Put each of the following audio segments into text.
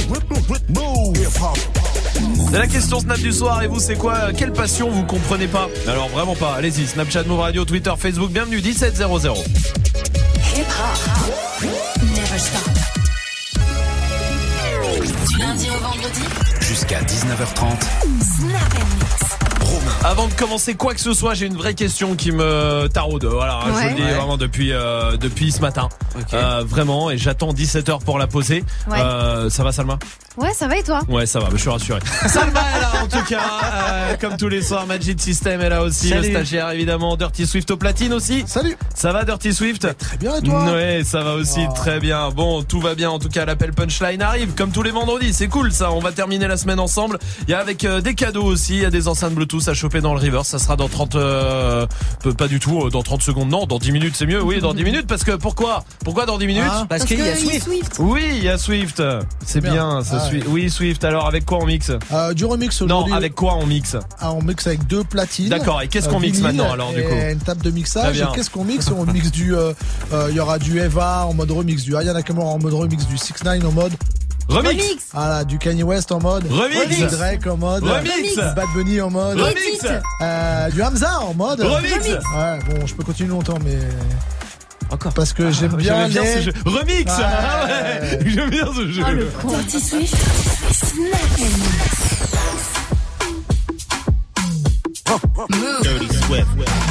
C'est la question Snap du soir. Et vous, c'est quoi? Quelle passion vous comprenez pas? Alors vraiment pas. Allez-y, Snapchat, Move Radio, Twitter, Facebook. Bienvenue 1700. Hip hop, never stop. Du lundi au vendredi jusqu'à 19h30. Snap & Mix. Avant de commencer quoi que ce soit, j'ai une vraie question qui me taraude. Voilà, je vous le dis vraiment depuis ce matin. Okay. Vraiment, et j'attends 17h pour la poser. Ouais. Ça va, Salma? Ouais, ça va et toi? Ouais, ça va, je suis rassuré. Salma est là en tout cas, comme tous les soirs. Magic System est là aussi. Salut. Le stagiaire évidemment. Dirty Swift au platine aussi. Salut. Ça va Dirty Swift? Très bien et toi? Ouais, ça va aussi très bien. Bon, tout va bien en tout cas. L'appel punchline arrive comme tous les vendredis. C'est cool ça. On va terminer la semaine ensemble. Il y a avec des cadeaux aussi. Il y a des enceintes Bluetooth à choper dans le River. Ça sera dans 30 pas du tout dans 30 secondes. Non, dans 10 minutes c'est mieux. Oui, dans 10 minutes parce que pourquoi dans 10 minutes? Parce qu'il y a Swift. Oui, il y a Swift. C'est bien ça. Oui, Swift. Alors avec quoi on mixe? Du remix aujourd'hui. Non, avec quoi on mixe? On mixe avec 2 platines. D'accord, et qu'est-ce qu'on mixe maintenant alors du coup? Une table de mixage. Et qu'est-ce qu'on mixe? On mixe du il y aura du Eva en mode remix, du Aya Nakamura en mode remix, du 6ix9ine en mode remix. Voilà, du Kanye West en mode remix, du Drake en mode remix, Bad Bunny en mode remix, du Hamza en mode remix. Ouais, bon, je peux continuer longtemps mais encore parce que j'aime bien ce jeu. Remix. Ah ouais. J'aime bien ce jeu. Dirty Swift, Snap & Mix. Dirty Swift.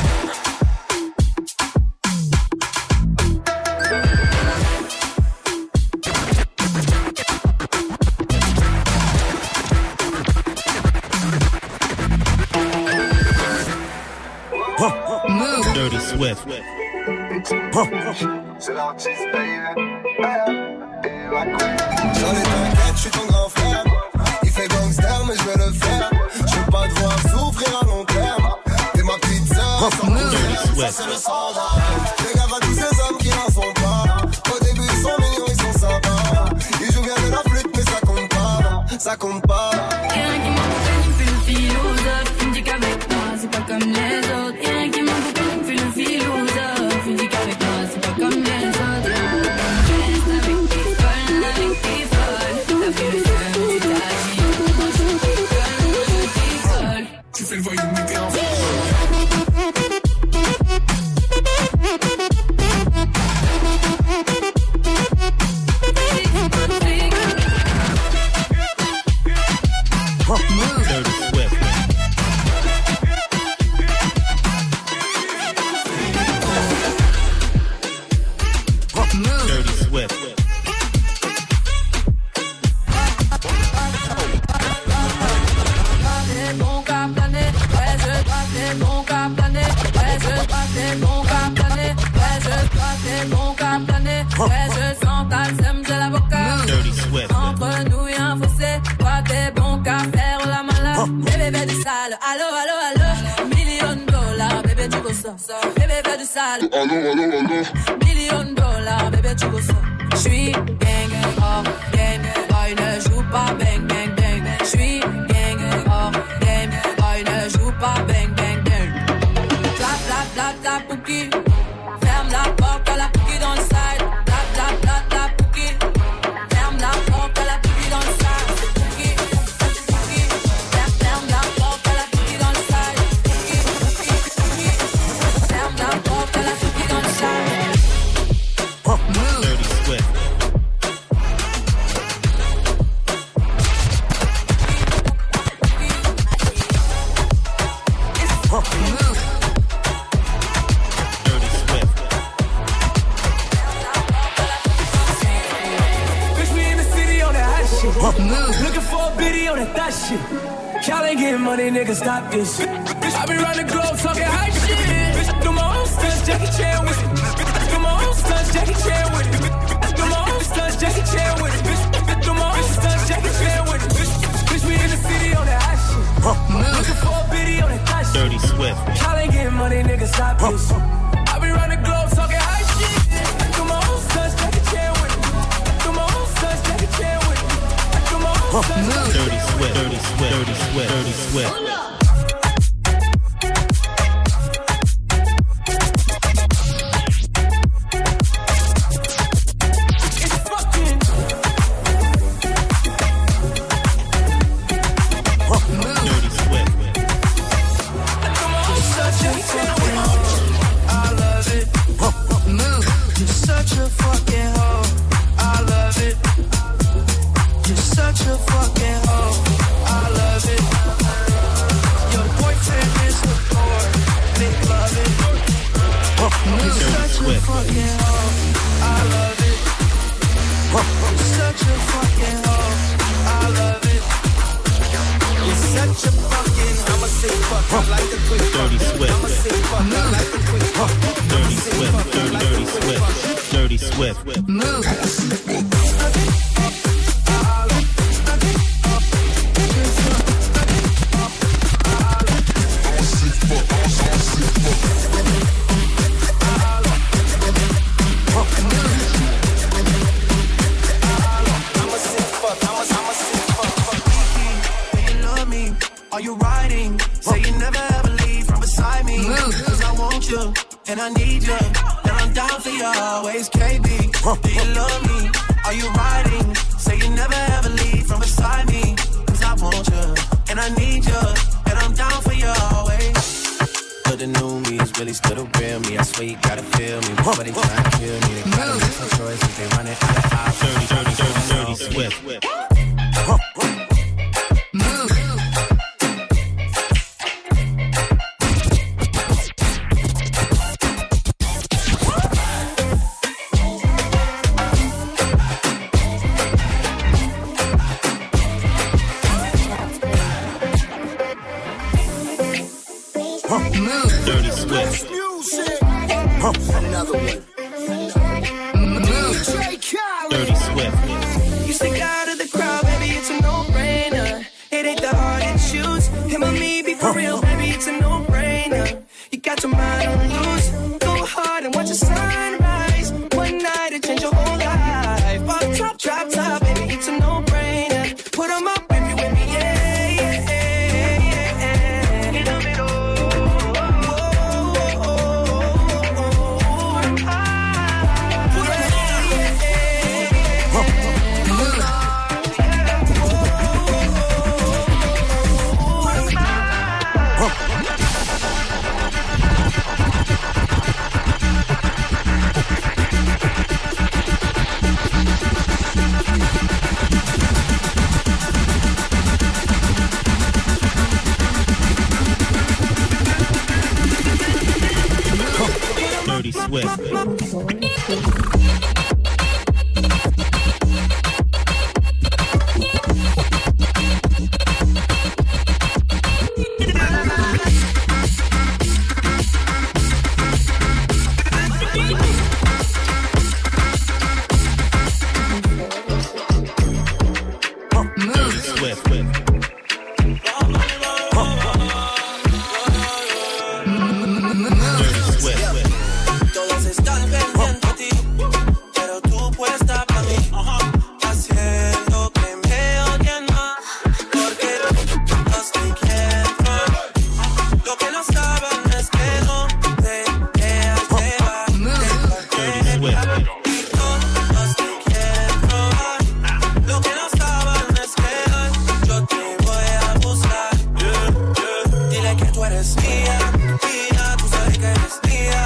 Move. Dirty Swift. C'est l'artiste, baby. J'en ai t'inquiète, je suis ton grand frère. Il fait gangster, mais je vais le faire. Je veux pas te voir souffrir à long terme. T'es ma petite sœur, ça c'est le standard. Les gars, tous ces hommes qui n'en sont pas. Au début, ils sont mignons, ils sont sympas. Ils jouent bien de la flûte, mais ça compte pas. Ça compte pas. Rien qui m'empêche, il me fait le philosophe. Il me dit qu'avec moi, c'est pas comme les autres. Rien qui m'empêche, il me fait le philosophe. Il me dit qu'avec moi, c'est pas comme les autres. Tu fais le voyou, mais t'es en entre nous y'a un fossé. Toi t'es bon qu'à faire la malade. Bébé fais du sale. Allo, allo, allo. $1 million, bébé tu veux ça. Bébé fais du sale. Allo, allo, allo. $1 million, bébé tu veux ça. J'suis gang, hors game. Boy ne joue pas bang, bang, bang. J'suis gang, hors game. Boy ne joue pas bang, bang, bang. Clap, clap, clap, clap, pouki. Ferme la porte à la pouki dans le side. Clap, clap, clap, clap, pouki. Ferme la porte à la pouki dans le side. Pouki, pouki. Ferme la porte à la pouki dans le side. Pouki, pouki, pouki. Ferme la porte à la pouki dans le side. Dirty Swift. Looking for a biddy on that shit. Y'all ain't getting money, nigga, stop this shit. Bitch, I be round the globe talking high shit. Bitch, do my own stunts, Jackie Chan with it. Do my own stunts, Jackie Chan with it. Do my own stunts, Jackie Chan with it. Bitch, do my own stunts, Jackie Chan with it. Bitch, we in the city on that high shit. Looking for a biddy on that shit. Dirty Swift. Y'all ain't getting money, nigga, stop this shit. I be round the globe talking high shit. Do my own stunts, Jackie Chan with it. Do my own stunts, Jackie Chan with it. Dirty Swift, Dirty Swift, Dirty Swift, Dirty Swift. such a fucking hoe. I love it. You're such a fucking. I'm a sick fuck. I like the quick fuck. Dirty Swift. I'm a sick fuck. I like the quick fuck. Dirty Swift. Dirty Swift. Dirty Swift. Move. And I need you, and I'm down for you always, KB. Do you love me? Are you riding? Say you never ever leave from beside me. Cause I want you, and I need you, and I'm down for you always. But the new me is really still the real me. I swear you gotta feel me. Before they try and kill me, they gotta make some choices. They run it out of eyes. Dirty Swift. Move. Dirty Swift. Another one. Dirty Swift. You stick out of the crowd, baby, it's a no-brainer. It ain't the hard to choose. Him or me, be for real, baby, it's a no-brainer. You got your mind on loose. Go hard and watch the sunrise. One night it change your whole life. Pop top, drop top, baby, it's a no-brainer. Put 'em up if you with me, yeah, yeah, yeah, yeah. In the middle. Dirty Swift. Todos están pendientes a ti, pero tú puedes estar para mí, haciendo que me odien más, porque los que quieren, lo que no saben es que no te dejas llevar, y todos te quieren probar, lo que no saben es que yo te voy a buscar, dile que tú eres mía, mía, tú sabes que eres mía.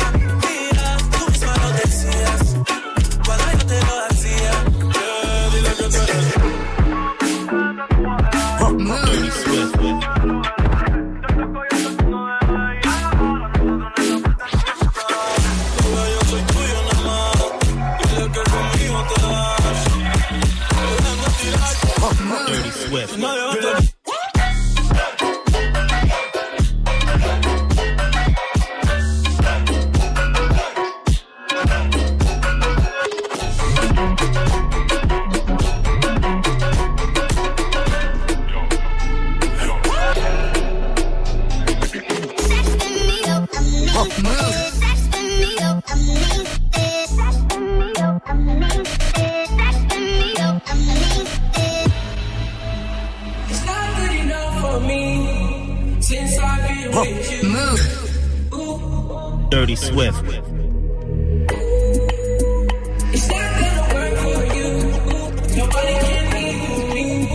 Dirty Swift. It's not good enough for me since I've been with you. Move. Dirty Swift. It's not gonna work for you. Nobody can leave me.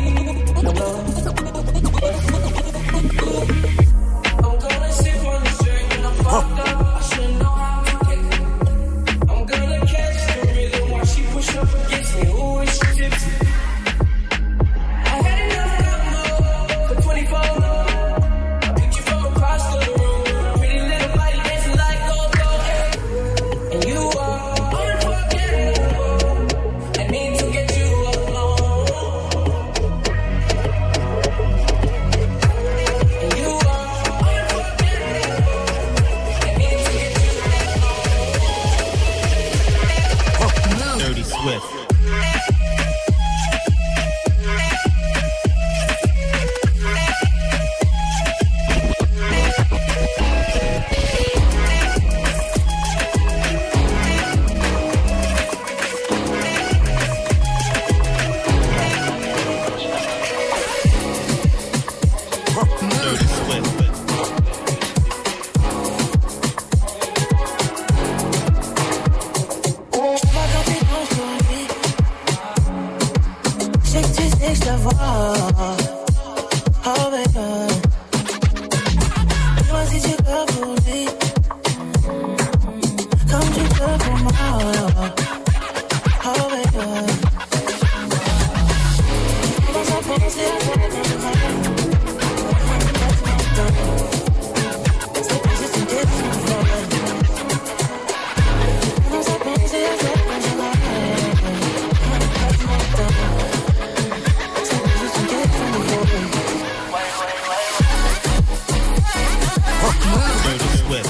I'm gonna sip on the drink and I'm fucked up. I should know how to get it. I'm gonna catch the rhythm while she push up against me. Ooh, and she tips me. I had enough for 24. I picked you from across the room. Pretty little body dancing like go-go. sais que tu sais que je te vois. Oh baby. Dis-moi si tu peux pour lui, comme tu peux pour moi. Oh baby. Commence à penser à toi quand je m'appelle. C'est pas juste une question de folle. Commence à penser à toi quand je m'appelle. C'est pas juste une question de folle. Dirty Swift.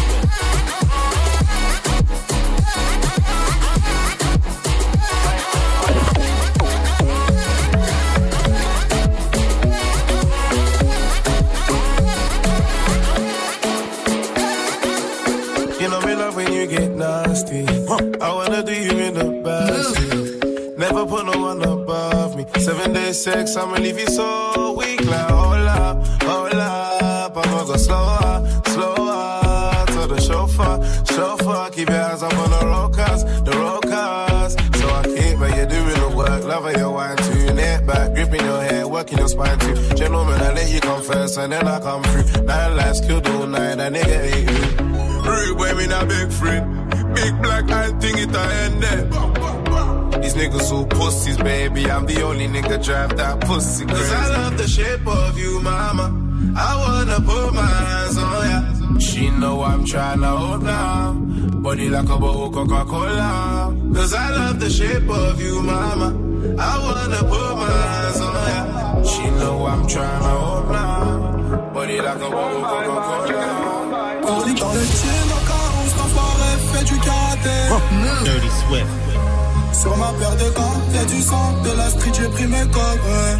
You know me love when you get nasty. I wanna do you in the backseat. Never put no one above me. 7 days sex, I'ma leave you so weak. Like hold up, I'ma go slower, slower. To the chauffeur, keep your eyes up on the road cars. So I keep, but you're doing the work. Love how you wine too, neck back, gripping your hair, working your spine too. Gentlemen, I let you come first and then I come through. 9 lives killed all night, that nigga ain't you. Rude boy, me not big friend. Big black eye thing, it a end there. These niggas so pussies, baby. I'm the only nigga drive that pussy. Cause I love the shape of you, mama. I wanna put my hands on ya. She know I'm tryna hold now. Body like a bowl of Coca-Cola. Cause I love the shape of you, mama. I wanna put my hands on ya. She know I'm tryna hold now. Body like a bowl of Coca-Cola. On lit dans le team, dans car on se l'enfoiré, fait du karaté. Dirty Swift. Sur ma paire de gants, y'a du sang, de la street, j'ai pris mes codes, ouais.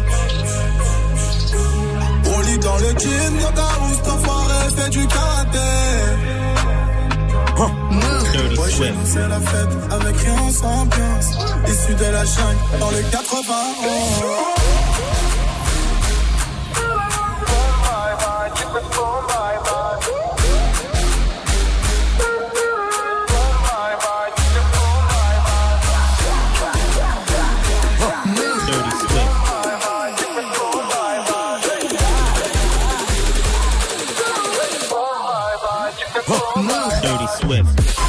On lit dans le gym, dans car on se l'enfoiré, fait du karaté. Dirty Ouais, chez Swift. nous c'est la fête, avec rien sans ambiance. Issu de la jungle, dans les 80. Dirty Swift.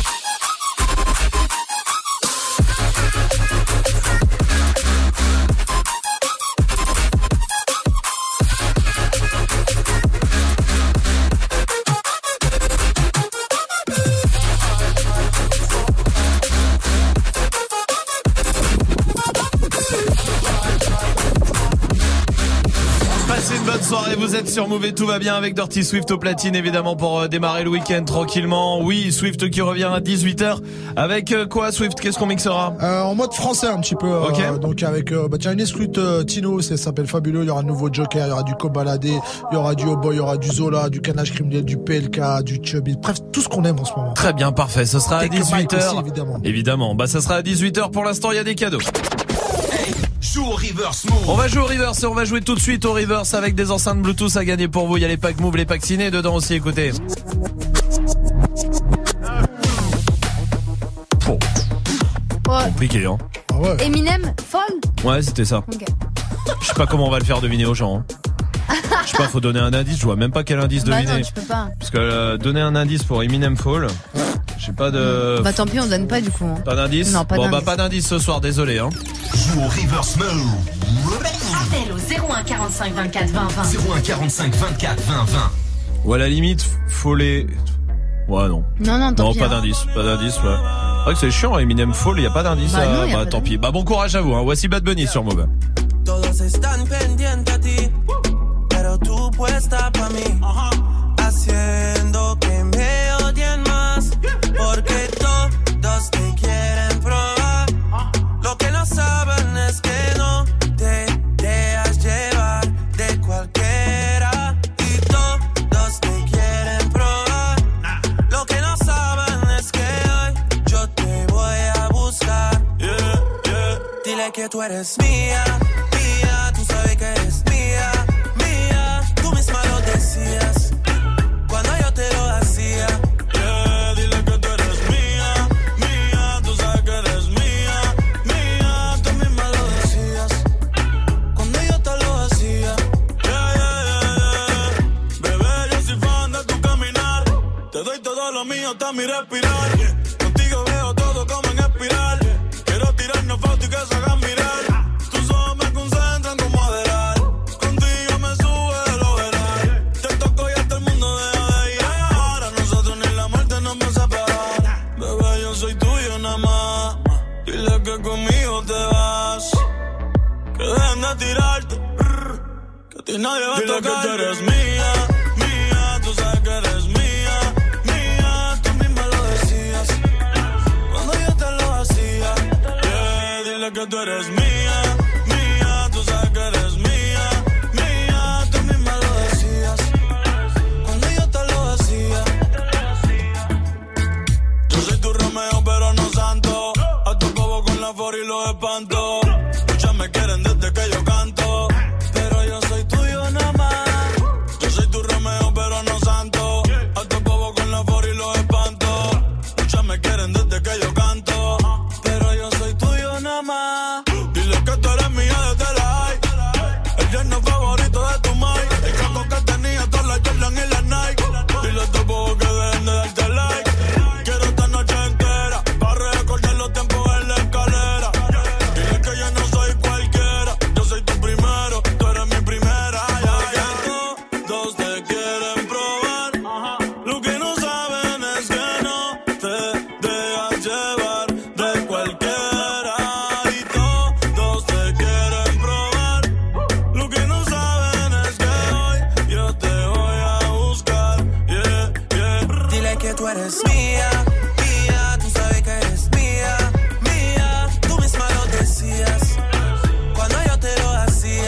Passez une bonne soirée, vous êtes sur Move et tout va bien avec Dirty Swift au platine évidemment pour démarrer le week-end tranquillement. Oui, Swift qui revient à 18h avec quoi Swift, qu'est-ce qu'on mixera En mode français un petit peu. Ok. Donc avec tiens, une exclue Tino, ça s'appelle Fabuleux. Il y aura un nouveau Joker, il y aura du Cobaladé, il y aura du Oboy, il y aura du Zola, du Canage Criminel, du PLK, du Chubby. Bref, tout ce qu'on aime en ce moment. Très bien, parfait, ce sera à Quelques bikes 18h. aussi, évidemment. Évidemment, bah ça sera à 18h pour l'instant, il y a des cadeaux. Joue au reverse move. On va jouer au reverse et on va jouer tout de suite au reverse avec des enceintes Bluetooth à gagner pour vous. Il y a les packs Move, les packs ciné dedans aussi, écoutez. Bon, Ouais. compliqué hein. Ah ouais. Eminem, folle. Ouais, c'était ça. Ok. Je sais pas comment on va le faire deviner aux gens. Hein. Je sais pas, faut donner un indice, je vois même pas quel indice Bah deviner. non, tu peux pas. Parce que donner un indice pour Eminem Fall, j'ai pas de... Bah tant pis, on donne pas du coup. Hein. Pas d'indice. Non, pas bon d'indice. bah pas d'indice ce soir, désolé hein. Joue au reverse move. Appel au 01 45 24 20 20. 01 45 24 20 20. Ou à la limite, faut les... Ouais non. Non, tant Non, pis. pas hein. d'indice, pas d'indice, ouais. C'est vrai que c'est chiant, Eminem Fall, y a pas d'indice. Bah non, y a bah pas tant pis. Bah bon courage à vous, hein. Voici Bad Bunny sur Move. Todos están pendientes a ti, pero tú puesta pa' mí, haciendo que me odien más, porque todos te quieren probar. Lo que no saben es que no te dejas llevar de cualquiera, y todos te quieren probar. Lo que no saben es que hoy yo te voy a buscar. Dile que tú eres mía. Tú sabes que eres mía, mía. Tú misma lo decías cuando yo te lo hacía. Dile que tú eres mía, mía. Tú sabes que eres mía, mía. Tú misma lo decías mi respirar. Contigo veo todo como en espiral. Quiero tirarnos fotos y que se hagan mirar. Tus ojos me concentran como adelar. Contigo me sube de lo veral. Te toco y hasta el mundo deja de llegar. A nosotros ni la muerte nos va a separar. Bebé, yo soy tuyo nada más. Dile que conmigo te vas. Que dejen de tirarte. Que a ti nadie va a tocar. Dile que tú eres mía, mía. Tú sabes que eres mía, mía. Tú misma lo decías cuando yo te lo hacía. Yeah, dile que tú eres mía, mía. Tú sabes que eres mía, mía. Tú misma lo decías cuando yo te lo hacía. Yo soy tu Romeo pero no santo. A tu bobo con la for y lo espanto. Muchas me quieren desde que yo canto, pero yo soy tuyo nada más. Yo soy tu Romeo pero no santo. A tu bobo con la for y lo espanto. Muchas me quieren desde que yo canto, pero yo soy tuyo nada más. Dile que tú eres mía desde la high. El yerno favorito de tu mai. El campo que tenía todas las Jordan y las Nike. Dile a tu bobo que dejen de darte like. Quiero esta noche entera para recordar los tiempos en la escalera. Dile que yo no soy cualquiera. Yo soy tu primero, tú eres mi primera. Todos te quieren probar. Lo que no saben es que no te dejas llevar de cualquiera. Y todos te quieren probar. Lo que no saben es que hoy yo te voy a buscar. Yeah, yeah. Dile que tú eres mía, mía. Tú sabes que eres mía, mía. Tú misma lo decías cuando yo te lo hacía.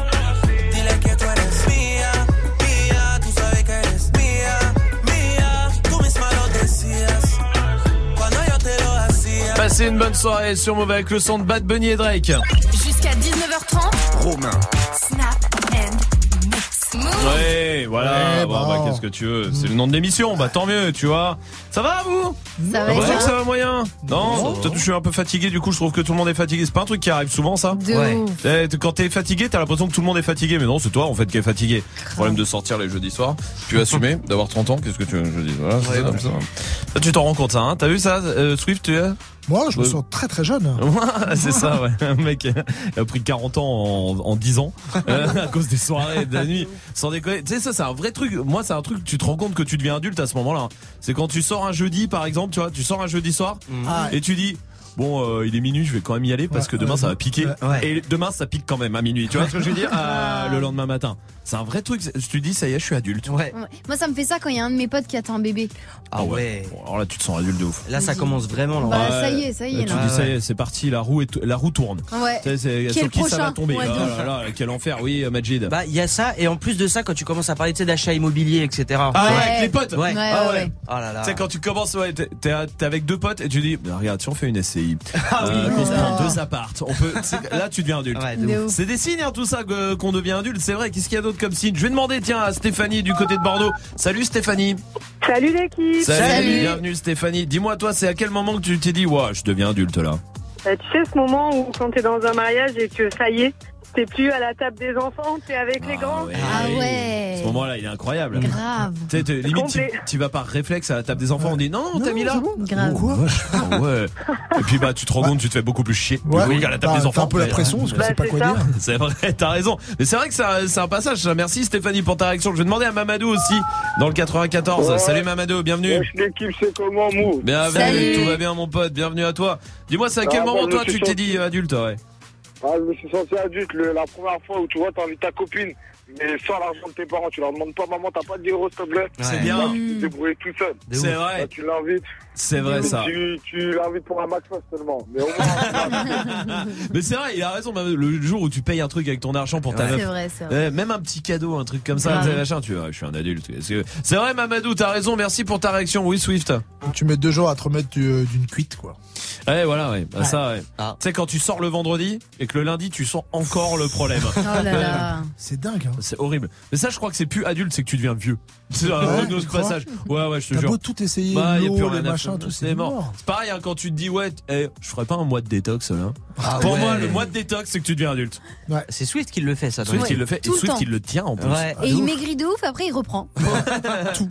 Dile que tú eres mía, mía. Tú sabes que eres mía, mía. Tú misma lo decías cuando yo te lo hacía. Passez une bonne soirée sur Move avec le son de Bad Bunny et Drake. Jusqu'à 19h30. Romain. Snap and mix. Move. Ouais, voilà. Ouais, Bon, bon. bah, qu'est-ce que tu veux? C'est le nom de l'émission. Bah, tant mieux, tu vois. Ça va, vous? Ça va Vous être que ça ça va moyen? Non? Peut-être que je suis un peu fatigué, du coup, je trouve que tout le monde est fatigué. C'est pas un truc qui arrive souvent, ça? de Ouais. ouf. Quand t'es fatigué, t'as l'impression que tout le monde est fatigué, mais non, c'est toi en fait qui est fatigué. Problème de sortir les jeudis soirs. Tu assumer d'avoir 30 ans, qu'est-ce que tu veux? Je dis, voilà, c'est comme ça. Ça, tu t'en rends compte, ça, hein? T'as vu ça, Swift, tu es? Moi, je me sens très très jeune. C'est ça, ouais. Un mec a pris 40 ans en 10 ans à cause des soirées de la nuit. Sans déconner. Tu sais, ça, c'est un vrai truc. Moi, c'est un truc, tu te rends compte que tu deviens adulte à ce moment-là. C'est quand tu sors un jeudi, par exemple, tu vois, tu sors un jeudi soir et tu dis... Bon, il est minuit, je vais quand même y aller parce que demain ça va piquer. Ouais. Et demain ça pique quand même à minuit. Tu vois ce que je veux dire? Le lendemain matin. C'est un vrai truc. Je te dis, ça y est, je suis adulte. Ouais. Ouais. Moi, ça me fait ça quand il y a un de mes potes qui attend un bébé. Ah ouais. Bon, alors là, tu te sens adulte de ouf. Là, ça commence vraiment. Là. Bah, ça y est, Tu là. dis, ça y est, c'est parti, la roue tourne. Ouais. Tu sais, c'est Qui est sur le qui ça prochain? va tomber. Ouais, de Ah là là, quel enfer. Oui, Majid. Bah, il y a ça, et en plus de ça, quand tu commences à parler, tu sais, d'achat immobilier, etc. Ah ouais, Ouais. avec les potes. Ouais. Ah ouais. ouais. Oh là là. Tu sais, quand tu commences, ouais, t'es avec deux potes et tu dis, bah, regarde, si on fait une SCI, qu'on se Ah. prend 2 appartes, là tu deviens adulte. Ouais, De de ouf. ouf. C'est des signes, hein, tout ça, qu'on devient adulte, c'est vrai. Qu'est-ce qu'il y a d'autre comme signe? Je vais demander, tiens, à Stéphanie du côté de Bordeaux. Salut Stéphanie. Salut l'équipe. Salut. Bienvenue Stéphanie. Dis-moi, toi, c'est à quel moment que tu t'es dit, ouais, je deviens adulte là? Tu sais ce moment où quand t'es dans un mariage et que ça y est, t'es plus à la table des enfants, t'es avec les grands. Ah ouais. Ce moment-là, il est incroyable. Grave. Tu sais, limite, Complet. tu vas par réflexe à la table des enfants, on dit non, t'as mis là. Grave. Quoi? Ah ouais. Et puis bah, tu te rends compte, tu te fais beaucoup plus chier. Ouais. Oui, à la table Bah, des enfants. t'as un peu la pression parce que Bah, c'est pas c'est quoi ça. dire. C'est vrai, t'as raison. Mais c'est vrai que c'est un passage. Merci Stéphanie pour ta réaction. Je vais demander à Mamadou aussi dans le 94. Ouais. Salut Mamadou, bienvenue. Wesh, l'équipe, c'est comment, Mou? Bienvenue, Salut. tout va bien mon pote, bienvenue à toi. Dis-moi, c'est à quel Ah, moment moi, toi je me tu suis t'es dit adulte, ouais? Ah, je me suis senti adulte la première fois où tu vois, t'invites ta copine, mais sans l'argent de tes parents. Tu leur demandes pas, maman, t'as pas de 10 €, s'il te plaît? C'est bien. Là, tu te débrouilles tout seul. C'est vrai. Là, tu l'invites. C'est vrai ça. Tu l'invites pour un maximum seulement. Mais au moins, Mais c'est vrai, il a raison. Le jour où tu payes un truc avec ton argent pour ta C'est meuf, vrai, c'est vrai. même un petit cadeau, un truc comme ça, Grave. tu sais, machin, tu vois, je suis un adulte. C'est vrai, Mamadou, t'as raison. Merci pour ta réaction. Oui, Swift. Tu mets 2 jours à te remettre d'une cuite, quoi. Ouais, voilà, ouais. Bah, ça, ouais. Ah. Tu sais, quand tu sors le vendredi et que le lundi, tu sens encore le problème. Oh là là. C'est dingue, hein. C'est horrible. Mais ça, je crois que c'est plus adulte, c'est que tu deviens vieux. C'est un Ouais, autre tu crois passage. Ouais, je te T'as jure. beau tout essayer, Bah, y a plus l'eau, rien les à machins, faire. tout, C'est mort. C'est pareil, hein, quand tu te dis, ouais, je ferais pas un mois de détox, là. Ah Pour ouais. moi, le mois de détox, c'est que tu deviens adulte. C'est Swift qui le fait, ça. Swift, Ouais. il le fait. Tout Et le Swift, temps. il le tient, en plus. Ouais. Et il maigrit de ouf, après il reprend. Tu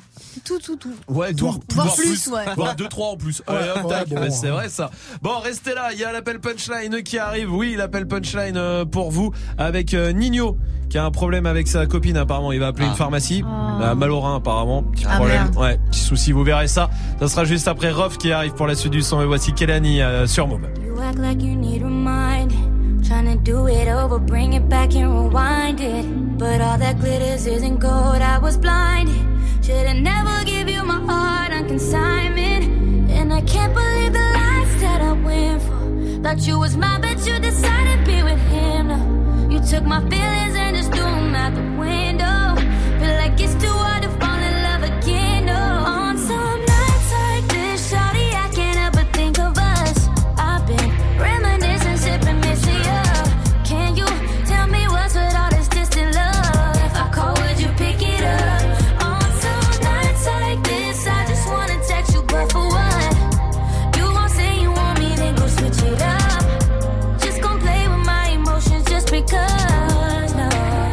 tout. Ouais, Voire plus, ouais. Voire 2-3 en plus. Ouais, Allez, hop, tac. bon. Bah, c'est vrai ça. Bon, restez là, il y a l'appel punchline qui arrive. Oui, l'appel punchline pour vous avec Nino qui a un problème avec sa copine apparemment. Il va appeler une pharmacie. Mal au rein apparemment. Petit problème. Merde. Ouais, petit souci, vous verrez ça. Ça sera juste après Rof qui arrive pour la suite du son. Et voici Kelani sur Move. You act like you need reminding. Trying to do it over, bring it back and rewind it. But all that glitters isn't gold, I was blinded. Should've never give you my heart on consignment. And I can't believe the lies that I went for. Thought you was mine, but you decided to be with him. No, you took my feelings and just threw them out the window. Feel like it's too hard to fall in love again, no. On some nights like this, shawty, I can't help but think of us. I've been reminiscing, sipping, missing you. Can you tell me what's with all this distant love? If I call, would you pick it up? On some nights like this, I just wanna text you, but for what? You gon' say you want me, then go switch it up. Just gon' play with my emotions just because, no.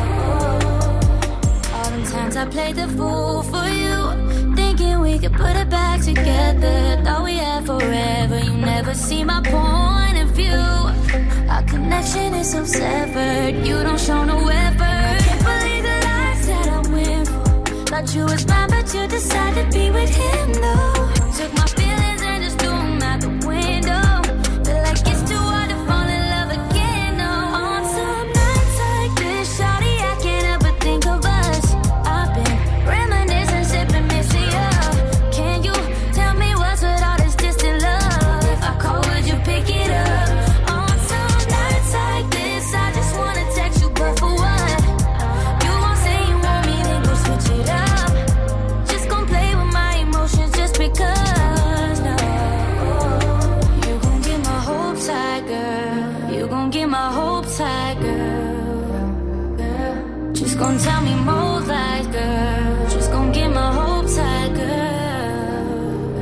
All them times I played the fool for you, thinking we could put it back together. Thought we had forever, you never see my point of view. Our connection is so severed, you don't show no effort. I can't believe the lies that I went for. Thought you was mine, but you decided to be with him, though. Took my feelings and just threw them out the window. Feel like it's too hard to fall in love again, no. On some nights like this, shawty, I can't help but think of us. I've been reminiscing, sipping, missing you. Can you tell me what's with all this distant love? If I call, would you pick it up? On some nights like this, I just wanna text you, but for what? You gon' say you want me, then go switch it up. Just gon' play with my emotions just because, no. You gon' get my hopes high, girl. You gon' get my hopes high, girl. Just gon' tell me more lies, girl. Just gon' get my hopes high, girl.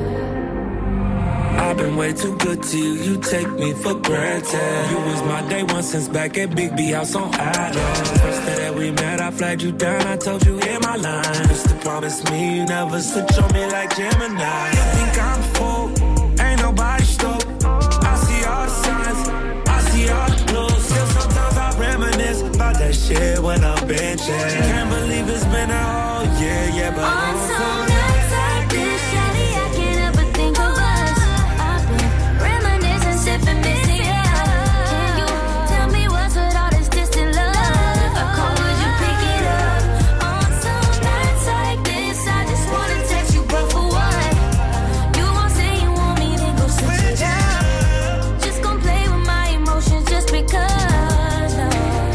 I've been way too good to you, you take me for granted. You was my day one since back at Big B House on Island. First day that we met, I flagged you down, I told you hit my line. Used to promise me you never switch on me like Gemini. You think I'm full, ain't nobody stoked. I see all the signs, I see all the clues. Still sometimes I reminisce about that shit when I'm benching. Can't believe it's been a whole year, yeah, but On some nights like this, shawty, I can't help but think of us. I've been reminiscing, sipping, missing you. Can you tell me what's with all this distant love? If I call, would you pick it up? On some nights like this, I just wanna text you, but for what? You gon' say you want me, then go switch it up. Just gon' play with my emotions just because, no.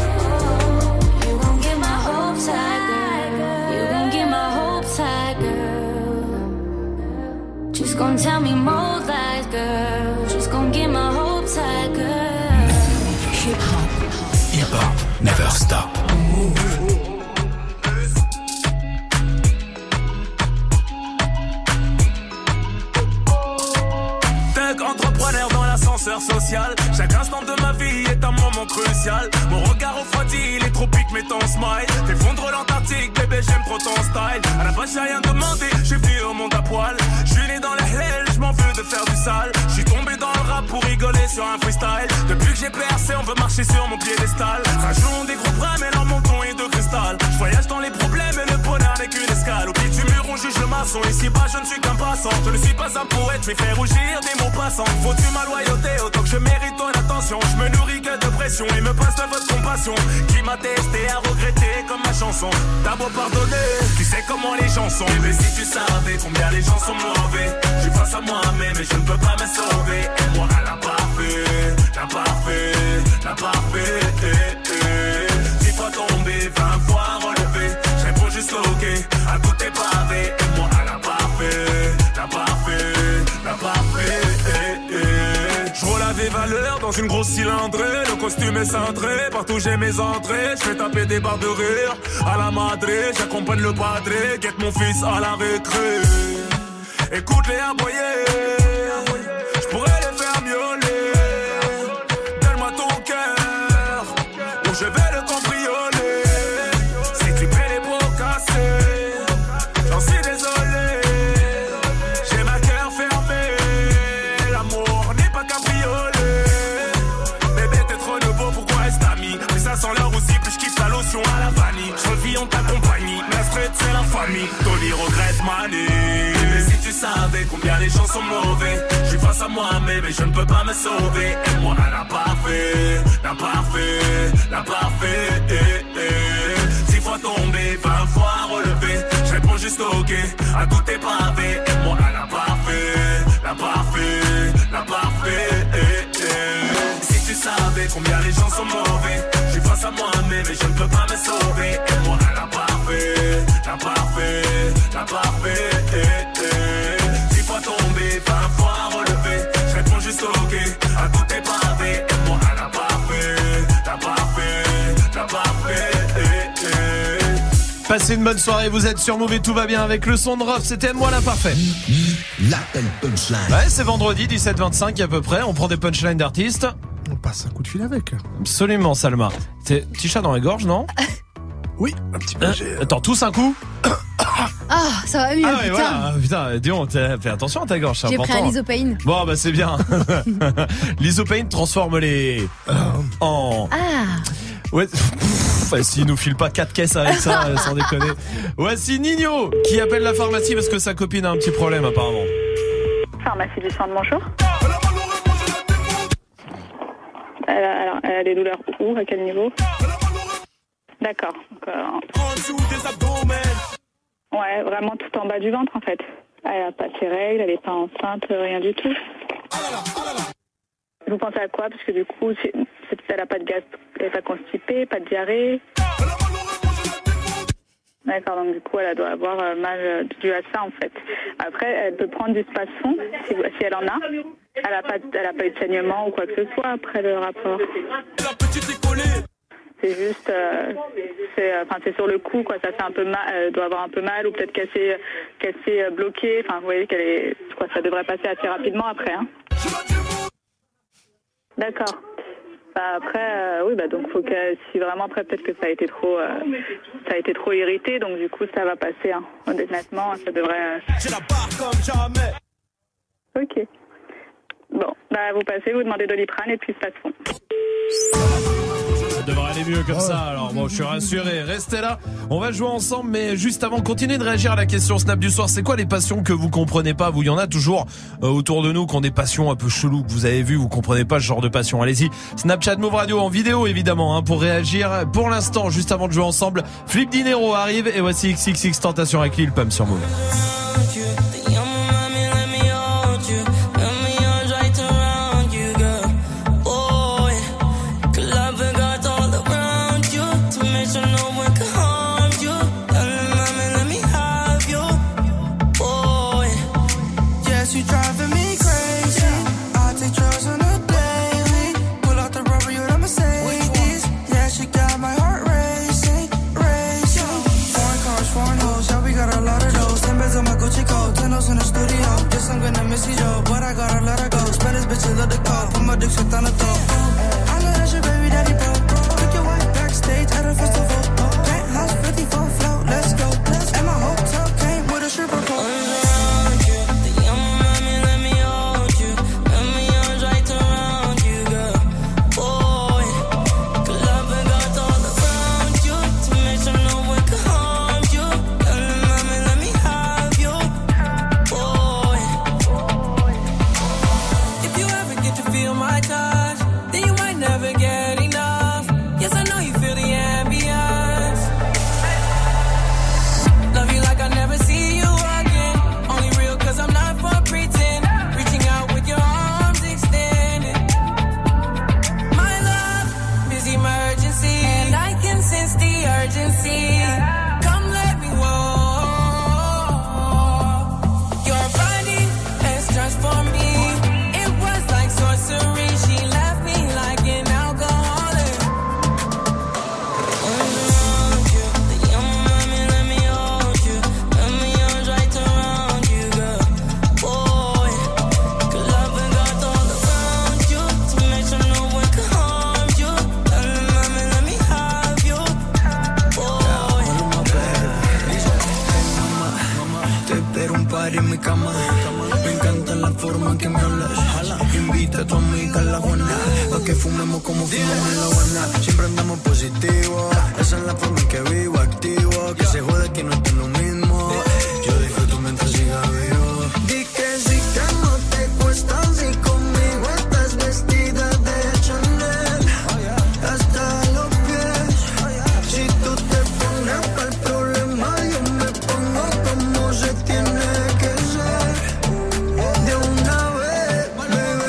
You gon' get my hopes high, girl. You gon' get my hopes high, girl. Just gon' tell me more lies, girl. Just gon' get my hopes high, girl. Hip hop, never stop. Tech entrepreneur dans l'ascenseur social. Chaque instant de ma vie est un moment crucial. Mon regard refroidi, les tropiques mettent en smile. T'effondres l'Antarctique, bébé j'aime trop ton style. À la base j'ai rien demandé, j'ai venu au monde à poil. J'suis né dans la hell, j'm'en veux de faire du sale. J'suis tombé dans le rap pour rigoler sur un freestyle. Depuis que j'ai percé, on veut marcher sur mon piédestal. Rajoutons des gros bras, mais leur menton est de cristal. J'voyage dans les problèmes et le bonheur n'est qu'une escale. Au pied du mur, on juge le maçon. Ici bas, je ne suis qu'un passant. Je ne suis pas un poète, mais fais rougir des mots passants. Faut-tu ma loyauté autant que je mérite ton attention? Je me nourris que de pression et me passe de votre compassion. Qui m'a testé à regretter comme ma chanson. T'as beau pardonner, tu sais comment les gens sont. Mais si tu savais combien les gens sont mauvais. Je suis face à moi-même mais je ne peux pas me sauver. Et moi à la parfait, la parfait, la parfait. Si toi tombé, 20 fois relevé. Je réponds juste ok à tout tes pavés. Et moi à la parfait, la parfait, la parfait. Je roule à des valeurs dans une grosse cylindrée. Le costume est cintré, partout j'ai mes entrées. Je fais taper des barres de rire à la madré. J'accompagne le padré, guette mon fils à la récré. Écoute-les aboyer, je pourrais les faire miauler. Donne-moi ton cœur, ou je vais le cambrioler. Si tu fais les pots cassés, j'en suis désolé. je kiffe la lotion à la vanille. Je revis en ta compagnie, la street c'est la famille. Tony regrette Mani. Mais si tu savais combien les gens sont mauvais, je suis face à moi-même et je ne peux pas me sauver. Et moi à la parfait, la parfait, la parfait. 6 fois tombé, 20 fois relevé. Je réponds juste ok à tous tes pavés. Et moi à la parfait, la parfait, la parfait. Si tu savais combien les gens sont mauvais, je suis face à moi-même et je ne peux pas me sauver. Et moi à la parfait, la parfait, la parfait. 6 fois tombé, 20 fois relevé. Je réponds juste ok à tous tes pavés. Et moi à la parfait, la parfait, la parfait. Passez une bonne soirée, vous êtes sur Move et tout va bien avec le son de Rof, c'était moi la parfait. L'appel punchline. Ouais, c'est vendredi 17h25 à peu près, on prend des punchlines d'artistes. On passe un coup de fil avec. Absolument Salma. T'es petit chat dans la gorge, non? Oui, un petit peu. Attends, tous un coup. Ah, ça va mieux, Ah ouais, putain. voilà, putain, dis-donc, fais attention à ta gorge, c'est J'ai important. pris un Lysopain. Bon, bah c'est bien. Lysopain transforme les... en... Ah. Ouais, s'il nous file pas 4 caisses avec ça, sans déconner. Voici Nino qui appelle la pharmacie parce que sa copine a un petit problème apparemment. Pharmacie du centre, bonjour. Alors, elle a des douleurs où? À quel niveau? D'accord. Ouais, vraiment tout en bas du ventre en fait. Elle a pas ses règles, elle est pas enceinte, rien du tout. Vous pensez à quoi? Parce que du coup, elle a pas de gaz, elle est pas constipée, pas de diarrhée. D'accord, donc du coup, elle doit avoir mal dû à ça en fait. Après, elle peut prendre du Spasfon si elle en a. Elle a pas eu de saignement ou quoi que ce soit après le rapport. C'est juste, c'est sur le coup, quoi. Ça fait un peu mal, elle doit avoir un peu mal ou peut-être qu'elle s'est bloquée. Enfin, vous voyez qu'elle est, quoi, ça devrait passer assez rapidement après. Hein. D'accord. Bah après, oui, bah donc faut que, si vraiment après peut-être que ça a été trop irrité, donc du coup ça va passer. Hein. Honnêtement, ça devrait. J'ai la barre comme jamais. Ok. Bon, bah vous passez, vous demandez Doliprane et puis Spasfon. Ça devrait aller mieux comme ça, alors bon, je suis rassuré. Restez là, on va jouer ensemble, mais juste avant, continuez de réagir à la question Snap du soir. C'est quoi les passions que vous comprenez pas? Vous, il y en a toujours autour de nous qui ont des passions un peu cheloues que vous avez vues, vous comprenez pas ce genre de passion. Allez-y, Snapchat Move Radio en vidéo évidemment, hein, pour réagir. Pour l'instant, juste avant de jouer ensemble, Flip Dinero arrive et voici XXX Tentation avec Lil Pump sur Move. In the studio, guess I'm gonna miss you, but I gotta let her go. Spend this bitch love the call, put my dick shit on the throat. I know that's your baby daddy, bro. Took your wife backstage at a festival. Penthouse 54 float, let's go. And my hotel came with a stripper pole. En mi cama, Me encanta la forma en que me hablas. Invita a tu amiga a la Juana, pa' que fumemos como fumamos en la Habana. Siempre andamos positivo, esa es la forma en que vivo, activo. Que se jode que no estoy lo mismo. Yo disfruto mientras siga vivo. Di que sí que no te cuesta, si conmigo estás vestida de Chanel hasta los pies. Si tú te pones pa'l problema, yo me pongo como se tiene que ser. De una vez, bebé.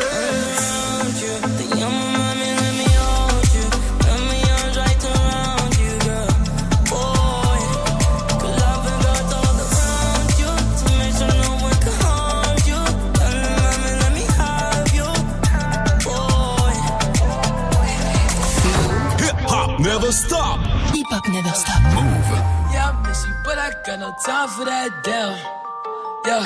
Te llamo mami, let me hold you. Let me arms right around you, girl. Boy, could love and go all around you to make sure no one can harm you. Mami, let me have you, boy. Hip hop never stop. Hip hop never stop. Move. Yeah, I miss you, but I got no time for that damn. Yeah.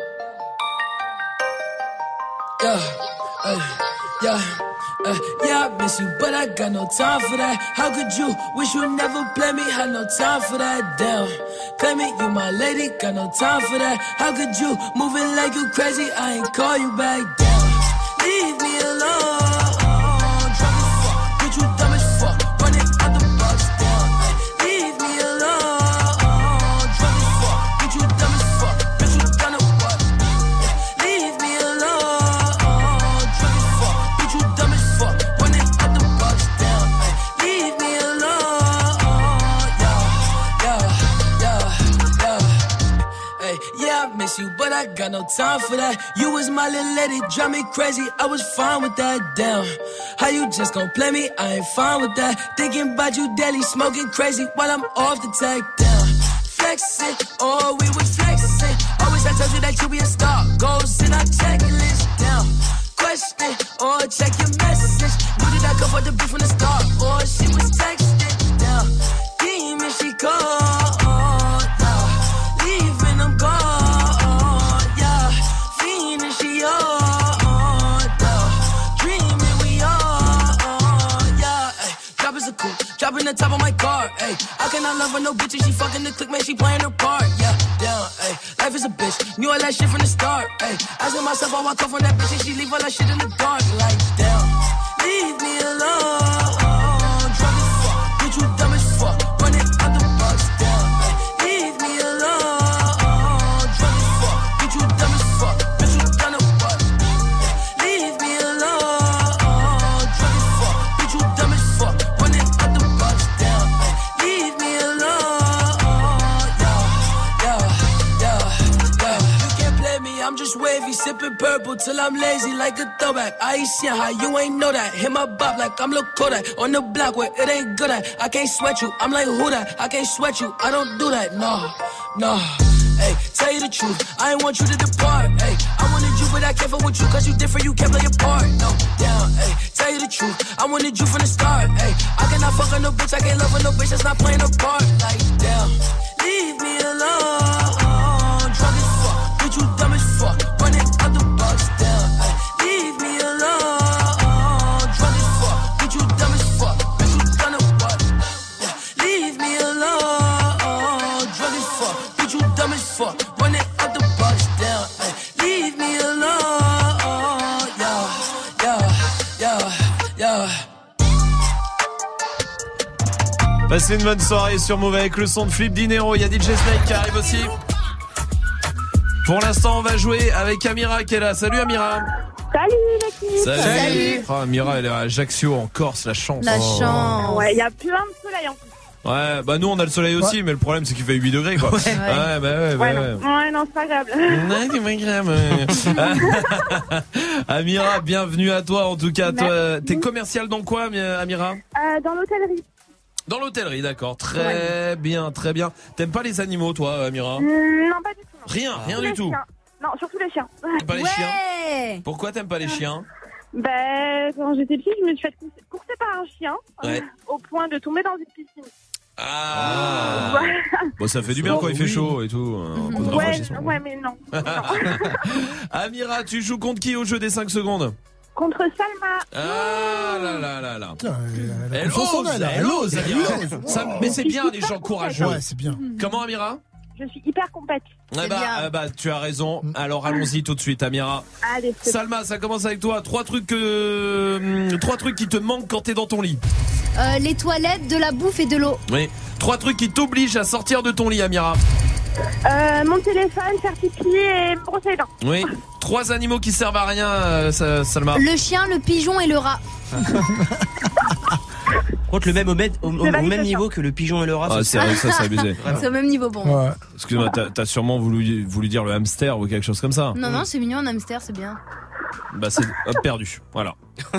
Yeah. Yeah. Yeah, I miss you, but I got no time for that. How could you wish you never play me? Had no time for that, damn. Claim it, you my lady, got no time for that. How could you moving like you crazy? I ain't call you back, damn. Leave me alone. Drunk as fuck, bitch, you dumb as fuck. Running out the box, damn. Leave me alone. Drunk as fuck, bitch, you dumb as fuck. Bitch, you done a what? Leave me alone. Drunk as fuck, bitch, you dumb as fuck. Running out the box, damn. Leave me alone. Yeah. Hey, yeah, I miss you, but I got no time for that. You was my little lady, drive me crazy. I was fine with that, damn. How you just gon' play me? I ain't fine with that. Thinking about you daily, smoking crazy while I'm off the tag, down. Flexing, oh, we was flexing. Always I told you that you be a star. Goals in our checklist, down. Question, or check your message. Knew that I could afford the beef from the start. Or she was texting, down. Demon, she called, yeah. Leaving, I'm gone, yeah. Fiending, she on, yeah. Dreaming, we on, yeah. Ay, drop is a cool, dropping the top of my car, ayy. I cannot love her, no bitch, and she fucking the click, man, she playing her part, yeah. Down, ayy. Life is a bitch, knew all that shit from the start, ayy. Asking myself, I walk off on that bitch, and she leave all that shit in the dark, like, damn. Leave me alone. Drunk as fuck, bitch, you dumb as fuck. Running out the box, down. Leave me alone. Drunk as fuck, bitch, you dumb as fuck. Bitch, you done a what? Leave me alone. Drunk as fuck, bitch, you dumb as fuck. Running out the box, down. Leave me alone. Yeah. You can't play me, I'm just wavy, sipping purple till I'm lazy like a throwback. I ain't seen how you ain't know that. Hit my bop like I'm Lil Kodak on the block where it ain't good at. I can't sweat you, I'm like who that? I can't sweat you, I don't do that. No. Hey, tell you the truth, I ain't want you to depart. Hey, I wanted you, but I can't fuck with you, cause you different, you can't play your part. No, down, hey, tell you the truth, I wanted you from the start. Hey, I cannot fuck with no bitch, I can't love with no bitch that's not playing her part. Like, damn, leave me alone. Drunk as fuck, bitch, you dumb as fuck. Running out the box, down. Ay, leave me alone. Drunk as fuck, bitch, you dumb as fuck. Bitch, you done a what? Yeah, leave me alone. Drunk as fuck, bitch, you dumb as fuck. Running out the box, down. Ay, leave me alone. Yeah. Passez une bonne soirée sur Move avec le son de Flip Dinero. Il y a DJ Snake qui arrive aussi. Pour l'instant, on va jouer avec Amira qui est là. Salut Amira. Salut l'équipe. Salut. Oh, Amira, elle est à Ajaccio en Corse, la chance. La chance. Ouais, il y a plein de soleil en plus. Ouais, bah nous on a le soleil aussi, mais le problème c'est qu'il fait 8 degrés quoi. Ouais, Ouais, non, c'est pas grave. Amira, bienvenue à toi en tout cas. Toi, t'es commercial dans quoi, Amira? Dans l'hôtellerie. Dans l'hôtellerie, d'accord. Très bien. T'aimes pas les animaux, toi, Amira? Non, pas du tout. Non. Rien du tout. Chiens. Non, surtout les chiens. T'aimes pas les chiens? Pourquoi t'aimes pas les chiens? Ben, quand j'étais petite, je me suis fait courser par un chien, au point de tomber dans une piscine. Ah. Bon, ça fait du bien quand il fait chaud et tout. Ouais, mais non. Amira, tu joues contre qui au jeu des 5 secondes? Contre Salma. Ah là. Elle ose, Amira. Mais c'est bien les gens courageux. Ouais, c'est bien. Comment, Amira? je suis hyper compète. Tu as raison. Alors allons-y tout de suite, Amira. Allez. Salma, ça commence avec toi. 3 trucs qui te manquent quand t'es dans ton lit. Les toilettes, de la bouffe et de l'eau. Oui. 3 trucs qui t'obligent à sortir de ton lit, Amira. Mon téléphone, faire pipi et brosser les dents. Oui. 3 animaux qui servent à rien, Salma. Le chien, le pigeon et le rat. Contre le même au même niveau que le pigeon et le rat. C'est vrai que ça, c'est abusé. C'est au même niveau pour moi. Ouais. Excuse-moi, t'as sûrement voulu dire le hamster ou quelque chose comme ça. Non, c'est mignon un hamster, c'est bien. Bah c'est perdu, voilà.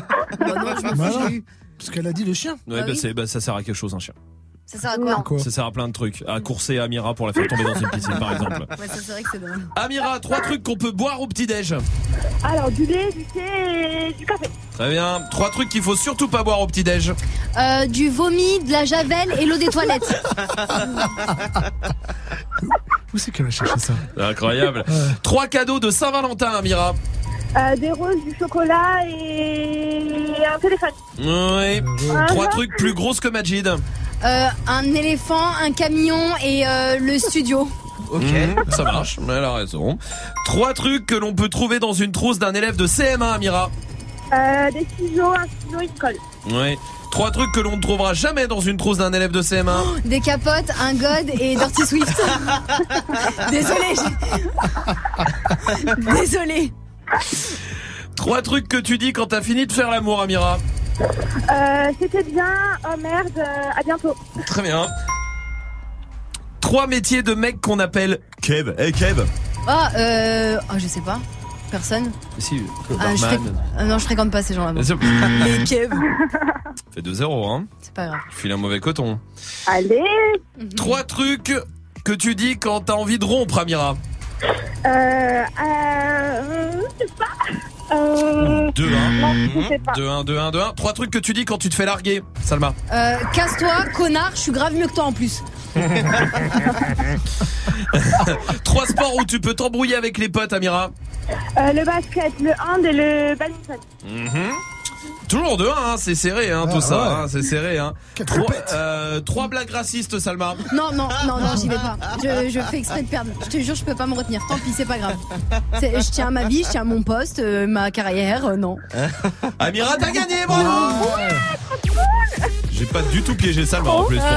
Parce qu'elle a dit le chien. Ouais, ça sert à quelque chose un chien. Ça sert à quoi? Ça sert à plein de trucs. À courser Amira pour la faire tomber dans une piscine par exemple. Ouais, ça c'est vrai que c'est drôle. Amira, 3 trucs qu'on peut boire au petit-déj. Alors du lait, du thé et du café. Très bien. 3 trucs qu'il faut surtout pas boire au petit-déj. Du vomi, de la javel et l'eau des toilettes. Où c'est qu'elle a cherché ça? Incroyable. 3 cadeaux de Saint-Valentin, Amira. Des roses, du chocolat et un téléphone. Oui. 3 trucs plus grosses que Majid. Un éléphant, un camion et le studio. Ok, ça marche, elle a raison. 3 trucs que l'on peut trouver dans une trousse d'un élève de CM1, Amira. Des ciseaux, un stylo et une colle. Oui. 3 trucs que l'on ne trouvera jamais dans une trousse d'un élève de CM1. Des capotes, un god et Dirty Swift. Désolé. 3 trucs que tu dis quand t'as fini de faire l'amour, Amira. C'était bien, oh merde, à bientôt. Très bien. 3 métiers de mecs qu'on appelle Kev. Hey Kev. Je sais pas. Personne. Si, non, je fréquente pas ces gens-là. Les Kev. Fait 2-0, hein. C'est pas grave. Tu files un mauvais coton. Allez. 3 trucs que tu dis quand t'as envie de rompre, Amira. Je sais pas. 2-1. Non, je sais pas. 2-1. 3 trucs que tu dis quand tu te fais larguer, Salma. Casse-toi, connard, je suis grave mieux que toi en plus. 3 sports où tu peux t'embrouiller avec les potes, Amira. Le basket, le hand et le badminton. Toujours 2-1, hein, c'est serré, hein, tout ça, ouais. hein, c'est serré, hein. 3 blagues racistes, Salma. Non, j'y vais pas. Je fais exprès de perdre. Je te jure, je peux pas me retenir. Tant pis, c'est pas grave. Je tiens à ma vie, je tiens à mon poste, ma carrière, non. Amira, t'as gagné, bravo. J'ai pas du tout piégé Salma en plus.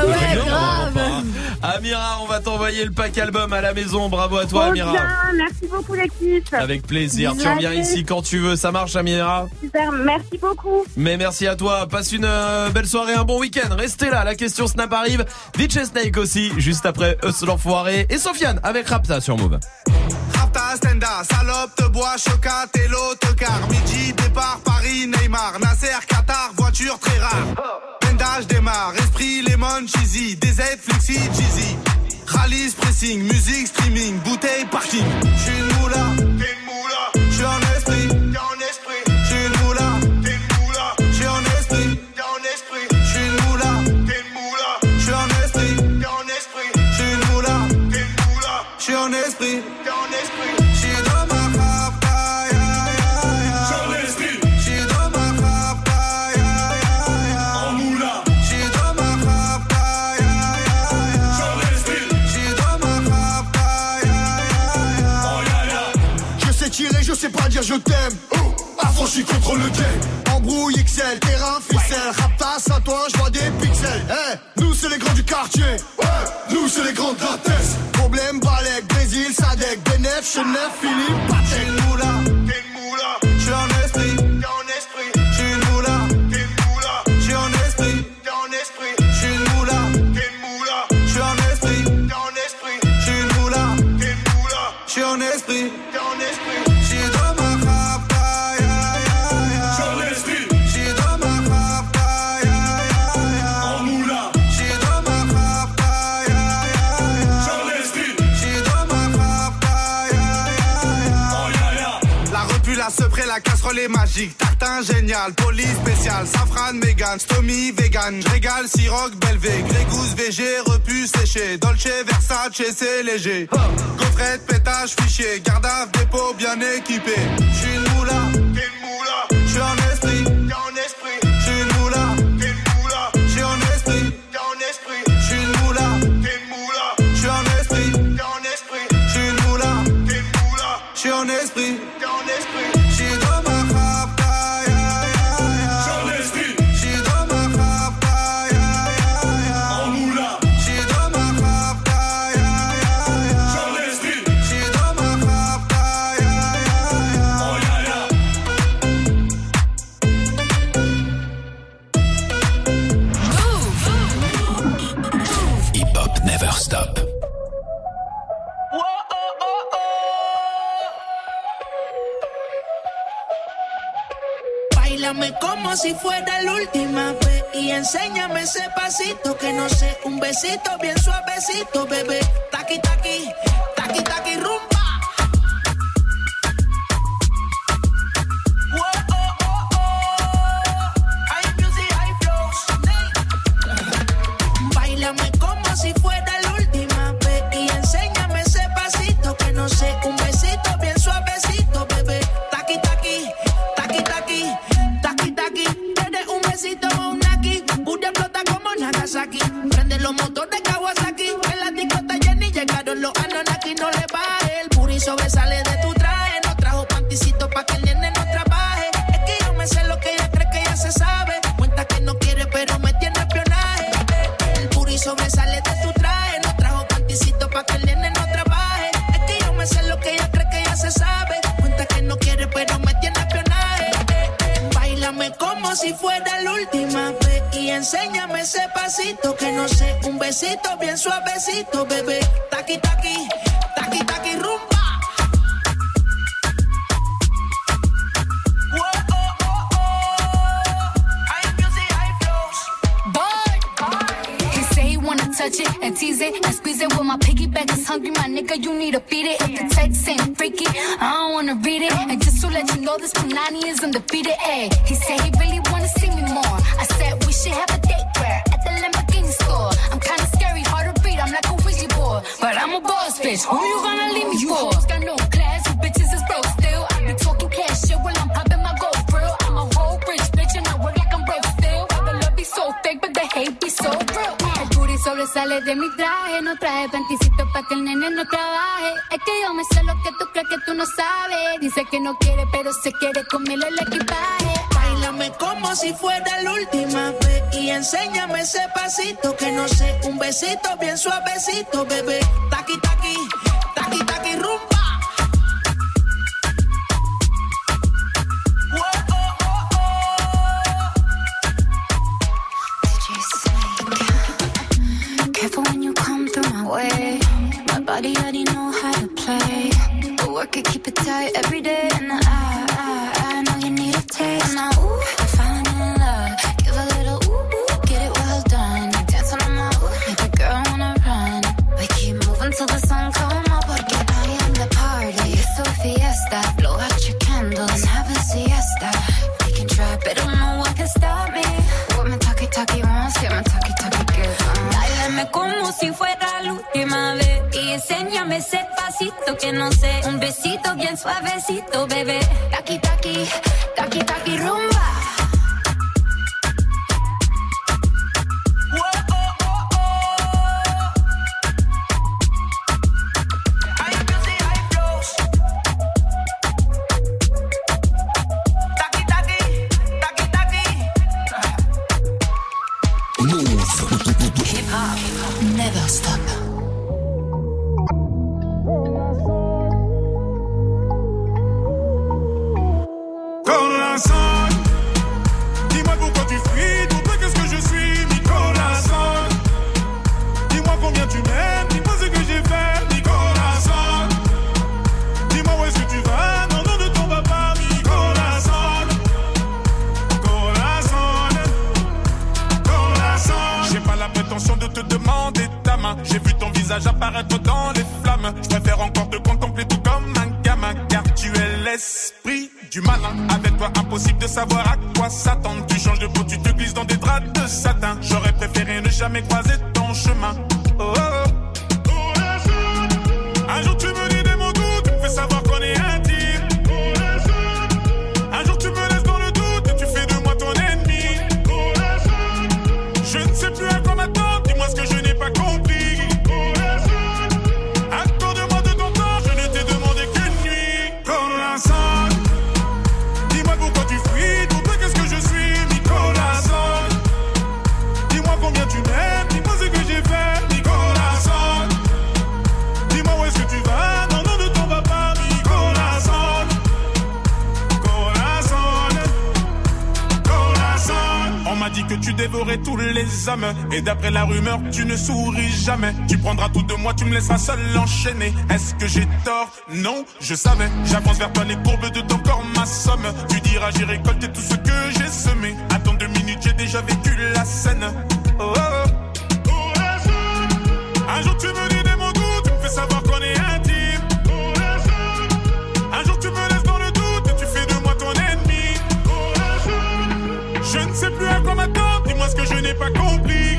Grave. Amira, on va t'envoyer le pack album à la maison. Bravo à toi, Amira. Bien, merci beaucoup l'équipe. Avec plaisir. Bisous. Tu reviens ici quand tu veux. Ça marche, Amira. Super, merci beaucoup. Mais merci à toi. Passe une belle soirée, un bon week-end. Restez là. La question Snap arrive. DJ Snake aussi. Juste après l'enfoiré et Sofiane avec Rapta sur Move. Rapta, Stenda, salope, te bois, chocat et l'autocar. Midi, départ, Paris, Neymar, Nasser, Qatar, voiture très rare. Pendage démarre, esprit, lemon, cheesy, DZ, flexi, cheesy. Rallye, pressing, musique, streaming, bouteille, parking. J'suis une moula, t'es une moula. J'suis en esprit, t'es en esprit. J'suis une moula, t'es une moula. J'suis en esprit, t'es en esprit. J'suis une moula, t'es une moula. J'suis en esprit, t'es en esprit. J'suis une moula, t'es une moula. J'suis en esprit, t'es en esprit. J'suis dans ma rapta, ya ya ya. J'suis en esprit. J'suis dans ma rapta, ya ya ya. En moula. J'suis dans ma rapta, ya ya ya. J'suis en esprit. J'suis dans ma rapta, ya ya ya. Oh ya ya. Je sais tirer, je sais pas dire je t'aime. Affranchi contre le game. Embrouille XL, terrain, ficelle. Raptas à toi, je vois des pixels. Nous c'est les grands du quartier. Nous c'est les grands de la tête. Problème, Balek, Brésil, Sadek, Benef, Chenef, Philippe, Patek. T'es une moula, t'es une moula. J'suis en esprit, t'es en esprit. J'suis une moula, t'es une moula. J'suis en esprit, t'es en esprit. J'suis une moula, t'es une moula. J'suis en esprit, t'es en esprit. J'suis une moula, t'es une moula. J'suis en esprit, t'es en esprit. J'suis dans ma rapta, ya ya ya. J'suis en esprit. J'suis dans ma rapta, ya ya ya. En moula. J'suis dans ma rapta, ya ya ya. J'suis en esprit. J'suis dans ma rapta, ya ya ya. Oh ya ya. La repu, la sepré, la casserole est magique. Tartin génial, police spécial, safran, mégan, stomy, vegan. J'régale, siroc, belvé, grégousse, VG, repu, séché. Dolce, Versace, c'est léger. Gaufrette, pétage, fichier, garde à dépôt bien équipé. J'suis une moula, t'es une moula. J'suis en esprit, t'es en esprit. J'suis une moula, t'es une moula. J'suis en esprit, t'es en esprit. J'suis une moula, t'es une moula. J'suis en esprit, t'es en como si fuera la última vez y enséñame ese pasito que no sé, un besito bien suavecito, bebé. Taqui, taqui, taqui, taqui, rumba. Báilame como si fuera la última vez y enséñame ese pasito que no sé, un besito bien suavecito, bebé. Taqui, taqui, taqui, taqui, taqui, taqui. Tienes un besito o un aquí, Booty explota como Nagasaki. Prende los motores Kawasaki, en la disco está llena y llegaron los Anunnaki. No le baje, el booty sobresale de tu traje. No trajo panticito pa' que el nene no trabaje. Es que yo me sé lo que ella cree que ya se sabe. Cuenta que no quiere pero me tiene espionaje. El booty sobresale de tu traje. No trajo panticito pa' que el nene no trabaje. Es que yo me sé lo que ella cree que ya se sabe. Cuenta que no quiere pero me tiene espionaje. Báilame como si fuera la última vez y enséñame ese pasito que no sé, un besito bien suavecito, bebé. Taqui, taqui, taqui, taqui, rumba. He say he wanna touch it and tease it and squeeze it. Well, my piggyback is hungry, my nigga, you need to feed it. If the text ain't freaky, I don't wanna read it. And just to let you know, this Punani is undefeated. Ay, he said he really wanna see me more. I said we should have a date where at the Lamborghini store. I'm kinda scary, hard to read, I'm like a Ouija board, but I'm a boss bitch. Who you gonna leave me for? You got no class, you bitches is broke still. I be talking cash shit while I'm popping my gold grill. I'm a whole rich bitch and I work like I'm broke still. The love be so fake, but the hate be so real. El booty sobresale de mi traje, no traje panticito pa' que el nene no trabaje. Es que yo me sé lo que tú crees que tú no sabes. Dice que no quiere, pero se quiere comerle el equipaje. Báilame como si fuera la última vez y enséñame ese pasito que no sé, un besito bien suavecito, bebé. Taqui, taqui, taqui, taqui, rumba. Careful when you come through my way. My body already know how to play. But work it, keep it tight every day. And I know you need a taste. Now, ooh, I'm falling in love. Give a little ooh, get it well done. Dance on my ooh, make a girl wanna run. We keep moving till the sun come up. Porque I am the party. It's so fiesta. Blow out your candles and have a siesta. We can try, but no one can stop me. What my talkie wants, yeah, my talkie gives. Dáleme como si fuera la última vez y enséñame ese pasito que no sé, un besito bien suavecito, bebé. Taqui, taqui, taqui, taqui, rumba. Never stop. Corazon, dis-moi pourquoi tu fuis, pour toi qu'est-ce que je suis, mi corazon. Dis-moi combien tu m'aimes, dis-moi ce que j'ai fait, mi corazon. Dis-moi où est-ce que tu vas, non, non, ne tombe pas, mi corazon. Corazon, corazon. J'ai pas la prétention de te demander ta main. J'ai vu ton visage apparaître dans les flammes. Je préfère encore te contempler tout comme un gamin, car tu es l'esprit du malin. Avec toi impossible de savoir à quoi s'attendre. Tu changes de peau, tu te glisses dans des draps de satin. J'aurais préféré ne jamais croiser ton chemin. Oh, oh, oh. Un jour tu me dis des mots doux, tu me fais savoir qu'on est intime. Un jour tu me laisses dans le doute et tu fais de moi ton ennemi. Je ne sais plus à quoi m'attendre, dis-moi ce que je n'ai pas compris. Accorde-moi de ton temps, je ne t'ai demandé qu'une nuit. Corazon, dis-moi pourquoi tu fuis, pour toi qu'est-ce que je suis, mi corazon. Dis-moi combien tu m'aimes, dis-moi ce que j'ai fait. j'aurai tous les hommes. Et d'après la rumeur, tu ne souris jamais. Tu prendras tout de moi, tu me laisseras seul enchaîner. Est-ce que j'ai tort? Non, je savais. J'avance vers toi, les courbes de ton corps m'assomment. Tu diras j'ai récolté tout ce que j'ai semé. Attends 2 minutes, j'ai déjà vécu la scène. Oh, oh, oh. Un jour tu me dis des mots doux, tu me fais savoir qu'on est intime. Un jour tu me laisses dans le doute et tu fais de moi ton ennemi. Je ne sais plus à quoi m'attendre, dis-moi ce que je n'ai pas compris.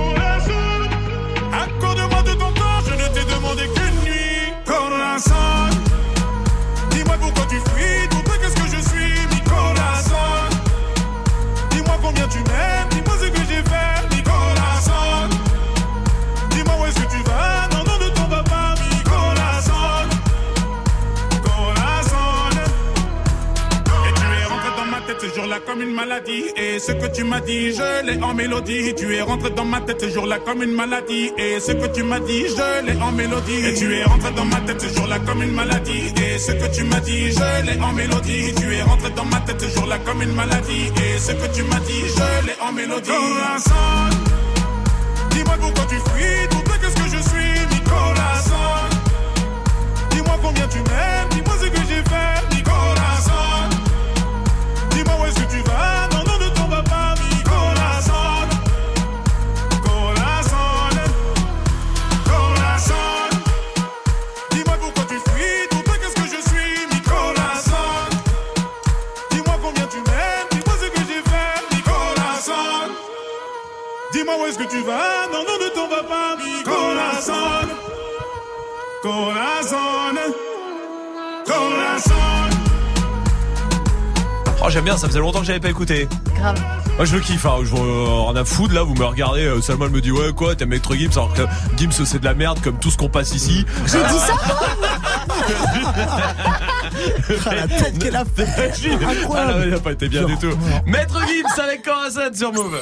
Accorde-moi de ton temps, je ne t'ai demandé qu'une nuit. Corazon, dis-moi pourquoi tu fuis, pour toi qu'est-ce que je suis, mi corazon. Dis-moi combien tu m'aimes, dis-moi ce que j'ai fait, mi corazon. Dis-moi où est-ce que tu vas, non, non, ne tombe pas, mi corazon. Corazon. Et tu es rentré dans ma tête ce jour-là comme une maladie. Et ce que tu m'as dit, je l'ai en mélodie. Tu es rentré dans ma tête ce jour-là comme une maladie. Et ce que tu m'as dit, je l'ai en mélodie. Et tu es rentré dans ma tête ce jour-là comme une maladie. Et ce que tu m'as dit, je l'ai en mélodie. Tu es rentré dans ma tête ce jour-là comme une maladie. Et ce que tu m'as dit, je l'ai en mélodie. Corazon. Dis-moi pourquoi tu fuis, pour toi qu'est-ce que je suis, mi corazon. Dis-moi combien tu m'aimes, dis-moi ce que j'ai fait, mi corazon. Dis-moi où est-ce que tu vas, non, non, ne tombe pas, mi corazon. Corazon, corazon. Dis-moi pourquoi tu fuis, pour toi qu'est-ce que je suis, mi corazon. Dis-moi combien tu m'aimes, dis-moi ce que j'ai fait, mi corazon. Dis-moi où est-ce que tu vas, non, non, ne tombe pas, mi corazon. Corazon, corazon. Oh, j'aime bien, ça faisait longtemps que j'avais pas écouté. Grave. Moi je le kiffe, hein. Je en a foutre là, vous me regardez, Salma me dit ouais quoi, t'aimes Maître Gims, alors que Gims c'est de la merde comme tout ce qu'on passe ici. J'ai dit ça Ah, la tête qu'elle a fait. Ah là, il a pas été bien du tout. Maître Gims avec Corazon sur Move.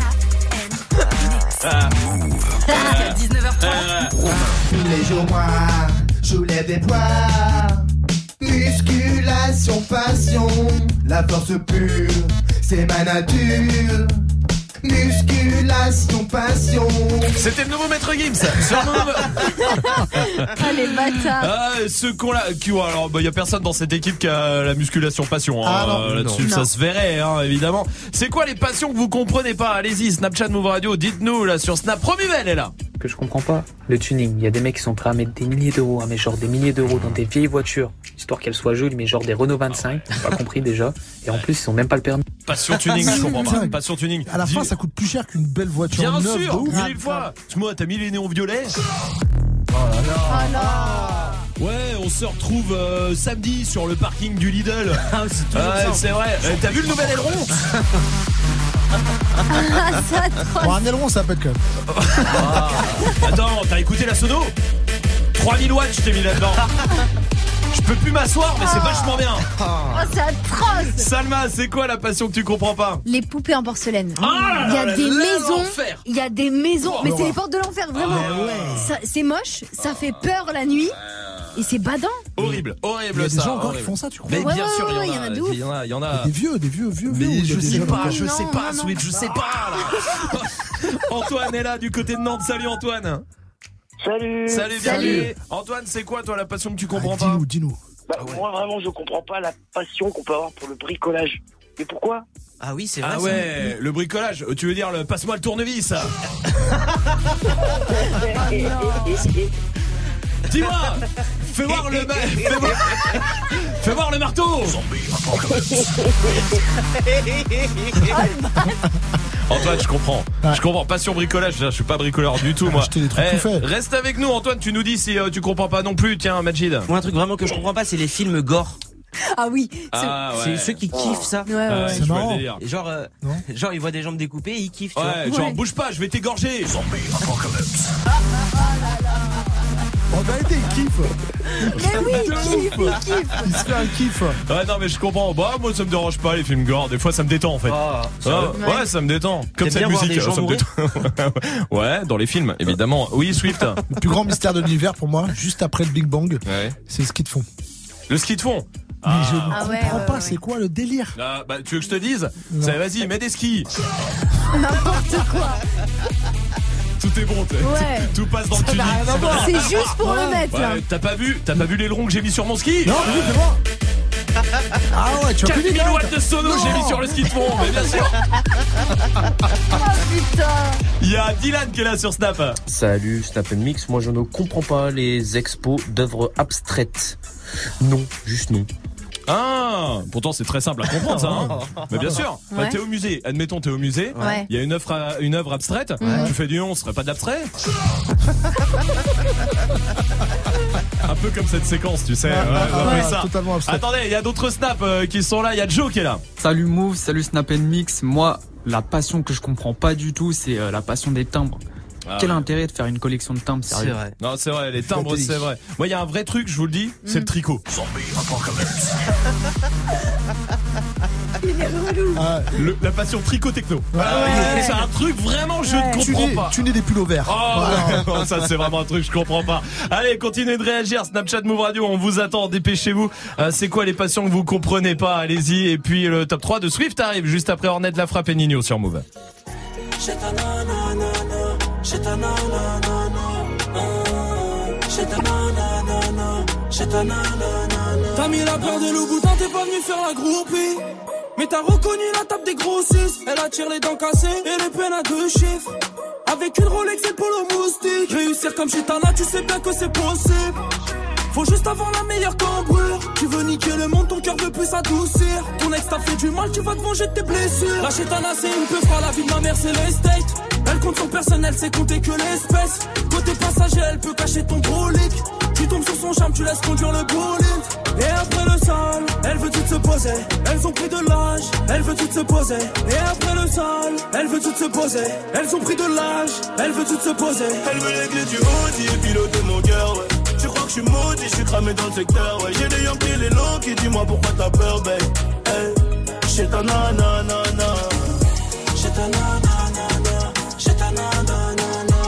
Jusqu'à 19h30. Tous les jours moi, je soulève des poids. Musculation, passion, la force pure, c'est ma nature. Musculation, passion. C'était le nouveau Maître Gims sur Move. Ah les bâtards. Ah, ce con là, alors bah y a personne dans cette équipe qui a la musculation passion, hein. Ah, non, là-dessus, non. ça se verrait, hein, évidemment. C'est quoi les passions que vous comprenez pas? Allez-y, Snapchat Move Radio, dites-nous là sur Snap. Promuvelle est là. Que je comprends pas, le tuning. Il y a des mecs qui sont prêts à mettre des milliers d'euros, mais genre des milliers d'euros dans des vieilles voitures, histoire qu'elles soient jolies, mais genre des Renault 25, j'ai pas compris déjà. Et en plus, ils ont même pas le permis. Passion tuning, je comprends pas. Passion tuning. À la fin, ça coûte plus cher qu'une belle voiture Bien neuve. sûr, de ouf. 1000 fois. Moi, t'as mis les néons violets. Oh là là. Oh là. Ouais, on se retrouve samedi sur le parking du Lidl. Ah, c'est toujours ça. C'est vrai. T'as vu le nouvel aileron? Ah, ça troll. Bon, un aileron, ça pète quand même. Attends, t'as écouté la sono? 3000 watts, je t'ai mis là-dedans. Je peux plus m'asseoir, mais c'est vachement bien. Oh, c'est atroce. Salma, c'est quoi la passion que tu comprends pas? Les poupées en porcelaine. Ah, il y a des maisons. l'enfer. Il y a des maisons. Oh, mais l'horreur. c'est les portes de l'enfer, vraiment. Ah, ouais. Ça, c'est moche, ça fait peur la nuit. Et c'est badant. Horrible, horrible. Il y a des ça, gens encore horrible. qui font ça, tu crois? Mais Ouais, bien ouais, sûr, ouais, il y en a de ouf. il y en a. Des vieux. ou Mais il y a je des sais jeunes pas, encore je sais Non, pas, non, Sweet, je sais pas là. Antoine est là du côté de Nantes. Salut Antoine. Salut. Salut, bienvenue. Antoine, c'est quoi toi la passion que tu comprends pas? Dis-nous. Bah, moi, vraiment, je comprends pas la passion qu'on peut avoir pour le bricolage. Et pourquoi? Ah oui, c'est vrai. Ah ça. ouais, le bricolage. Tu veux dire le passe-moi le tournevis? Dis-moi, fais voir le fais voir le marteau. Antoine, je comprends. Ouais. Je comprends. Passion bricolage. Je suis pas bricoleur du tout, moi. Acheter des trucs tout faits. Reste avec nous, Antoine. Tu nous dis si tu comprends pas non plus. Tiens, Majid. Moi, un truc vraiment que je comprends pas, c'est les films gore. Ah oui. Ah ouais. C'est ceux qui kiffent ça. Ouais, ouais, ouais. C'est je vois le marrant. délire. Et genre, genre, ils voient des jambes découpées et ils kiffent, tu vois. Ouais, genre bouge pas, je vais t'égorger. En vérité, il kiffe. Mais oui, il kiffe. Il se fait un kiff. Ouais, non, mais je comprends. Bah, moi, ça me dérange pas, les films gore. Des fois, ça me détend, en fait. Ah, Ouais, ça me détend. Comme T'aimes cette bien voir musique, des gens ça me mourir détend. Ouais, dans les films, évidemment. Oui, Swift. Le plus grand mystère de l'univers pour moi, juste après le Big Bang, Ouais. c'est le ski de fond. Le ski de fond. Mais je ne Ah ouais, comprends ouais, pas, ouais. c'est quoi le délire? Là, bah, tu veux que je te dise? Non. Vas-y, mets des skis. N'importe quoi. Tout est bon, Ouais. tout passe dans le tuning. C'est juste pour le mettre là. T'as pas vu l'aileron que j'ai mis sur mon ski? Non, oui, c'est bon. Ah ouais, tu as plus 4000 watts de sono, j'ai mis sur le ski de fond, mais bien sûr. Oh putain. Il y a Dylan qui est là sur Snap. Salut Snap Mix, moi je ne comprends pas les expos d'œuvres abstraites. Non, juste non. Ah, pourtant c'est très simple à comprendre ça. Hein. Mais bien sûr, Ouais. t'es au musée. Admettons, t'es au musée. Ouais. Il y a une œuvre abstraite. Tu fais du 11, ce serait pas d'abstrait? Un peu comme cette séquence, tu sais. Ouais, ça. Totalement abstrait. Attendez, il y a d'autres snaps qui sont là. Il y a Joe qui est là. Salut Move, salut Snap Mix. Moi, la passion que je comprends pas du tout, c'est la passion des timbres. Quel intérêt de faire une collection de timbres, sérieux? C'est vrai. Non, c'est vrai, les timbres, c'est vrai. Moi, il y a un vrai truc, je vous le dis, c'est le tricot. La passion tricot techno. C'est un truc vraiment, je ne comprends pas. Tu n'es des pulls verts. Oh, ça c'est vraiment un truc, je comprends pas. Allez, continuez de réagir. Snapchat Move Radio, on vous attend, dépêchez-vous. C'est quoi les passions que vous comprenez pas? Allez-y. Et puis le top 3 de Swift arrive juste après Ornette, La Frappe et Nino sur Move. T'as mis la peur de loup boutin, t'es pas venu faire la groupie. Mais t'as reconnu la table des grossistes. Elle attire les dents cassées et les peines à 2 chiffres. Avec une Rolex et le polo moustique. Réussir comme chez Tana, tu sais bien que c'est possible. Faut juste avoir la meilleure cambrure. Tu veux niquer le monde, ton cœur veut plus s'adoucir. Ton ex t'a fait du mal, tu vas te venger de tes blessures. La chétana c'est une peu froid, la vie de ma mère c'est l'estate. Elle compte son personnel, c'est compter que l'espèce. Côté passager, elle peut cacher ton brolic. Tu tombes sur son charme, tu laisses conduire le bolide. Et après le sale, elle veut tout se poser. Elles ont pris de l'âge, elle veut tout se poser. Et après le sale, elle veut tout se poser. Elles ont pris de l'âge, elle veut tout se poser. Elle veut les clés du Audi et piloter mon cœur, ouais. Tu crois que je suis maudit, je suis cramé dans le secteur, ouais. J'ai des Yankees, les longs qui dis-moi pourquoi t'as peur, babe. Hey, j'ai ta nanana. J'ai ta nanana. J'ai ta nanana.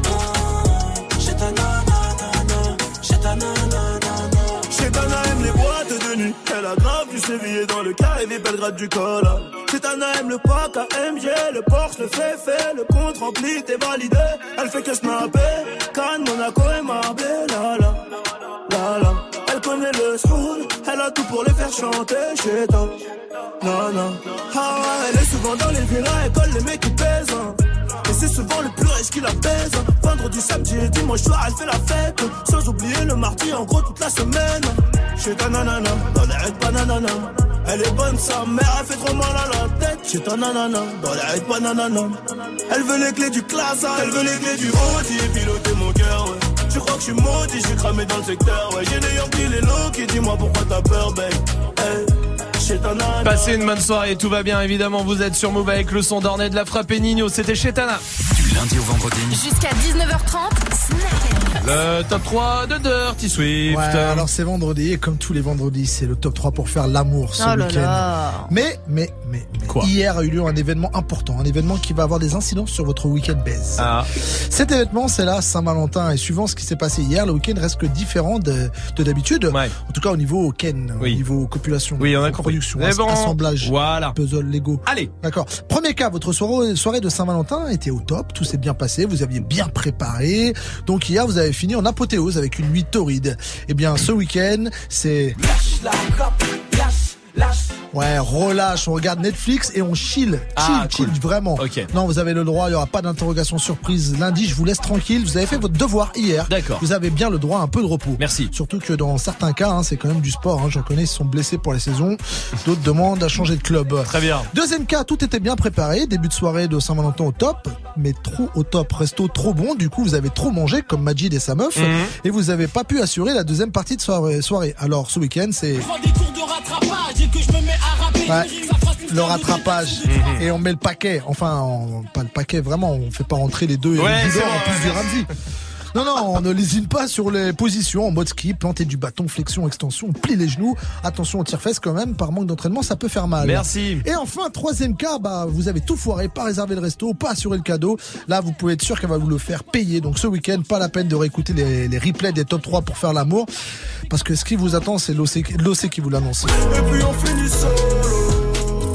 J'ai ta nanana. J'ai ta nanana. Chétana aime les boîtes de nuit. Elle a grave du sévillé dans le carré des Belgrade du col. Chétana aime le pack AMG, le Porsche, le fait, le compte rempli, t'es validé. Elle fait que snapper, Cannes, Monaco et Marbella, la. Elle connaît le soul, elle a tout pour les faire chanter, Chétana. Non. Ah ouais, elle est souvent dans les villas, elle colle les mecs qui pèsent. Et c'est souvent le plus riche qui la baise. Vendredi, samedi et dimanche soir, elle fait la fête. Sans oublier le mardi, en gros toute la semaine. Chez ta nanana, dans les raids bananana. Elle est bonne, sa mère, elle fait trop mal à la tête. Chez ta nanana, dans les raids bananana. Elle veut les clés du classe, elle veut les clés du Audi et piloter mon cœur, ouais. Tu crois que je suis maudit, je suis cramé dans le secteur, ouais. J'ai des Yankees, les longs qui dis-moi pourquoi t'as peur, babe. Hey. Passez une bonne soirée, tout va bien évidemment, vous êtes sur Move avec le son d'Ornette, La Frappe et Nino, c'était Chétana. Du lundi au vendredi. Jusqu'à 19h30, le top 3 de Dirty Swift. Ouais, alors c'est vendredi et comme tous les vendredis, c'est le top 3 pour faire l'amour ce week-end. Mais quoi? Hier a eu lieu un événement important, un événement qui va avoir des incidences sur votre week-end baise. Cet événement, c'est la Saint-Valentin et suivant ce qui s'est passé hier, le week-end reste que différent de d'habitude. Ouais. En tout cas au niveau Ken, au niveau copulation, on a compris. Assemblage, voilà. Puzzle, Lego. Allez. D'accord. Premier cas, votre soirée de Saint-Valentin était au top, tout s'est bien passé, vous aviez bien préparé. Donc hier, vous avez fini en apothéose avec une nuit torride. Eh bien, ce week-end, c'est... Ouais, relâche, on regarde Netflix et on chill, vraiment. Okay. Non, vous avez le droit, il n'y aura pas d'interrogation surprise. Lundi, je vous laisse tranquille, vous avez fait votre devoir hier. D'accord. Vous avez bien le droit à un peu de repos. Merci. Surtout que dans certains cas, c'est quand même du sport, j'en connais, ils sont blessés pour la saison. D'autres demandent à changer de club. Très bien. Deuxième cas, tout était bien préparé, début de soirée de Saint-Valentin au top, mais trop au top, resto trop bon, du coup vous avez trop mangé comme Majid et sa meuf, et vous avez pas pu assurer la deuxième partie de soirée. Alors ce week-end, c'est... Prends des cours de rattrapage et que je me mets à rapper. Ouais, le rattrapage et on met le paquet, pas le paquet vraiment, on fait pas rentrer les deux et les leaders en plus du Ramsey. Non, on ne lésine pas sur les positions en mode ski, planter du bâton, flexion, extension, on plie les genoux. Attention au tire-fesses quand même, par manque d'entraînement, ça peut faire mal. Merci. Et enfin, troisième cas, vous avez tout foiré, pas réservé le resto, pas assuré le cadeau. Là, vous pouvez être sûr qu'elle va vous le faire payer. Donc ce week-end, pas la peine de réécouter les replays des top 3 pour faire l'amour. Parce que ce qui vous attend, c'est l'OC qui vous l'annonce. Et puis on finit solo.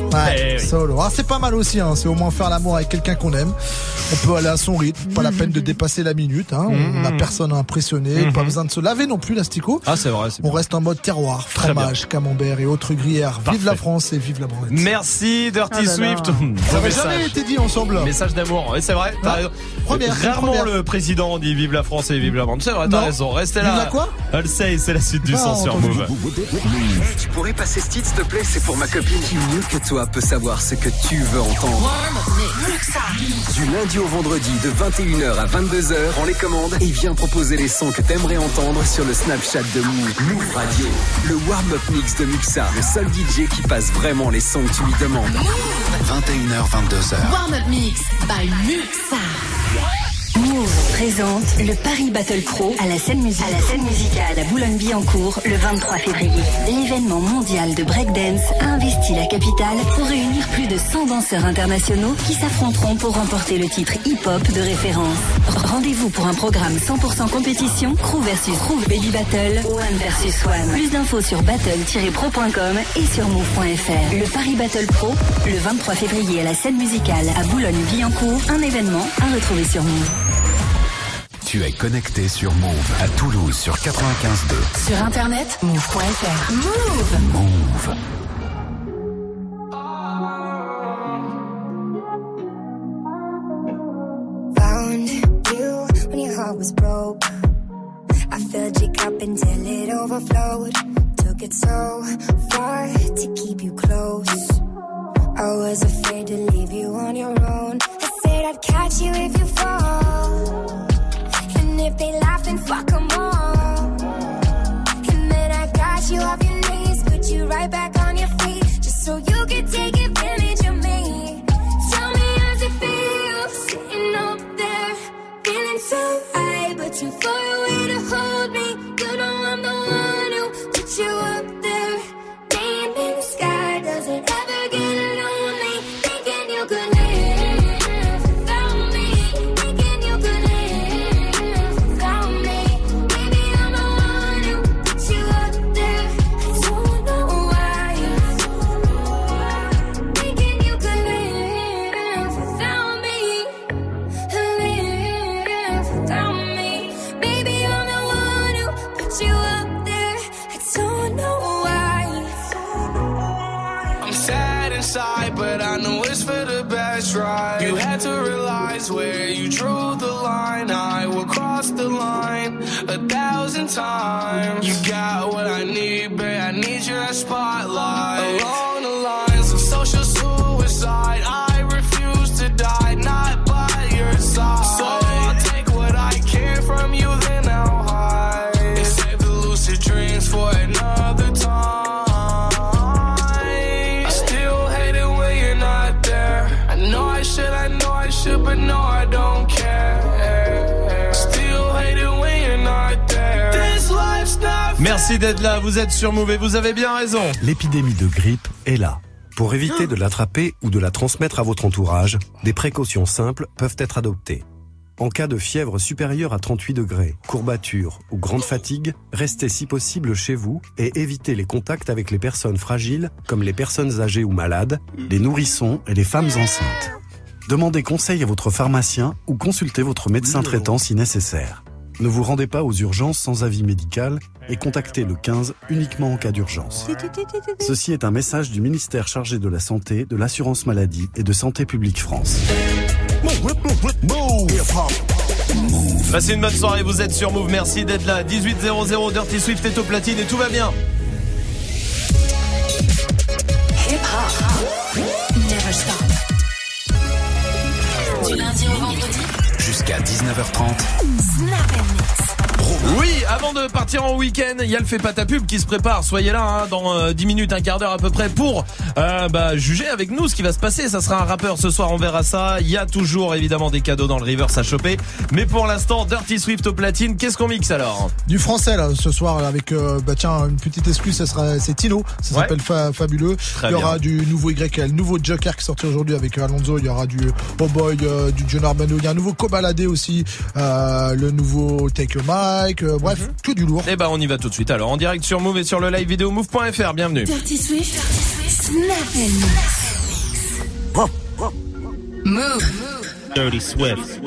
Ouais, solo. Ah, c'est pas mal aussi, hein. C'est au moins faire l'amour avec quelqu'un qu'on aime. On peut aller à son rythme, pas la peine de dépasser la minute, hein. On n'a personne à impressionner, pas besoin de se laver non plus, l'asticot. Ah, c'est vrai. On reste en mode terroir, fromage, camembert et autres gruyères. Parfait. Vive la France et vive la branlette. Merci Dirty Swift. Ça n'a jamais été dit ensemble. Message d'amour. Oui, c'est vrai. T'as raison. Rarement le président dit vive la France et vive la bande. C'est vrai, t'as raison. Restez là. Vive la quoi? Elle sait, c'est la suite du son sur Move. Hey, tu pourrais passer ce titre, s'il te plaît, c'est pour ma copine. Qui mieux que toi peut savoir ce que tu veux entendre. Du lundi au vendredi de 21h à 22h, prends les commandes et viens proposer les sons que t'aimerais entendre sur le Snapchat de Move Radio. Le warm-up mix de Muxa, le seul DJ qui passe vraiment les sons que tu lui demandes. 21h, 22h. Warm-up mix by Muxa. Move présente le Paris Battle Pro à la scène musicale à Boulogne-Billancourt le 23 février. L'événement mondial de breakdance a investi la capitale pour réunir plus de 100 danseurs internationaux qui s'affronteront pour remporter le titre hip-hop de référence. Rendez-vous pour un programme 100% compétition, crew versus crew, baby battle, one versus one. Plus d'infos sur battle-pro.com et sur move.fr. Le Paris Battle Pro, le 23 février à la scène musicale à Boulogne-Billancourt, un événement à retrouver sur Move. Tu es connecté sur Move à Toulouse sur 95.2. Sur internet, move.fr. Move. Move. Found you when your heart was broke. I filled your cup until it overflowed. Took it so far to keep you close. I was afraid to leave you on your own. I said I'd catch you if you fall. If they laugh, then fuck them all. And then I got you off your knees, put you right back on your feet, just so you could take advantage of me. Tell me how's it feel, sitting up there, feeling so high, but too far away to hold me. You know I'm the one who put you up there. Name in the sky, does it ever get lonely? Thinking you could live without me. Thinking you could live. But I know it's for the best, right? You had to realize where you drew the line. I will cross the line 1,000 times. You got what I need, babe. I need your spotlight. Along the lines of social suicide, I refuse to die, not by your side. So I'll take what I can from you, then I'll hide and save the lucid dreams for another time. I should, but no, I don't care. Still hate it when you're not there. This life's not fair. Merci d'être là, vous êtes sur Move et vous avez bien raison. L'épidémie de grippe est là. Pour éviter de l'attraper ou de la transmettre à votre entourage, des précautions simples peuvent être adoptées. En cas de fièvre supérieure à 38 degrés, courbature ou grande fatigue, restez si possible chez vous et évitez les contacts avec les personnes fragiles comme les personnes âgées ou malades, les nourrissons et les femmes enceintes. Demandez conseil à votre pharmacien ou consultez votre médecin traitant si nécessaire. Ne vous rendez pas aux urgences sans avis médical et contactez le 15 uniquement en cas d'urgence. Ceci est un message du ministère chargé de la Santé, de l'Assurance Maladie et de Santé Publique France. Passez une bonne soirée, vous êtes sur Move, merci d'être là. 1800, Dirty Swift est au platine et tout va bien. Hip hop, never stop. Du lundi au vendredi jusqu'à 19h30. Snap and mix. Oui, avant de partir en week-end, il y a le Fais pas ta pub qui se prépare. Soyez là hein, dans 10 minutes, un quart d'heure à peu près pour juger avec nous ce qui va se passer. Ça sera un rappeur ce soir, on verra ça. Il y a toujours évidemment des cadeaux dans le reverse à choper. Mais pour l'instant, Dirty Swift au platine. Qu'est-ce qu'on mixe alors? Du français là ce soir avec une petite excuse, c'est Tino, ça s'appelle Fabuleux. Il y aura du nouveau YL, nouveau Joker qui est sorti aujourd'hui avec Alonso. Il y aura du Oh Boy, du John Arbano. Il y a un nouveau Kobalade aussi, le nouveau Take a Mic. Bref, que du lourd. Et on y va tout de suite. Alors en direct sur Move et sur le live vidéo move.fr. Bienvenue. Dirty Swift, Snap and Mix. Move. Dirty Swift.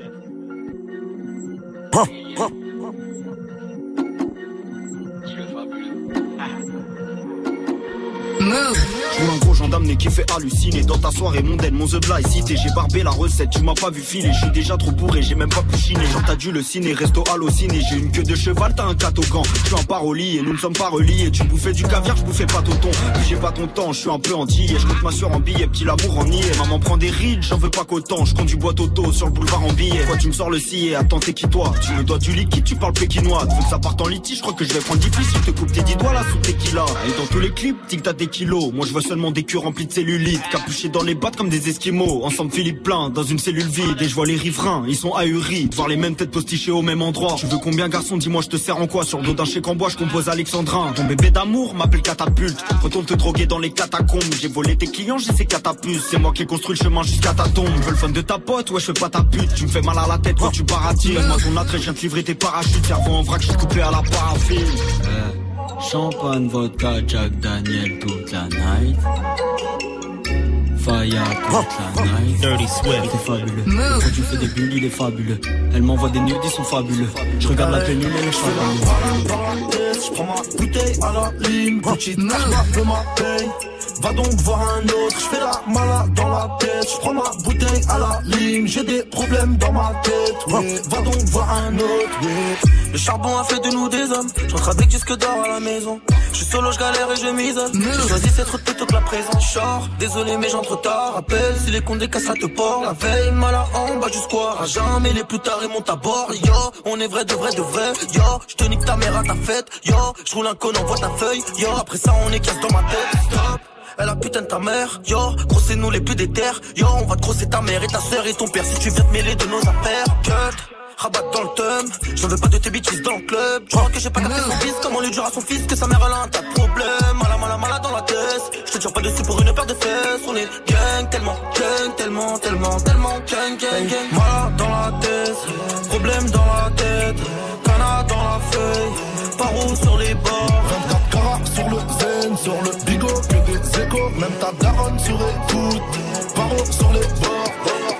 Move. Je suis un gros gendarme né qui fait halluciner. Dans ta soirée mondaine, mon The Bly cité. J'ai barbé la recette, tu m'as pas vu filer. Je suis déjà trop bourré, j'ai même pas pu chiner. Genre t'as dû le ciné, resto halluciné. J'ai une queue de cheval, t'as un catogan. Je suis un parolier et nous ne sommes pas reliés. Tu bouffais du caviar, je bouffais pas tonton. Puis j'ai pas ton temps, je suis un peu antillais. Je compte ma sueur en billets, petit l'amour en niais. Maman prend des rides, j'en veux pas qu'autant. Je conduis boîte auto sur le boulevard en billets. Toi tu me sors le scié, attends t'es qui toi? Tu me dois du liquide, tu parles pékinois. Veux que ça parte en litige, je crois que je vais prendre 10 fils. Je te coupe tes 10 doigts là sous tequila. Et dans tous les clips, tic t'as des kilos. Moi je veux seulement des culs remplis de cellulite, capuchés dans les battes comme des esquimaux. Ensemble Philippe plein dans une cellule vide. Et je vois les riverains, ils sont ahuris de voir les mêmes têtes postichées au même endroit. Tu veux combien garçon, dis-moi je te sers en quoi? Sur le dos d'un chèque en bois je compose Alexandrin. Ton bébé d'amour m'appelle catapulte. Retourne te droguer dans les catacombes. J'ai volé tes clients, j'ai ces catapultes. C'est moi qui ai construit le chemin jusqu'à ta tombe. Je veux le fun de ta pote, ouais je fais pas ta pute. Tu me fais mal à la tête quand tu baratines. Moi ton attrait, je viens de livrer tes parachutes. Cerveau en vrac, je suis coupé à la paraffine. Champagne, vodka, Jack Daniel toute la night. Faya toute la night. Dirty Swift. T'es fabuleux. Quand tu fais des bulles, il est fabuleux. Elle m'envoie des nudes, ils sont fabuleux. Je regarde la tenue, mais je suis fabuleux. Je prends ma bouteille à la ligne. Petite merde de ma paye. Va donc voir un autre, je fais la malade dans la tête. Je prends ma bouteille à la ligne, j'ai des problèmes dans ma tête. Ouais, va donc voir un autre. Ouais. Le charbon a fait de nous des hommes. Je rentre avec disque d'or à la maison. Je suis solo, je galère et je m'isole. Je choisis cette route plutôt que la présence. Char, désolé mais j'entre tard. Rappelle si les comptes des casseras te portent. La veille, mal en bas du square. À jamais les plus tard et monte à bord. Yo, on est vrai de vrai de vrai. Yo, je te nique ta mère à ta fête. Yo, je roule un con, envoie ta feuille. Yo, après ça on est casse dans ma tête. Stop. Elle a putain de ta mère, yo, grossez-nous les plus déter. Yo, on va te grosser ta mère et ta sœur et ton père si tu viens te mêler de nos affaires. Cut, rabat dans le thum, je veux pas de tes bitches dans le club. Je crois que j'ai pas capté son fils, comment lui dire à son fils que sa mère elle a un tas de problèmes. Mala dans la tête, je te tire pas dessus pour une paire de fesses. On est gang, tellement gang. Mala dans la tête, problème dans la tête. Cana dans la feuille, paro sur les bords. 24 carats sur le zen, sur le bigot, que des échos. Même ta daronne sur écoute, paro sur les bords.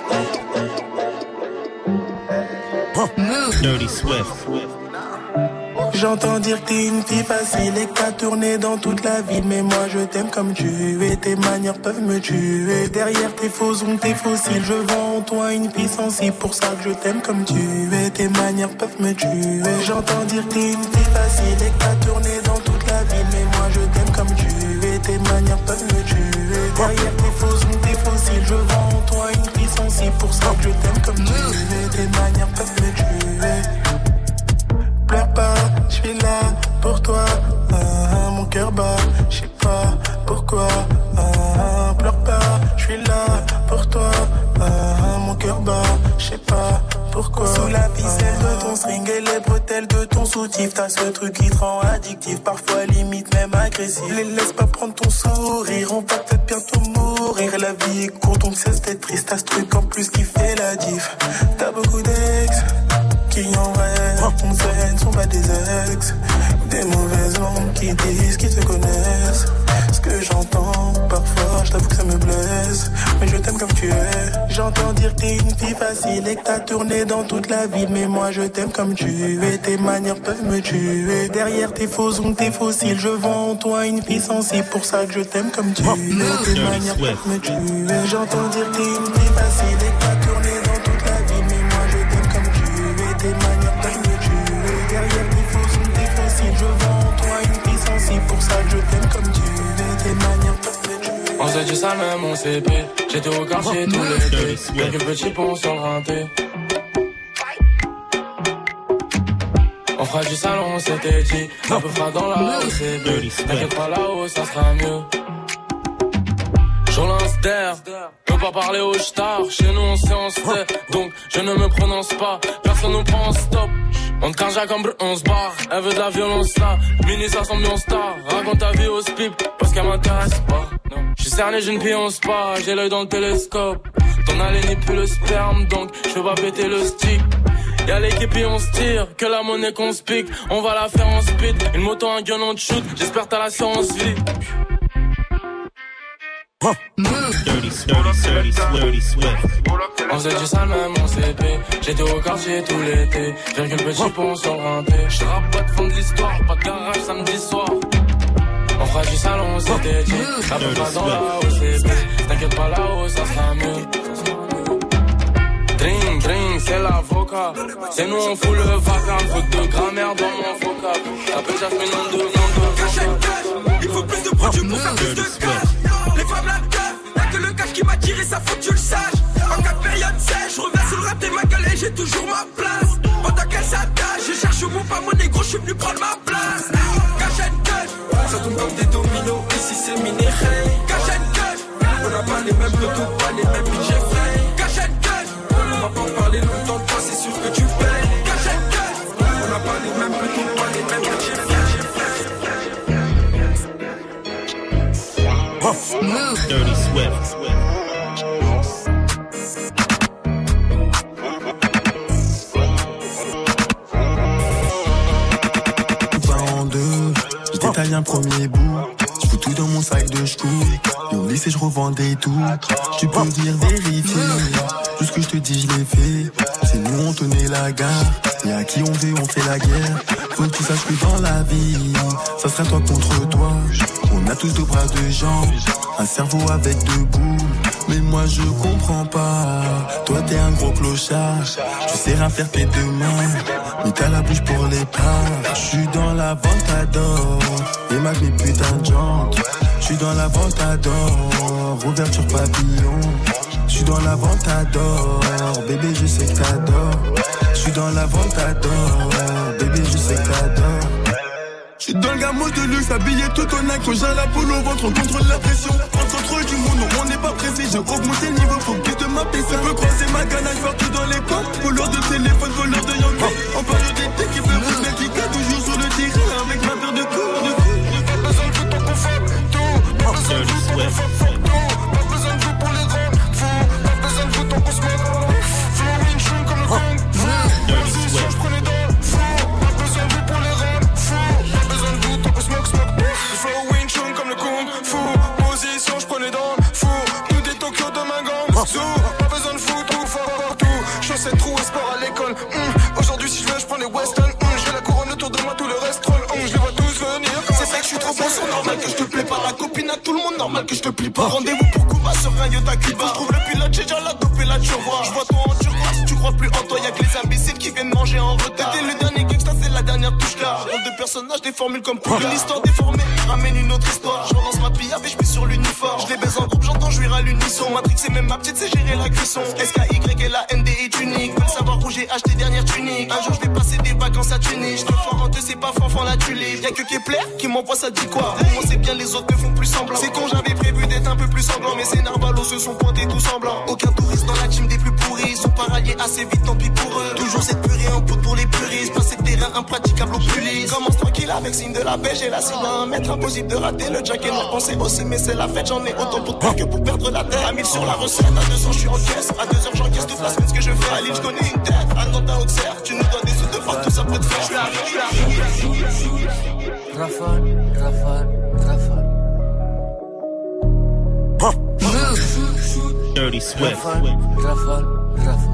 Dirty Swift. J'entends dire que t'es une fille facile et que t'as tourné dans toute la ville. Mais moi je t'aime comme tu es, tes manières peuvent me tuer. Derrière tes faux ongles, tes fossiles, je vois en toi une fille sensible. Pour ça que je t'aime comme tu es, tes manières peuvent me tuer. J'entends dire que t'es une fille facile et que t'as tourné dans toute la ville. Mais moi je t'aime comme tu es, tes manières peuvent me tuer. Derrière tes faux ongles, tes fossiles, je vois en toi une fille sensible. Pour ça que je t'aime comme tu es, tes manières peuvent me tuer. Pleure pas, je suis là pour toi. Mon cœur bat, je sais pas pourquoi. Pleure pas, je suis là pour toi. Mon cœur bat, je sais pas pourquoi. Sous la ficelle de ton string et les bretelles de ton soutif, t'as ce truc qui te rend addictif, parfois limite même agressif. Les laisse pas prendre ton sourire, on va peut-être bientôt mourir. La vie est courte donc cesse d'être triste, t'as ce truc en plus qui fait la diff. T'as beaucoup d'ex qui en rêvent, on sait, ne sont pas des ex. Des mauvaises langues qui disent qu'ils te connaissent. Ce que j'entends parfois, je t'avoue que ça me blesse. Mais je t'aime comme tu es. J'entends dire que t'es une fille facile et que t'as tourné dans toute la ville. Mais moi je t'aime comme tu es, tes manières peuvent me tuer. Derrière tes faux ongles, tes fossiles, je vois en toi une fille sensible. Pour ça que je t'aime comme tu es, tes manières peuvent me tuer. J'entends dire que t'es une fille facile et que t'as tourné dans toute la ville. Mais moi je t'aime comme tu es, tes manières peuvent me tuer. Derrière tes faux ongles, tes fossiles, je vois en toi une fille sensible. Pour ça que je t'aime comme tu es, tes manières peuvent me tuer. On se dit ça même, on s'est pris. J'étais au quartier tout l'été. Quelques petits ponts sur le rinté. On fera du salon, c'était dit. Un peu froid dans la OCB. T'inquiète pas là-haut, ça sera mieux. Sur l'inster, peut pas parler au star. Chez nous on sait on se tait. Donc je ne me prononce pas. Personne nous prend en stop. On te carja comme on se barre. Elle veut de la violence là. Mini ça semble bien star. Raconte ta vie au spip. Parce qu'elle m'intéresse pas. J'suis cerné, j'ai une pionce pas. J'ai l'œil dans le télescope. Ton haleine n'est plus le sperme. Donc je veux pas péter le stick. Y'a l'équipe et on se tire, que la monnaie qu'on se pique. On va la faire en speed, une moto, un gun, on te shoot. J'espère t'as l'assurance vie. On faisait du sale même en CP. J'étais au quartier tout l'été. Virgule petit pont sur le rinté. J'rappe pas de fond de l'histoire, pas de garage samedi soir. On fera du salon cet été. La pas dans la OCP. T'inquiète pas là-haut, ça sera mieux. Drink, drink, c'est l'avocat. C'est nous on fout le vacarme. Truc de grammaire dans mon vocable. T'appelles Jasmine en deux. Il faut plus de produits pour faire plus de cash. Les femmes la teuf, y'a que le cash qui m'a tiré, ça faut que tu le saches. En cas de période sèche, je reviens sur le rap de ma gueule et j'ai toujours ma place. Pendant qu'elle s'attache, je cherche mon pas mon négro, je suis venu prendre ma place. Cash and cut, ça tombe comme des dominos, ici c'est miné. Cash and cut, on n'a pas les mêmes retours, pas les mêmes budgets frais. Cash and cut, on va pas en parler longtemps, toi c'est sûr que tu payes. Cash and cut, on n'a pas les mêmes retours, pas les mêmes budgets frais. Dirty Swift. J'étais taillé un premier bout. J'fous tout dans mon sac de ch'cou. Et au lycée j'revendais tout. Tu peux me dire vérifier. Tout ce que je te dis je l'ai fait. C'est nous on tenait la gare. Et à qui on veut on fait la guerre. Faut que tu saches que dans la vie ça sera toi contre toi. On a tous deux bras, deux jambes, un cerveau avec deux boules. Mais moi je comprends pas. Toi t'es un gros clochard. Tu sais rien faire tes deux mains. Mais t'as la bouche pour les pas. J'suis dans la Ventador. Et ma mes putain de jantes. J'suis dans la Ventador. Ouverture papillon. J'suis dans la Ventador. Bébé je sais que t'adores. J'suis dans la Ventador. Bébé je sais que t'adores. J'suis dans le gamo de luxe, habillé tout en accro. J'ai la boule au ventre, on contrôle la pression. On contrôle du monde, on n'est pas pressé. J'ai augmenté le niveau, faut que de ma PC. Je peux croiser ma ganache partout dans les coins. Voleur de téléphone, voleur de Yankee. En période d'été, qui fait rouge, mais qui cadre toujours sur le terrain. Avec ma paire de coups. Pas besoin de tout ton confort, tout. Pas besoin de tout ton confort, tout. Pas besoin de tout pour les grands fous. Pas besoin de tout ton qu'on se moque. Flowing, chou comme le Kong. Position, j'prenais dans le fou. Pas besoin de tout pour les grands fous. Flowing chung comme le Kung Fu. Position, j'prenais dans le four. Tout des Tokyo de ma gang. Zou, pas besoin de foot, tout fort partout. Chaussette, trou et sport à l'école. Aujourd'hui, si je veux, j'prends les Weston. J'ai la couronne autour de moi, tout le reste troll. Je les vois tous venir. C'est vrai que je suis trop bon, c'est normal que je te plais pas. La copine à tout le monde, normal que je te plie pas. Rendez-vous pour Cuba sur un yacht à Cuba. Je trouve le pilote, j'ai déjà la dope et la turvoie. Je vois toi en turquoise, si tu crois plus en toi. Y'a que les imbéciles qui viennent manger en retard. T'es le dernier gangsta, c'est la dernière touche là. Rôle de personnage, des formules comme pour une histoire déformée. Ramène une autre histoire. Je relance ma pillave et je mets sur l'uniforme. Je les baise en groupe, j'entends jouir à l'unisson. Matrix et même ma petite, c'est gérer la cuisson. SKY et la ND est unique. Veulent savoir où j'ai acheté dernière tunique. Un jour je vais passer des vacances à Tunis. Je te fends en deux, c'est pas fanfan la tulipe. Y'a que Kepler qui m'envoie ça dit quoi. Moi c'est bien, les autres ne font plus semblant. C'est quand j'avais prévu d'être un peu plus sanglant. Mais ces narvalos se sont pointés tout semblant. Aucun touriste dans la team des plus pourris. Ils sont pas ralliés assez vite, tant pis pour eux. Toujours cette purée en poudre pour les puristes. Passer de terrain impraticable au plus lisse. Commence tranquille avec signe de la pêche et la cible à 1 mètre. Impossible de rater le jack et noir. Pensez aussi, mais c'est la fête. J'en ai autant pour te que pour perdre la tête. À 1000 sur la recette, à 200 je suis en caisse. À 2h j'encaisse toute la semaine ce que je fais. À Lille je connais une tête. À Nantes à Auxerre, tu nous donnes des sous de force, tout ça peut te faire. Je suis Rafale, rafale, rafale. Dirty Swift. Rafale, rafale, rafale.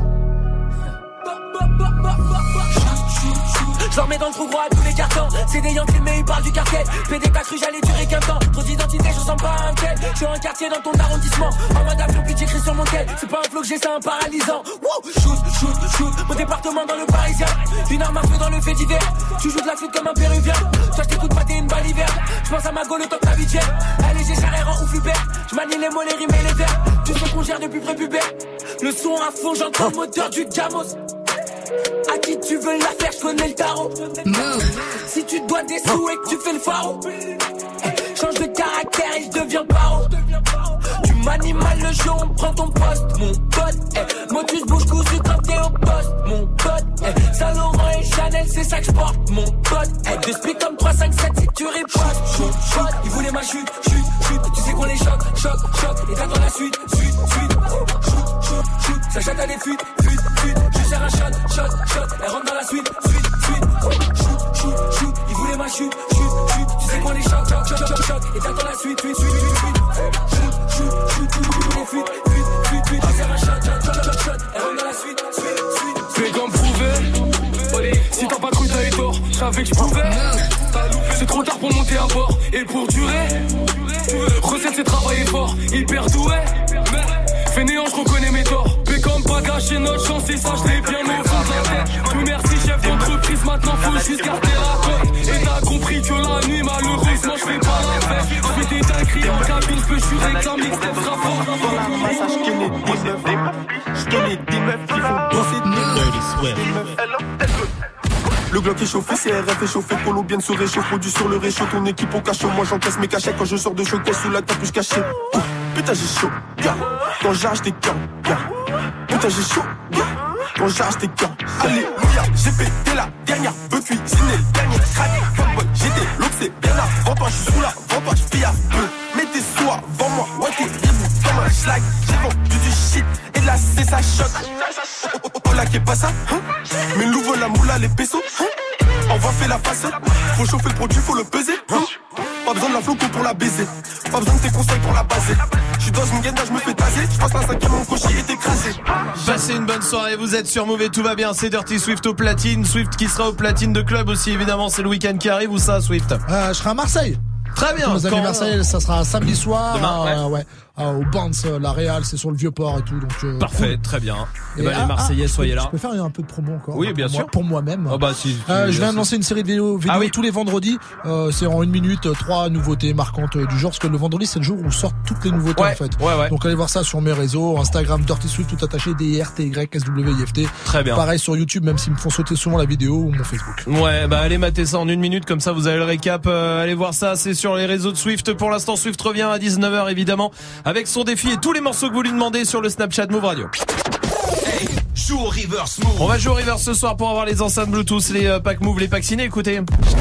Je leur mets dans le trou droit à tous les cartons. C'est des Yankees mais ils parlent du quartier. PD t'as cru j'allais durer qu'un temps. Trop d'identité je sens pas inquiet. Je suis un quartier dans ton arrondissement. En mode avion puis j'écris sur mon quai. C'est pas un flow que j'ai, c'est un paralysant. Wouh, shoot, shoot, shoot. Mon département dans le Parisien. Une arme à feu dans le fait divers. Tu joues de la flûte comme un péruvien. Toi je t'écoute pas, t'es une balle hiver. Je pense à ma gueule autant que la vitière. Allez j'ai charré en ouf hyper. Je manie les mots, les rimes et les vers. Tu sais qu'on gère depuis prépubère. Le son à fond, j'entends le moteur du Jamos. À qui tu veux la faire, je connais le tarot. Si tu dois des sous et que tu fais le pharaon, change de caractère et je deviens paro. Tu manies mal le jeu, on prend ton poste, mon pote. Motus bouge cousu quand t'es au poste, mon pote. Saint-Laurent et Chanel, c'est ça que je porte, mon pote. Deux splits comme 3, 5, 7 si tu ripostes. Shoot, shoot, ils voulaient ma chute, chute, chute. Tu sais qu'on les choque, choque, choque. Et t'attends la suite, suite, suite. Shoot, shoot, shoot. Ça chatte à des fuites, fuite, fuite. Je sers un shot, shot, shot. Elle rentre dans la suite, suite, suite. Shoot, shoot, shoot. Ils voulaient ma chute, chute, chute. Tu sais qu'on les choque, choque, choque, choque, choque. Et t'attends la suite, suite, suite, suite. Shoot, shoot. t'as pas cru, t'as eu tort. Je savais que je pouvais. C'est trop tard pour monter à bord. Et pour durer, recette c'est travailler fort, hyper doué. Fainéant, je reconnais mes torts. Mais comme pas gâcher notre chance, et ça je l'ai bien au fond de la tête. Oui, merci chef d'entreprise, maintenant faut juste garder la cote. Et t'as compris que la nuit, malheureusement, je fais pas la fête. Je fais des dingueries en cabine, je peux jurer que la mixtape sera fort. Je connais des meufs qui font danser Dirty Swift. Le Glock est chauffé, CRF est chauffé, Polo bien se réchauffe, produit sur le réchaud, ton équipe au cachot, moi j'encaisse mes cachets quand je sors de showcase sous la capuche cachée. Putain j'ai chaud, gars, quand j'arrache des gants, gars. Putain j'ai chaud, gars, quand j'arrache des gants. Alléluia, j'ai pété la dernière, veux cuisiner le dernier crack. Fuckboy, j'étais l'oxé bien avant toi, j'suis sous la vente, j'fais à peu. Mets tes sous avant moi, ouais t'es ribou comme un schlag. J'ai vendu du shit et de la C ça choque. Oh là qui est pas ça, hein? Mais l'ouvre la moula les pesos, hein? On va faire la face, faut chauffer le produit, faut le peser, hein? Pas besoin de la floco pour la baiser, pas besoin de tes conseils pour la baser. J'suis dans une gaine, je me fais taser, j'passe la cinquième, mon cocher est écrasé. Passez une bonne soirée, vous êtes sur Move et tout va bien, c'est Dirty Swift au platine, Swift qui sera au platine de club aussi évidemment, c'est le week-end qui arrive ou ça Swift? Je serai à Marseille. Très bien. Nos amis Marseille, ça sera samedi soir. Demain, ouais. Au Bounce, la Real, c'est sur le Vieux-Port et tout. Donc, parfait, cool. très bien. Et ben les Marseillais, soyez là. Je peux faire un peu de promo encore. Oui, bien sûr. Pour moi-même. Oh bah si. Je viens de lancer une série de vidéos tous les vendredis. C'est en 1 minute, 3 nouveautés marquantes du genre. Parce que le vendredi, c'est le jour où sortent toutes les nouveautés en fait. Ouais. Donc allez voir ça sur mes réseaux, Instagram, Dirty Swift, tout attaché, DIRTYSWIFT. Très bien. Pareil sur YouTube, même s'ils me font sauter souvent la vidéo ou mon Facebook. Ouais, bah allez mater ça en 1 minute, comme ça vous avez le récap. Allez voir ça, c'est sur les réseaux de Swift. Pour l'instant, Swift revient à 19h évidemment avec son défi et tous les morceaux que vous lui demandez sur le Snapchat Move Radio. Hey, joue au reverse Move. On va jouer au reverse ce soir pour avoir les enceintes Bluetooth, les packs Move, les packs ciné. Écoutez.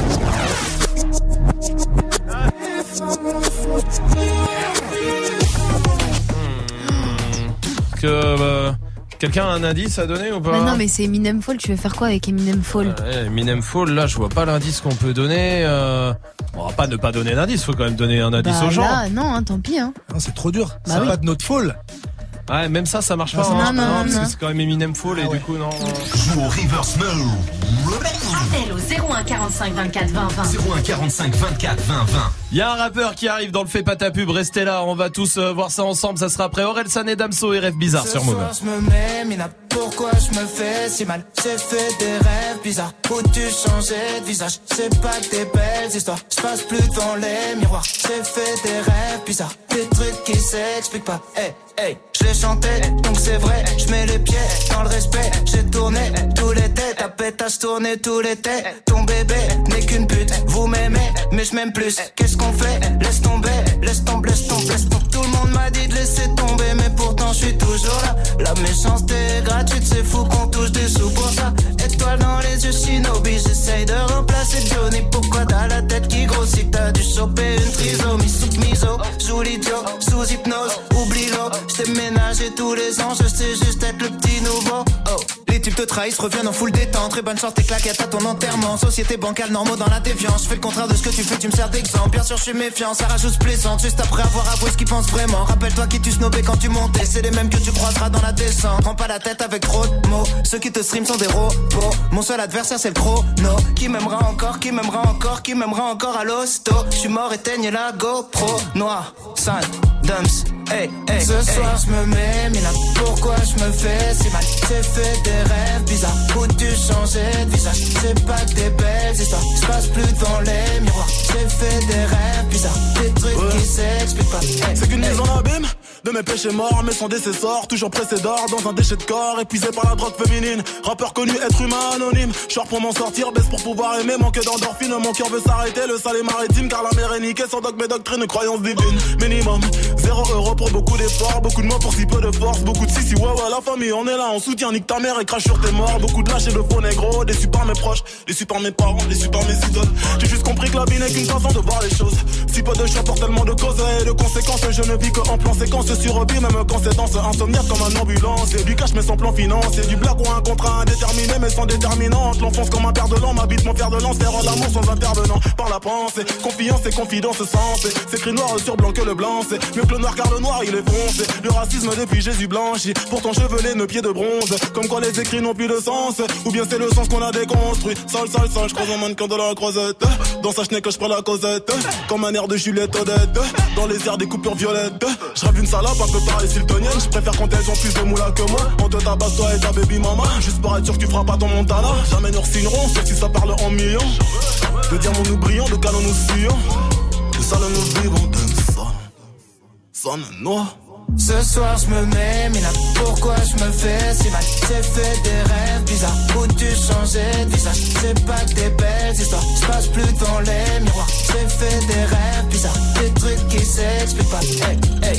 Quelqu'un a un indice à donner ou pas? Non mais c'est Eminem Fall, tu veux faire quoi avec Eminem Fall? Eminem Fall, là je vois pas l'indice qu'on peut donner. On va pas ne pas donner d'indice, faut quand même donner un indice aux gens. Là, non, tant pis. Non, c'est trop dur, bah c'est pas de notre Fall. Ouais, même ça marche pas. Non, parce que c'est quand même Eminem Fall et du coup non. Joue au reverse Move. Appel au 01 45 24 20 20. 01 45 24 20 20. Il y a un rappeur qui arrive dans le fait pas ta pub, restez là, on va tous voir ça ensemble, ça sera après Orelsan et Damso et Rêve Bizarre sur Move. Ce soir je me mets, Mina, pourquoi je me fais si mal? J'ai fait des rêves bizarres, où tu changeais de visage. C'est pas que des belles histoires, je passe plus devant les miroirs. J'ai fait des rêves bizarres, des trucs qui s'expliquent pas. Hey, je l'ai chanté, donc c'est vrai, je mets les pieds dans le respect. J'ai tourné tout l'été, ta pétasse tournée tout l'été. Ton bébé n'est qu'une pute, vous m'aimez, mais je m'aime plus. Qu'est-ce qu'on fait? Laisse tomber, laisse tomber, laisse tomber, laisse tomber. Tout le monde m'a dit de laisser tomber, mais pourtant je suis toujours là. La méchanceté est gratuite, c'est fou qu'on touche des sous pour ça. Étoile dans les yeux, Shinobi, j'essaye de remplacer Johnny. Pourquoi t'as la tête qui grossit? T'as dû choper une trisomie sous miso. Joue l'idiot, sous hypnose, oublie-le. J't'ai ménagé tous les ans, je sais juste être le petit nouveau. Les types te trahissent, reviennent en full détente. Très bonne chance, tes claquettes à ton enterrement. Société bancale, normaux dans la déviance. Je fais le contraire de ce que tu fais, tu me sers d'exemple. Bien sûr, je suis méfiant, ça rajoute plaisante. Juste après avoir avoué ce qu'ils pensent vraiment. Rappelle-toi qui tu snobais quand tu montais. C'est les mêmes que tu croiseras dans la descente. Prends pas la tête avec trop de mots. Ceux qui te stream sont des robots. Mon seul adversaire, c'est le chrono. Qui m'aimera encore, qui m'aimera encore, qui m'aimera encore à l'hosto. Je suis mort, éteigne la GoPro. Noir, sale, dumps. Hey, ce soir je me mets, Mina, pourquoi je me fais si mal? J'ai fait des rêves bizarres, où tu changeais de visage. C'est pas que des belles histoires, je passe plus devant les miroirs. J'ai fait des rêves bizarres, des trucs qui s'expliquent pas. C'est qu'une mise en abîme de mes péchés morts, mais son décessor toujours pressé d'or dans un déchet de corps, épuisé par la drogue féminine. Rappeur connu, être humain anonyme. Short pour m'en sortir, baisse pour pouvoir aimer, manque d'endorphine. Mon cœur veut s'arrêter, le sale est maritime, car la mer est niquée sans dogme et doctrine, croyance divine. Minimum 0 € pour beaucoup d'efforts, beaucoup de mots pour si peu de force, beaucoup de si ouais la famille on est là, on soutient, nique ta mère et crache sur tes morts. Beaucoup de lâches et de faux négros, déçus par mes proches, déçus par mes parents, déçus par mes idoles. J'ai juste compris que la vie n'est qu'une façon de voir les choses. Si peu de choix pour tellement de causes et de conséquences, je ne vis que en plan séquence. sur hobby, même quand c'est danse. Insomniaque comme un ambulance. Et du cash mais sans plan financier. Du black ou un contrat indéterminé mais sans déterminante. L'enfonce comme un père de l'an, m'habite mon fer de lance. Faire l'amour sans intervenant par la pensée. Confiance et confidence sensée. C'est écrit noir sur blanc que le blanc. C'est mieux que le noir car le noir il est foncé. Le racisme depuis Jésus blanchi. Pourtant chevelé, nos pieds de bronze. Comme quoi les écrits n'ont plus de sens. Ou bien c'est le sens qu'on a déconstruit. Sale, sale, sale, j'croise un mannequin de la croisette. Dans sa chenille que j'prends la causette. Comme un air de Juliette Odette. Dans les airs des coupures violettes. J'rêve une salope un peu pareille siltonienne. J'préfère quand elles ont plus de moula que moi. On te tabasse toi et ta baby mama. Juste pour être sûr que tu feras pas ton Montana. Jamais nous signerons, sauf si ça parle en millions. De diamants nous brillons, de canons nous fuyons. De salles nous vivons, de sonne noir. Ce soir je me mets mina, pourquoi je me fais si mal? J'ai fait des rêves bizarres où tu changeais de visage. C'est pas que des belles histoires, je passe plus dans les miroirs. J'ai fait des rêves bizarres, des trucs qui s'expliquent pas. Hey, hey.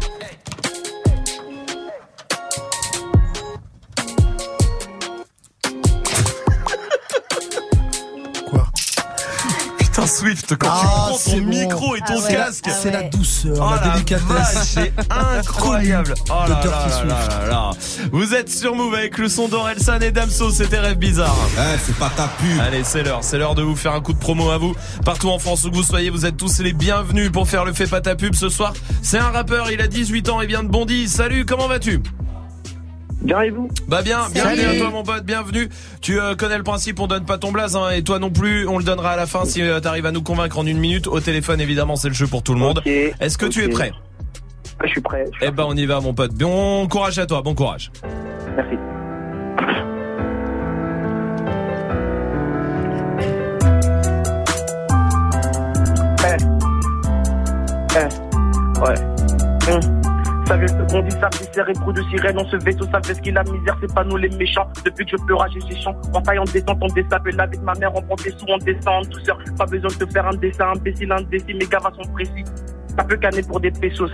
Swift, quand tu prends ton micro et ton casque, c'est la douceur, la délicatesse. C'est incroyable. Oh là là là là. Vous êtes sur Move avec le son d'Orelsan et Damso, c'était Rêve Bizarre. C'est pas ta pub. Allez, c'est l'heure de vous faire un coup de promo à vous. Partout en France où que vous soyez, vous êtes tous les bienvenus pour faire le Fais pas ta pub ce soir. C'est un rappeur, il a 18 ans, il vient de Bondy. Salut, comment vas-tu? Bien et vous? Bah bien, bienvenue à toi mon pote, bienvenue. Tu connais le principe, on donne pas ton blaze hein, et toi non plus, on le donnera à la fin si t'arrives à nous convaincre en 1 minute. Au téléphone évidemment, c'est le jeu pour tout le monde. Est-ce que tu es prêt? Je suis prêt. Eh ben on y va mon pote. Bon courage à toi, bon courage. Merci. Ouais. Ça veut ce qu'on dit, ça fait cérébro de sirène. On se vaisseau, ça fait ce qu'il a misère, c'est pas nous les méchants. Depuis que je peux rager, j'ai chant. En taille, en descente, on désabelle avec ma mère, on prend des sous, on descend en douceur. Pas besoin de te faire un dessin, imbécile, indécis, mes gavas sont précis. Ça peut canner pour des pesos.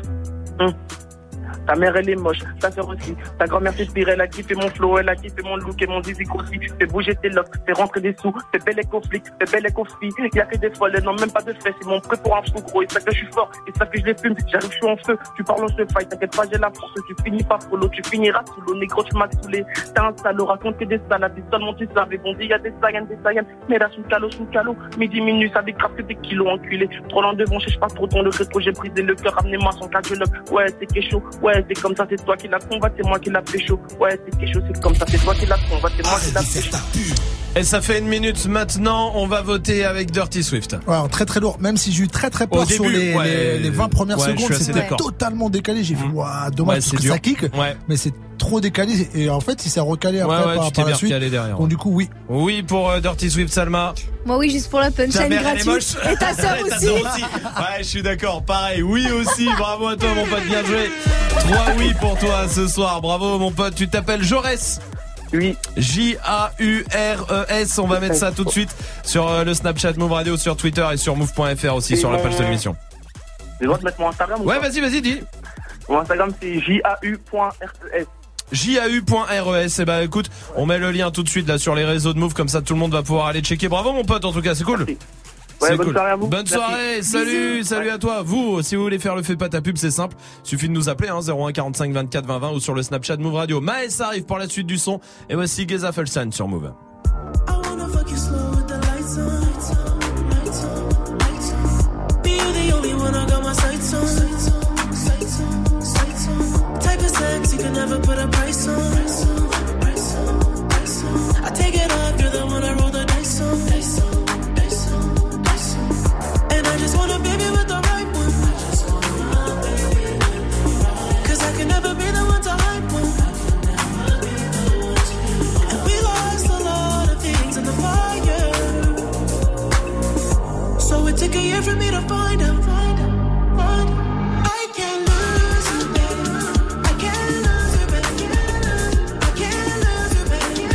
Ta mère elle est moche, ta sœur aussi. Ta grand-mère c'est pire, elle a kiffé mon flow, elle a kiffé mon look et mon zizi grossi. Fais bouger tes locks, fais rentrer des sous, fais belle éco-flic, fais belle éco-fille. Y'a que des folles, non même pas de fesses, ils m'ont pris pour un fou gros. Ils savent que je suis fort, ils savent que je les fume. J'arrive, je suis en feu, tu parles, on se fight. T'inquiète pas, j'ai la force, tu finis pas follow, tu finiras sous l'eau, négro, tu m'as saoulé. T'as un salaud, raconte que des salades, seulement tu savais. Bon, y'a des sayennes, mais là sous le calot. Midi, minuit, ça dégrave que des kilos enculés. Trop loin devant, je pas trop dans le rétro, j'ai brisé le cœur, ramenez-moi son cardiologue. Ouais, c'est quelque chose, ouais, c'est comme ça, c'est toi qui l'a combat, c'est moi qui l'a fait chaud. Ouais, c'est quelque chose, c'est comme ça, c'est toi qui l'a combat, c'est moi qui l'a fait chaud. Et ça fait 1 minute maintenant, on va voter avec Dirty Swift. Ouais, très très lourd, même si j'ai eu très très peur sur les 20 premières secondes, c'était totalement décalé. J'ai vu, dommage parce que ça kick, mais c'est trop décalé et en fait il s'est recalé après par la suite. Derrière, donc du coup oui pour Dirty Swift. Salma? Moi oui, juste pour la punchline gratuite. Et ta sœur aussi. Ouais, je suis d'accord, pareil, oui aussi. Bravo à toi mon pote, bien joué. 3 oui pour toi ce soir, bravo mon pote. Tu t'appelles Jaurès? Oui. Jaures. On va mettre ça tout de suite sur le Snapchat Move Radio, sur Twitter et sur move.fr aussi, et sur la page de l'émission. Je dois te mettre mon Instagram ou ouais, pas? vas-y, dis. Mon Instagram c'est jau.res. JAU.RES. Et bah écoute, on met le lien tout de suite là sur les réseaux de Move, comme ça tout le monde va pouvoir aller checker. Bravo mon pote, en tout cas, c'est cool. Merci. Ouais, bonne soirée à vous. Bonne soirée, salut à toi. Vous, si vous voulez faire le Fais pas ta pub, c'est simple. Suffit de nous appeler, 01 45 24 20 20 ou sur le Snapchat Move Radio. Maës arrive pour la suite du son. Et voici Geza Felsan sur Move. Took a year for me to find out. I can't lose you, baby. I can't lose you, baby. I can't lose you, baby.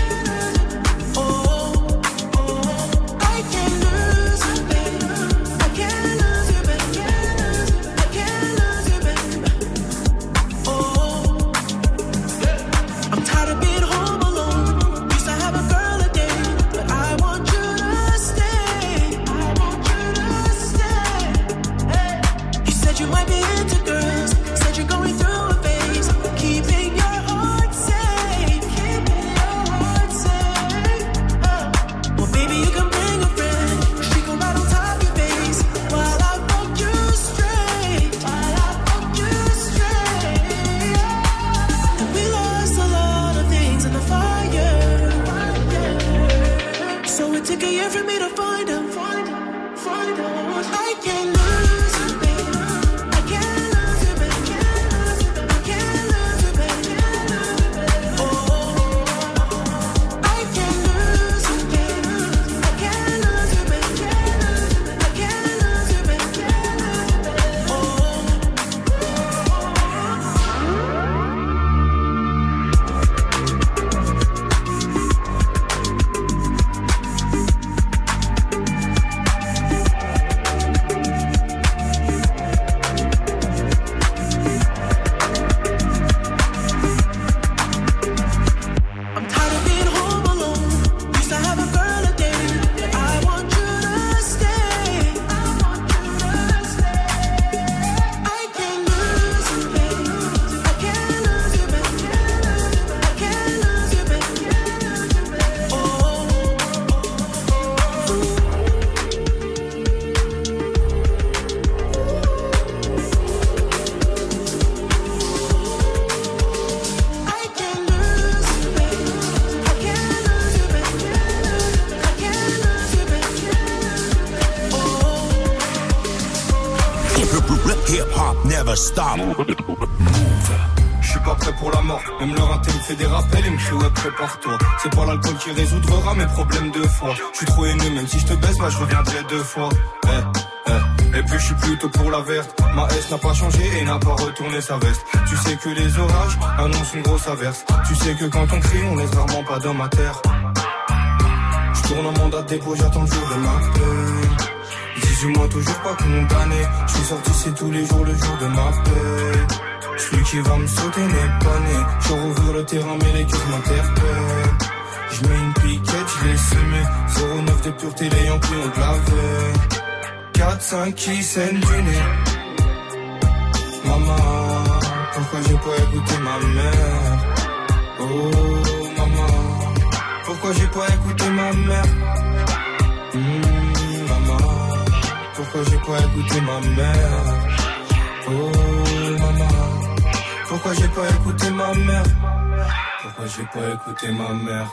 Oh, I can't lose you, baby. I can't lose you, baby. I can't lose you, baby. Oh, I'm tired of being home alone. Used to have a girl a day, but I want you to stay. scared for me to find out. I can't lose you, baby. I can't lose you, baby. I can't lose you, baby. Oh, I can't lose you, baby. I can't lose you, baby. I can't lose you, baby. I'm tired of being home alone. Used to have a girl a day. I want you to stay. I want you to stay. I can't lose you, baby. I can't lose you, baby. I can't lose you, baby. Oh. I can't lose you, baby. I can't lose you, baby. I can't lose you, baby. Hip hop never stop. Je suis pas prêt pour la mort, même le rinté me fait des rappels et me crie ouais prépare-toi. C'est pas l'alcool qui résoudra mes problèmes de foi. Je suis trop haineux, même si je te baisse, moi je reviendrai 2 fois. Et puis je suis plutôt pour la verte. Ma S n'a pas changé et n'a pas retourné sa veste. Tu sais que les orages annoncent une grosse averse. Tu sais que quand on crie, on laisse rarement pas d'homme à terre. Je tourne en mandat de dépôt, j'attends le jour de ma paix. 18 mois toujours pas condamné. Je suis sorti, c'est tous les jours le jour de ma paix. Celui qui va me sauter n'est pas né. Je rouvre le terrain mais les cœurs m'interpellent. Je mets une piquette, je l'ai semé. 09 de pureté, les Yankees ont de la veille. 4-5 qui saignent du nez. Maman, pourquoi j'ai pas écouté ma mère? Oh maman, pourquoi j'ai pas écouté ma mère? Maman, pourquoi j'ai pas écouté ma mère? Oh maman, pourquoi j'ai pas écouté ma mère? Pourquoi j'ai pas écouté ma mère?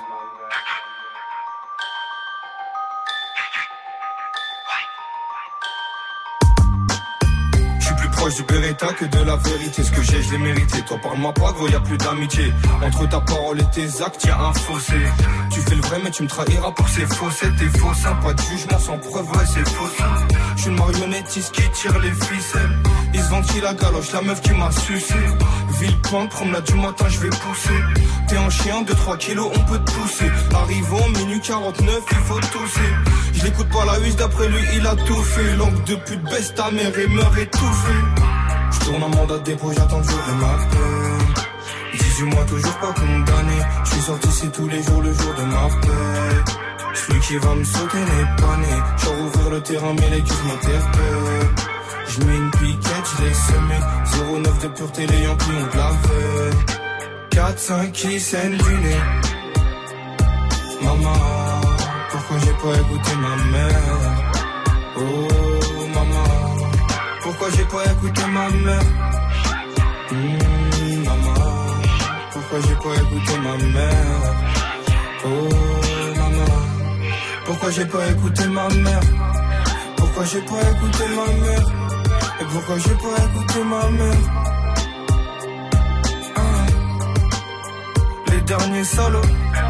Proche du Beretta que de la vérité. Ce que j'ai, je l'ai mérité. Toi, parle-moi pas, gros, y'a plus d'amitié. Entre ta parole et tes actes, y'a un fossé. Tu fais le vrai, mais tu me trahiras pour ces faussettes. T'es faux, pas de jugement sans preuve, ouais, c'est faux. Je suis une marionnettiste qui tire les ficelles. Ils se ventilent la galoche, la meuf qui m'a sucé. Villepinte, promenade du matin, je vais pousser. T'es un chien, 2-3 kilos, on peut te pousser. Arrivant, minuit 49, il faut tousser. Je l'écoute pas la huisse, d'après lui, il a tout fait. Langue de pute, baisse ta mère et meurt étouffé. Je tourne en mandat de dépôt, j'attends le jour de ma paix. 18 mois toujours pas condamné. Je suis sorti, c'est tous les jours le jour de ma paix. Celui qui va me sauter n'est pas né. Je rouvrir le terrain, mais les cuisses m'interpellent. Je mets une piquette, je l'ai semé. 09 de pureté, les Yankees ont de la veille. 4-5 qui saignent du nez. Maman, pourquoi j'ai pas écouté ma mère? Oh maman, pourquoi j'ai pas écouté ma mère? Maman, pourquoi j'ai pas écouté ma mère? Oh maman, pourquoi j'ai pas écouté ma mère? Pourquoi j'ai pas écouté ma mère? Et pourquoi j'ai pas écouté ma mère? Les derniers salauds.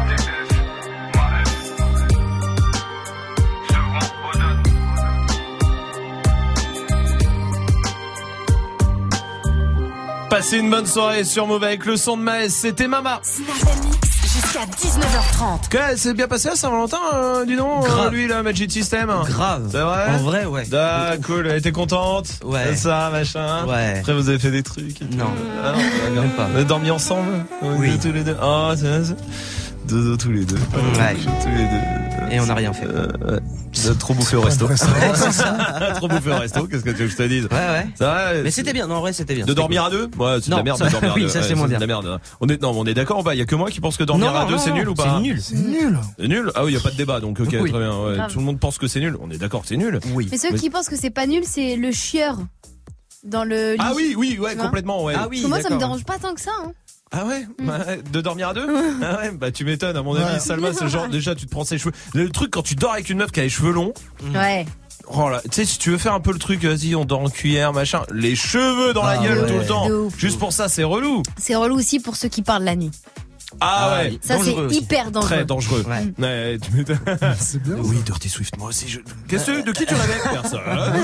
Passez une bonne soirée sur Move avec le son de Maes, c'était Mama. Jusqu'à 19h30. Que c'est bien passé à Saint-Valentin, dis donc, lui là, Magic System. Grave. C'est vrai? En vrai, ouais. Cool, elle était contente. Ouais. C'est ça, machin. Ouais. Après, vous avez fait des trucs. Non. Ah, non, même pas. Vous avez dormi ensemble? Oui. Tous les deux. Oh, c'est dodo tous les deux. Ouais. Tous les deux. Et on n'a rien fait. Vous avez trop bouffé au resto. Trop bouffé au resto, qu'est-ce que tu veux que je te dise? Ouais. Ça va, mais c'était bien, non, en vrai, c'était bien. De dormir à deux? Ouais, c'est de la merde de dormir à deux. Oui, ça c'est moins bien. De la merde. On est d'accord, il y a que moi qui pense que dormir à deux c'est nul ou pas? C'est nul. C'est nul. C'est nul? Ah oui, il y a pas de débat, donc ok, Oui. très bien. Ouais. Tout le monde pense que c'est nul. On est d'accord, c'est nul. Oui. Mais ceux qui pensent que c'est pas nul, c'est le chieur dans le lit. Ah oui, ouais, Tu vois complètement, ouais. Ah oui, Parce que moi, ça me d'accord. dérange pas tant que ça. Hein. Ah ouais, de dormir à deux. Ah ouais, bah tu m'étonnes. À mon avis, Salma, c'est le genre déjà tu te prends ses cheveux. Le truc quand tu dors avec une meuf qui a les cheveux longs. Ouais. Oh là, tu sais, si tu veux faire un peu le truc, vas-y, on dort en cuillère, machin. Les cheveux dans la gueule tout le temps. Juste pour ça, c'est relou. C'est relou aussi pour ceux qui parlent la nuit. Ah ouais, ça c'est hyper dangereux. Très dangereux. Ouais, tu m'étonnes. C'est bien. Oui, Dirty Swift, moi aussi. Qu'est-ce de qui tu rêvais? Personne.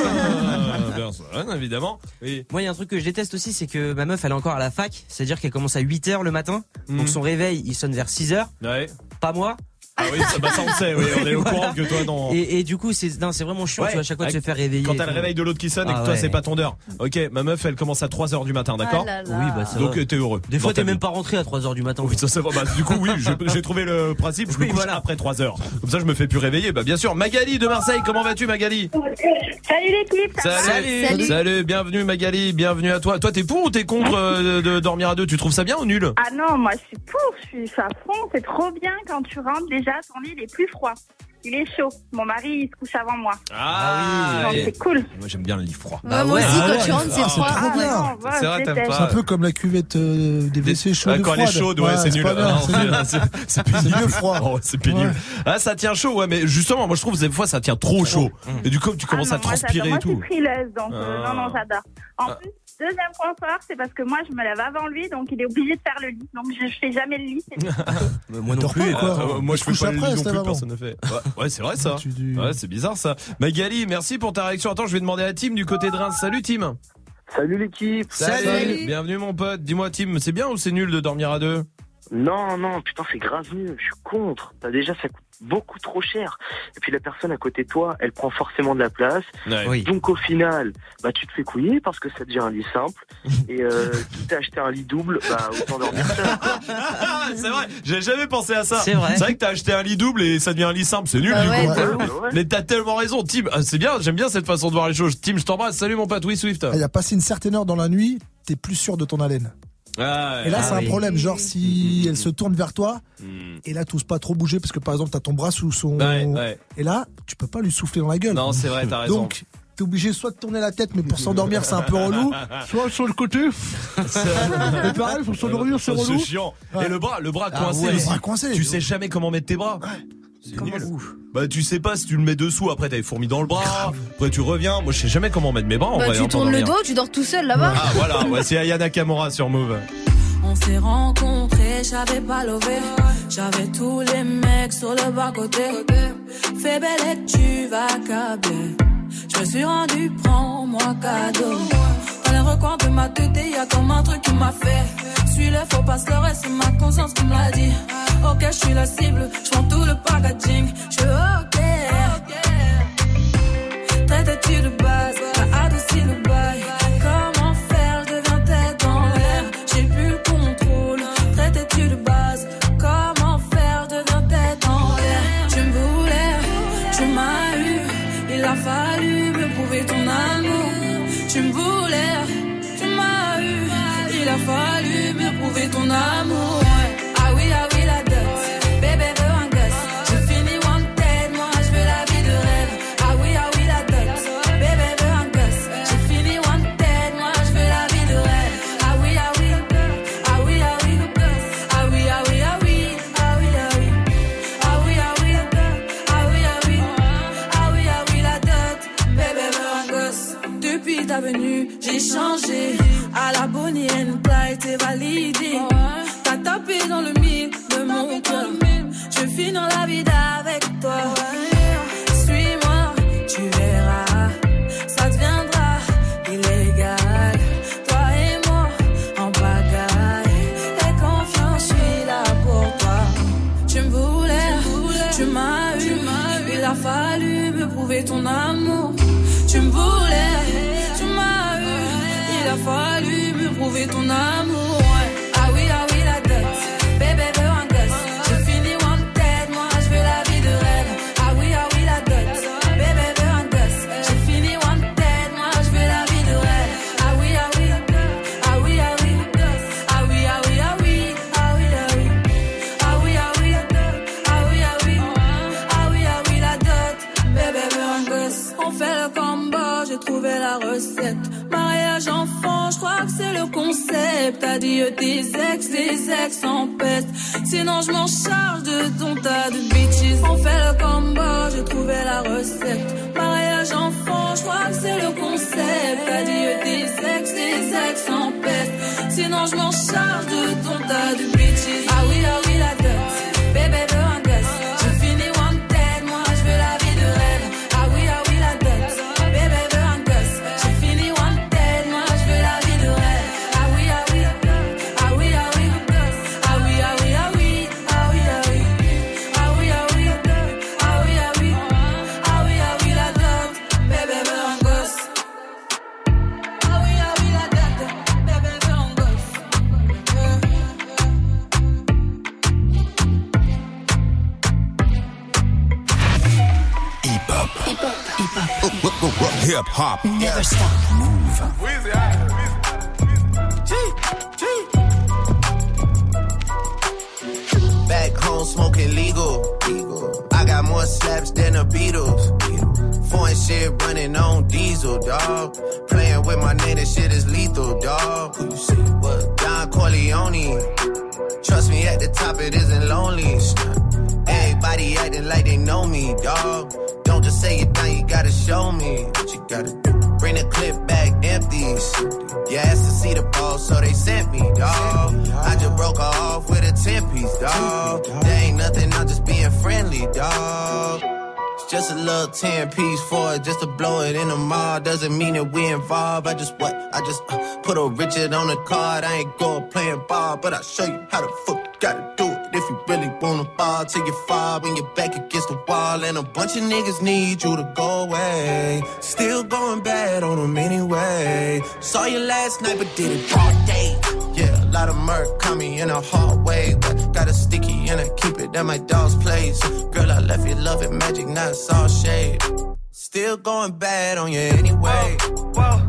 Personne, évidemment. Oui. Moi, il y a un truc que je déteste aussi, c'est que ma meuf, elle est encore à la fac. C'est-à-dire qu'elle commence à 8h le matin. Donc son réveil, il sonne vers 6h. Ouais. Pas moi. Ah oui, ça on sait, oui, on est au courant que toi non. Et du coup, c'est vraiment chiant, tu vois, à chaque fois de se faire réveiller. Quand t'as le réveil de l'autre qui sonne et que toi c'est pas ton heure. Ok, ma meuf elle commence à 3h du matin, d'accord? Oui, bah ça donc t'es heureux. Des fois t'es même pas rentré à 3h du matin. Oui, ça va. Bah, du coup, oui, j'ai trouvé le principe, je me couche après 3h. Comme ça je me fais plus réveiller. Bah bien sûr, Magali de Marseille, comment vas-tu Magali? Salut l'équipe. Salut, bienvenue Magali, bienvenue à toi. Toi t'es pour ou t'es contre de dormir à deux? Tu trouves ça bien ou nul? Ah non, moi je suis pour, je suis à fond, c'est trop bien quand tu rentres déjà, ton lit il est plus froid. Il est chaud. Mon mari, il se couche avant moi. Ah oui. C'est cool. Moi, j'aime bien le lit froid. Moi aussi, quand tu rentres, c'est froid. C'est trop bien. C'est vrai, t'aimes pas. C'est un peu comme la cuvette des WC chaudes. Quand elle est chaude, ouais, c'est nul. C'est pénible. C'est mieux froid. Oh, c'est pénible. Ah, ça tient chaud, ouais, mais justement, moi, je trouve que des fois, ça tient trop chaud. Et du coup, tu commences à transpirer et tout. Moi, je suis frileuse, donc non, j'adore. En plus, deuxième point fort, c'est parce que moi, je me lève avant lui, donc il est obligé de faire le lit. Donc, je fais jamais le lit. Moi non plus. Moi, je fais pas le lit non plus, personne ne fait. Ouais, c'est vrai, ça. Ouais, c'est bizarre, ça. Magali, merci pour ta réaction. Attends, je vais demander à Tim du côté de Reims. Salut, Tim. Salut, l'équipe. Salut. Bienvenue, mon pote. Dis-moi, Tim, c'est bien ou c'est nul de dormir à deux? Non, putain, c'est grave nul. Je suis contre. Déjà, ça coûte beaucoup trop cher. Et puis la personne à côté de toi, elle prend forcément de la place. Ouais. Oui. Donc au final, bah tu te fais couiller parce que ça devient un lit simple. Et quitte à acheter un lit double, bah autant dormir seul. C'est vrai, j'ai jamais pensé à ça. C'est vrai que t'as acheté un lit double et ça devient un lit simple, c'est nul du coup. Mais t'as tellement raison, Tim. C'est bien, j'aime bien cette façon de voir les choses. Tim, je t'embrasse. Salut mon pote, oui Swift. Il y a passé une certaine heure dans la nuit, t'es plus sûr de ton haleine. Et là, c'est un problème. Genre, si elle se tourne vers toi, et là, t'oses pas trop bouger parce que par exemple, t'as ton bras sous son. Et là, tu peux pas lui souffler dans la gueule. Non, c'est vrai, t'as raison. Donc, t'es obligé soit de tourner la tête, mais pour s'endormir, c'est un peu relou. Soit sur le côté. Et pareil, pour s'endormir, c'est relou. C'est chiant. Et le bras coincé. Le bras coincé. Tu sais jamais comment mettre tes bras. C'est nul. Bah tu sais pas si tu le mets dessous, après t'as les fourmis dans le bras, après tu reviens. Moi je sais jamais comment mettre mes bras en vrai. Tu tournes le dos, tu dors tout seul là-bas. Ah voilà, c'est Aya Nakamura sur Move. On s'est rencontrés, j'avais pas levé. J'avais tous les mecs sur le bas-côté. Fais belle et tu vas câbler. Je me suis rendu, prends-moi cadeau. Dans les recoins de ma tête, y'a comme un truc qui m'a fait. Suis le faux pas se le reste, c'est ma conscience qui me l'a dit. Ok, je suis la cible, je prends tout le packaging. Je suis ok. Traite-tu de base, t'as adouci le bail. Comment faire, je deviens tête dans l'air. J'ai plus le contrôle. Traite-tu de base, comment faire, je deviens tête dans l'air. Tu me voulais, tu m'as eu. Il a fallu me prouver ton amour. Tu me voulais, tu m'as eu. Il a fallu me prouver ton amour. Ah oui, la dot. Bébé veut un gosse. J'ai fini wanted, moi je veux la vie de rêve. Ah oui, la dot. Bébé veut un gosse. J'ai fini wanted, moi je veux la vie de rêve. Ah oui, ah oui, ah oui, ah oui, ah oui, ah oui, ah oui, ah oui, ah oui, ah oui, ah oui, ah oui, ah oui, ah oui, ah oui, la dot. Bébé veut un gosse. Depuis ta venue, j'ai changé. À la Bonnie and Clyde, t'es validé. T'as tapé dans le mille de mon cœur. Je finis dans la vie avec toi. Suis-moi, tu verras. Ça deviendra illégal. Toi et moi, en bagaille. Et confiance, je suis là pour toi. Tu me voulais, tu m'as eu. Il a fallu me prouver ton amour. Tu me voulais, tu m'as eu. Il a fallu me prouver ton amour. Ah oui, la dot. Bébé veut un gosse. J'ai fini wanted, moi je veux la vie de rêve. Ah oui, la dot. Bébé veut un gosse. J'ai fini wanted, moi je veux la vie de rêve. Ah oui, ah oui, ah oui, ah oui, ah oui, ah oui, ah oui, ah oui, ah oui, ah oui, ah oui, ah oui, ah oui, ah oui, ah oui, la dot. Bébé veut un gosse. On fait le combo, j'ai trouvé la recette. Mariage enfant, je crois que c'est le concept. Adieu tes ex, les ex en peste. Sinon je m'en charge de ton tas de bitches. On fait le combo, j'ai trouvé la recette. Mariage enfant, je crois que c'est le concept. Adieu tes ex, les ex en peste. Sinon je m'en charge de ton tas de bitches. Ah oui, la dot, bébé veut un gosse. J'ai fini wanted, moi je veux la vie de rêve. Ah oui, la dot, bébé veut un gosse. J'ai fini wanted, moi je veux la vie de rêve. Ah oui, ah oui, ah oui, ah oui, ah oui, ah oui, ah oui, ah oui, ah oui, ah oui, ah oui, ah oui, ah oui, ah oui, la dot, bébé veut un gosse. Ah oui, la dot, bébé veut un gosse. Hip hop. Never stop. Back home smoking legal. I got more slaps than the Beatles. Foreign shit running on diesel, dog. Playing with my name, this shit is lethal, dog. Who you see? What? Don Corleone. Trust me, at the top it isn't lonely. Everybody acting like they know me, dog. Don't just say it down, you gotta show me what you gotta do. Bring the clip back empty. You asked to see the ball, so they sent me, dog. I just broke her off with a 10-piece, dog. There ain't nothing, I'm just being friendly, dog. It's just a little 10-piece for it, just to blow it in the mall. Doesn't mean that we involved. I just put a Richard on the card. I ain't going playing ball, but I'll show you how the fuck you gotta do it. If you really wanna ball till you fall when you're back against the wall. And a bunch of niggas need you to go away. Still going bad on them anyway. Saw you last night but did it broad day. Yeah, a lot of murk caught me in a hard way. But got a sticky and I keep it at my dog's place. Girl, I left you love it magic, not all shade. Still going bad on you anyway. Whoa.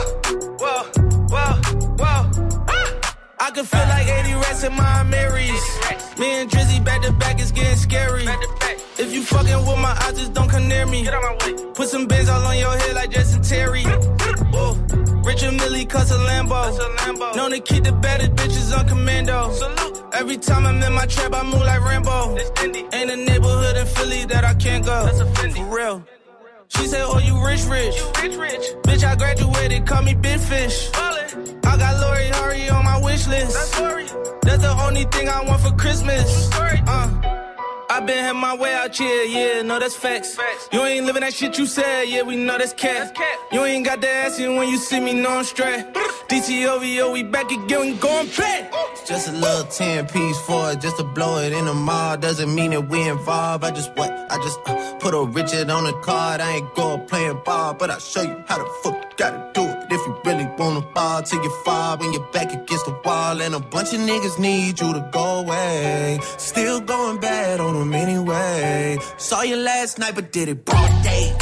I can feel like 80 rats in my Marys. Me and Drizzy back to back, it's getting scary. If you fucking with my eyes, just don't come near me. Put some bins all on your head like Justin Terry. Whoa. Richard Millie cuss a Lambo. Known to keep the baddest bitches on commando. Every time I'm in my trap, I move like Rambo. Ain't a neighborhood in Philly that I can't go. For real. She said, oh, you rich. Bitch, I graduated, call me Big Fish. I got Lori Harvey on my wish list. That's the only thing I want for Christmas. I been had my way out here, yeah, no, that's facts. You ain't living that shit you said, yeah, we know that's cat. You ain't got the ass in when you see me, no, I'm straight. DTOVO, we back again, we going back. It's just a little 10-piece for it, just to blow it in the mall. Doesn't mean that we involved. I just put a Richard on the card. I ain't going playing ball, but I'll show you how the fuck you gotta do it. If you really wanna ball till you fall when you're back against the wall. And a bunch of niggas need you to go away. Still going bad on them anyway. Saw you last night but did it broad day.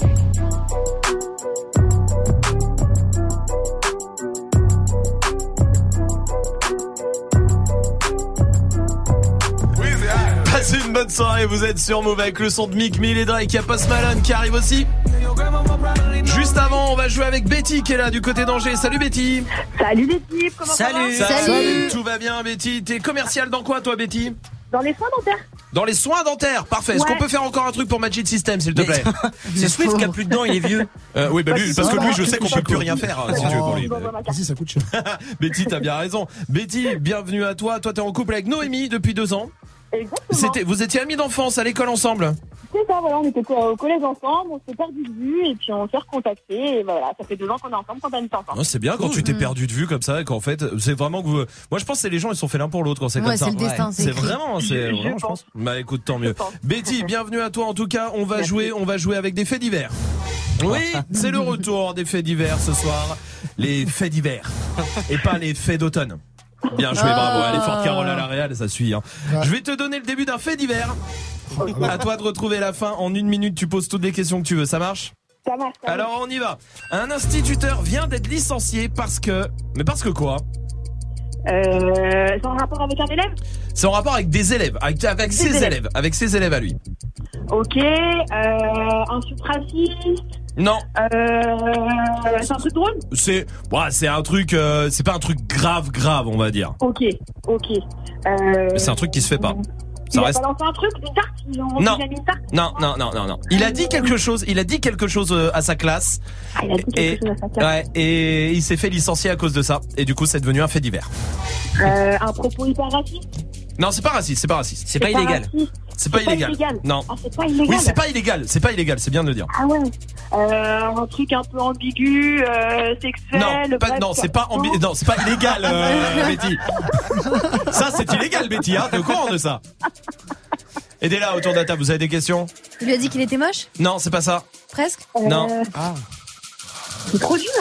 Passez une bonne soirée, vous êtes sur Move avec le son de Mick Mill et Drake. Il y a Post Malone qui arrive aussi. Juste avant, on va jouer avec Betty qui est là du côté d'Angers. Salut Betty. Salut l'équipe, comment ça va? Salut. Tout va bien Betty. T'es commercial dans quoi toi Betty? Dans les soins dentaires. Dans les soins dentaires, parfait. Est-ce qu'on peut faire encore un truc pour Magic System s'il te plaît? C'est Swift qui a plus de dents, il est vieux. Oui, bah lui, parce que lui, je sais qu'on peut plus rien faire si tu veux pour lui. Si, ça coûte cher. Betty, t'as bien raison. Betty, bienvenue à toi. Toi, t'es en couple avec Noémie depuis 2 ans. Exactement. Vous étiez amis d'enfance à l'école ensemble? C'est ça, voilà, on était au collège ensemble, on s'est perdu de vue et puis on s'est recontacté et voilà, ça fait 2 ans qu'on est ensemble, qu'on habite ensemble. Oh, c'est bien quand tu t'es perdu de vue comme ça et qu'en fait, c'est vraiment que vous... Moi, je pense que c'est les gens, ils sont faits l'un pour l'autre quand c'est comme ça. C'est le destin, c'est vraiment, je pense. Bah écoute, tant mieux. Betty, bienvenue à toi en tout cas. On va jouer avec des faits divers. Oui, c'est le retour des faits divers ce soir. Les faits divers et pas les faits d'automne. Bien joué, bravo. Allez, forte Carole à la Real, ça suit. Hein. Je vais te donner le début d'un fait divers. À toi de retrouver la fin. En 1 minute, tu poses toutes les questions que tu veux. Ça marche? Ça marche. Alors, on y va. Un instituteur vient d'être licencié parce que... Mais parce que quoi? C'est en rapport avec un élève? C'est en rapport avec des élèves. Avec ses élèves. Avec ses élèves à lui. Ok. Un insulte raciste. Non. C'est un truc drôle. C'est un truc, c'est pas un truc grave, on va dire. Ok. Mais c'est un truc qui se fait pas. Il a balancé un truc, une tarte. Ils ont mis une tarte. Non. Il a dit quelque chose à sa classe. Il a dit quelque chose à sa classe. Ouais, et il s'est fait licencier à cause de ça. Et du coup, c'est devenu un fait divers. Un propos hyper raciste. Non, c'est pas raciste. C'est pas illégal. C'est pas illégal. Non. Ah, c'est pas illégal. Oui, c'est pas illégal, c'est bien de le dire. Ah ouais. Un truc un peu ambigu, sexuel. Non, c'est pas illégal, Betty. Ça, c'est illégal, Betty, hein. T'es au courant de ça? Aidez-la autour de la table, vous avez des questions? Il lui a dit qu'il était moche? Non, c'est pas ça. Presque? Non. C'est trop dur.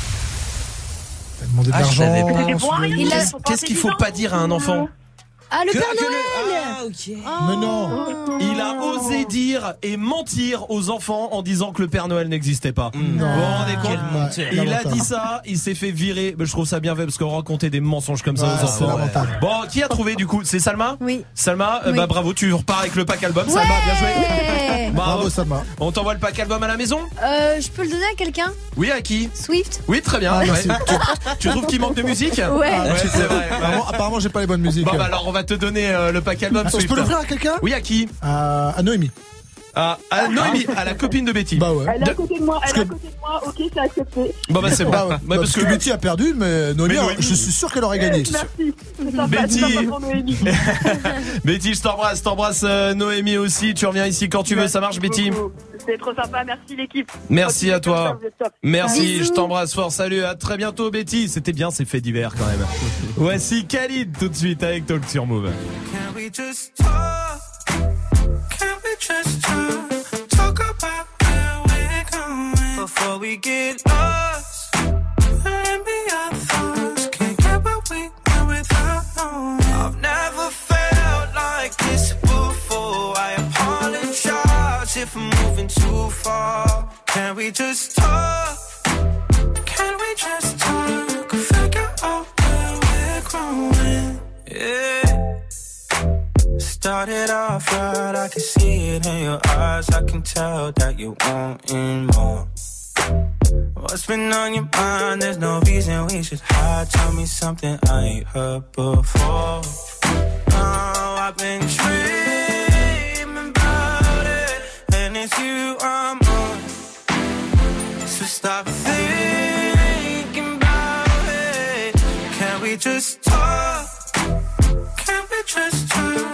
T'as demandé de l'argent. Qu'est-ce qu'il faut pas dire à un enfant? Ah, le Père Noël! Ok. Mais non. Il a osé dire et mentir aux enfants en disant que le Père Noël n'existait pas. Non. Vous vous rendez compte? Il a dit ça, il s'est fait virer. Mais je trouve ça bien fait parce qu'on racontait des mensonges comme ça aux enfants. Bon, qui a trouvé du coup? C'est Salma? Oui. Salma, Oui. Bravo, tu repars avec le pack album. Salma, bien joué. Bravo Salma. On t'envoie le pack album à la maison? Je peux le donner à quelqu'un? Oui, à qui? Swift? Oui, très bien. Tu trouves qu'il manque de musique? Ouais. C'est vrai. Apparemment, j'ai pas les bonnes musiques. Bon, alors on va te donner le pack album. Je peux l'offrir à quelqu'un? Oui, à qui? À Noémie. À Noémie, à la copine de Betty. Bah ouais. Elle est à côté de moi, ok, c'est accepté. Bon bah c'est bon. Parce que Betty a perdu, mais Noémie, je suis sûr qu'elle aurait gagné. Merci. Betty, je t'embrasse Noémie aussi. Tu reviens ici quand tu veux, ça marche Betty? C'est trop sympa, merci l'équipe. Merci à toi. Merci, Bisous. je t'embrasse fort. Salut, à très bientôt Betty. C'était bien ces faits divers quand même. Voici Khalid tout de suite avec Talk sur Move. Can we just talk? Can we just talk about where we're going before we get lost? Maybe our thoughts can't get what we want without knowing. I've never felt like this before. I apologize if I'm moving too far. Can we just talk? Can we just talk? Figure out where we're growing. Yeah. Started off right, I can see it in your eyes. I can tell that you're wanting more. What's been on your mind? There's no reason we should hide. Tell me something I ain't heard before. Oh, I've been dreaming about it, and it's you I'm on. So stop thinking about it. Can we just talk? Can we just talk?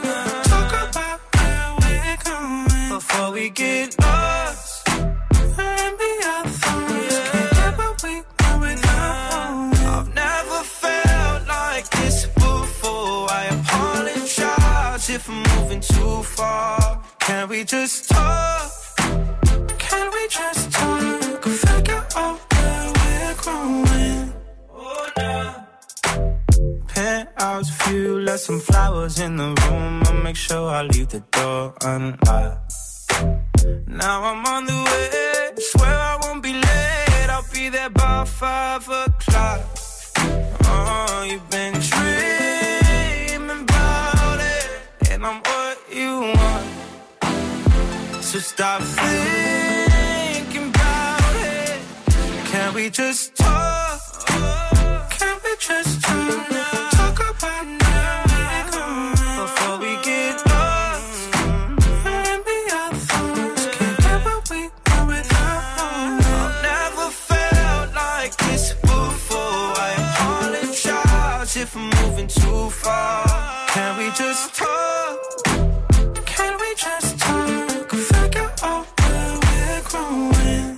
Before we get lost, maybe our thoughts can't get what we want without. I've never felt like this before. I apologize if I'm moving too far. Can we just talk? Can we just talk? Figure out where we're growing. Oh, no. Penthouse view, left some flowers in the room. I'll make sure I leave the door unlocked. Now I'm on the way, swear I won't be late. I'll be there by 5 o'clock. Oh, you've been dreaming about it, and I'm what you want. So stop thinking about it. Can we just talk? Can we just talk? Talk about now before we get lost. Maybe our thoughts can't get what we want without. I've never felt like this before. I apologize if I'm moving too far. Can we just talk? Can we just talk? Figure out where we're growing.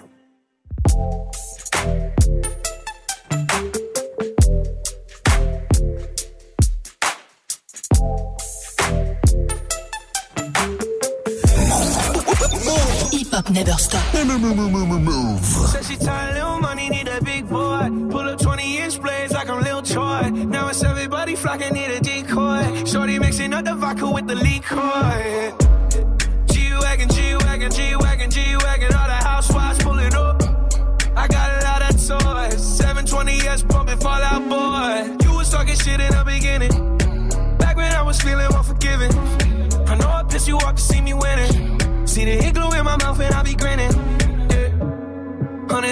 Hip-hop never stop. Said she tired, little money, need a big boy. Pull up 20-inch blades like I'm Lil Troy. Now it's everybody flocking, need a decoy. Shorty mixing up the vodka with the liquor. G-Wagon, G-Wagon, G-Wagon, G-Wagon. All the housewives pulling up. I got a lot of toys. 720S pumping Fallout Boy. You was talking shit in the beginning. Back when I was feeling unforgiving. I know I pissed you off to see me winning. See the igloo in my mouth and I be grinning.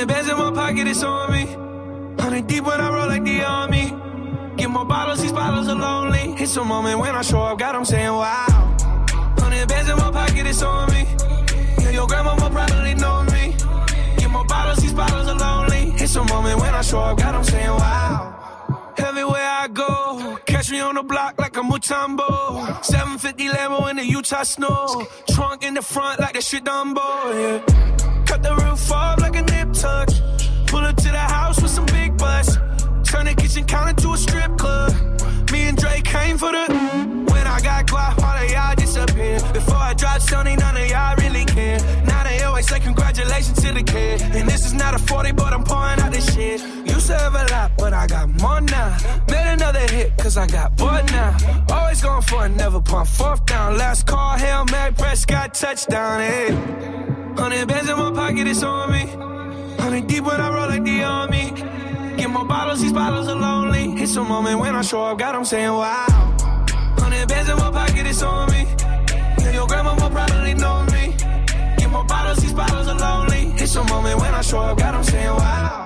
100 bands in my pocket, it's on me. 100 deep when I roll like the army. Get more bottles, these bottles are lonely. It's a moment when I show up, God, I'm saying wow. 100 bands in my pocket, it's on me. Yeah, your grandma will probably know me. Get more bottles, these bottles are lonely. It's a moment when I show up, God, I'm saying wow. Everywhere I go, catch me on the block like a Mutombo. 750 Lambo in the Utah snow. Trunk in the front like that shit Dumbo, yeah. Cut the roof off like a nip tuck. Pull up to the house with some big butts. Turn the kitchen counter to a strip club. Me and Drake came for the. When I got guap, all of y'all disappear. Before I dropped Sony, none of y'all really care. Now they always say congratulations to the kid. And this is not a 40, but I'm pouring out this shit. Used to have a lot, but I got more now. Made another hit, cause I got bored now. Always going for it, never pump fourth down. Last call, Hail Mary, Prescott, touchdown, hey. 100 bands in my pocket, it's on me. 100 deep when I roll like the army. Get more bottles, these bottles are lonely. It's a moment when I show up, God, I'm saying wow. 100 bands in my pocket, it's on me. Yeah, your grandma will probably know me. Get more bottles, these bottles are lonely. It's a moment when I show up, God, I'm saying wow.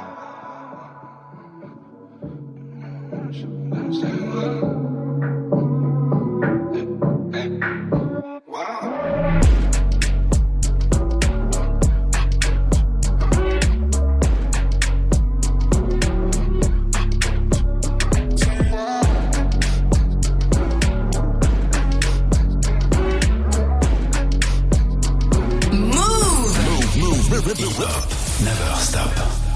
Never stop.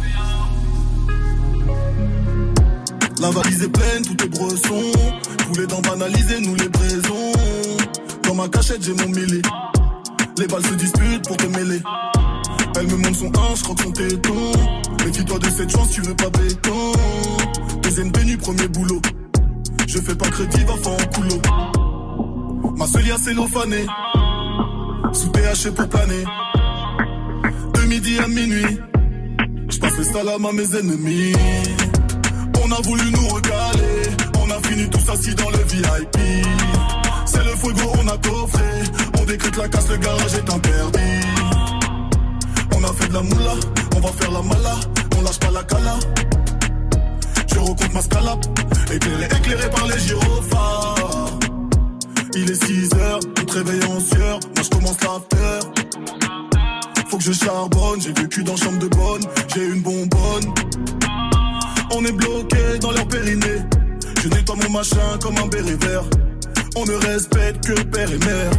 La valise est pleine, tout est bresson. Tous les dents banalisés, nous les braisons. Dans ma cachette, j'ai mon mêlé. Les balles se disputent pour te mêler. Elle me montre son 1, je croque son téton. Méfie-toi de cette chance, tu veux pas béton. Deuxième tenue, premier boulot. Je fais pas crédit, va faire en coulo. Ma seule y'a cellophané. Sous THC pour planer. De midi à minuit, j'passe le salam à mes ennemis. On a voulu nous recaler, on a fini tous assis dans le VIP. C'est le fuego, on a coffré, on décrète la casse, le garage est interdit. On a fait de la moula, on va faire la mala, on lâche pas la cala. Je recompte ma scalap, éclairé par les gyrophares. Il est 6h, on te réveille en sueur, moi je commence l'after. Faut que je charbonne, j'ai vécu dans chambre de bonne, j'ai une bonbonne. On est bloqué dans leur périnée. Je nettoie mon machin comme un béret vert. On ne respecte que père et mère.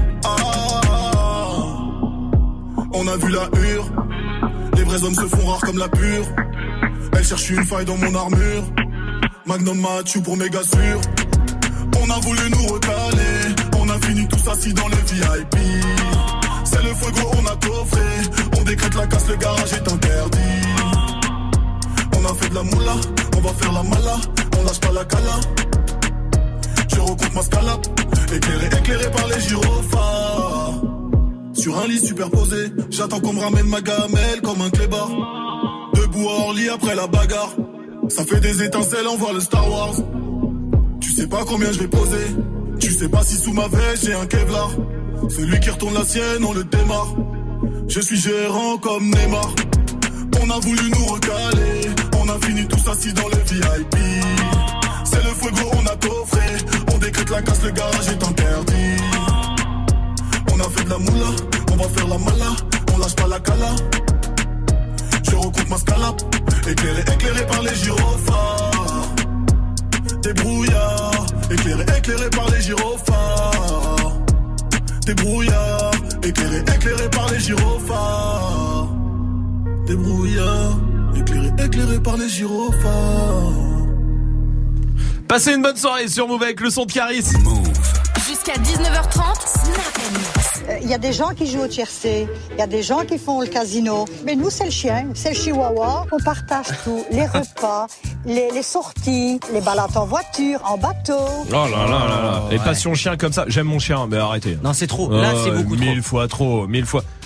On a vu la hure. Les vrais hommes se font rares comme la pure. Elle cherche une faille dans mon armure. Magnum Mathieu pour méga sûr. On a voulu nous recaler. On a fini tous assis dans le VIP. C'est le fuego, on a coffré. On décrète la casse, le garage est interdit. On a fait de la moula, on va faire la mala. On lâche pas la cala. Je recompte ma scalap. Éclairé par les gyrophares. Sur un lit superposé, j'attends qu'on me ramène ma gamelle comme un clébard. Debout à Orly après la bagarre. Ça fait des étincelles, on voit le Star Wars. Tu sais pas combien je vais poser. Tu sais pas si sous ma veste j'ai un Kevlar. Celui qui retourne la sienne, on le démarre. Je suis gérant comme Neymar. On a voulu nous recaler. On a fini tous assis dans le VIP. C'est le fuego, on a coffré. On décrète la casse, le garage est interdit. On a fait de la moula, on va faire la mala. On lâche pas la cala. Je recompte ma scalap. Éclairé par les gyrophares. Des brouillards. Éclairé par les gyrophares. Des brouillards. Éclairé par les gyrophares. Des brouillards. Éclairé par les gyrophares. Passez une bonne soirée sur Move avec le son de Caris. Jusqu'à 19h30, Snap Mix. Il y a des gens qui jouent au tiercé, il y a des gens qui font le casino. Mais nous, c'est le chien, c'est le chihuahua. On partage tout, les repas, les sorties, les balades en voiture, en bateau. Oh là là là là. Les passions chiens comme ça, j'aime mon chien, mais arrêtez. Non, c'est trop. Là, c'est beaucoup trop. 1000 fois trop, 1000 fois.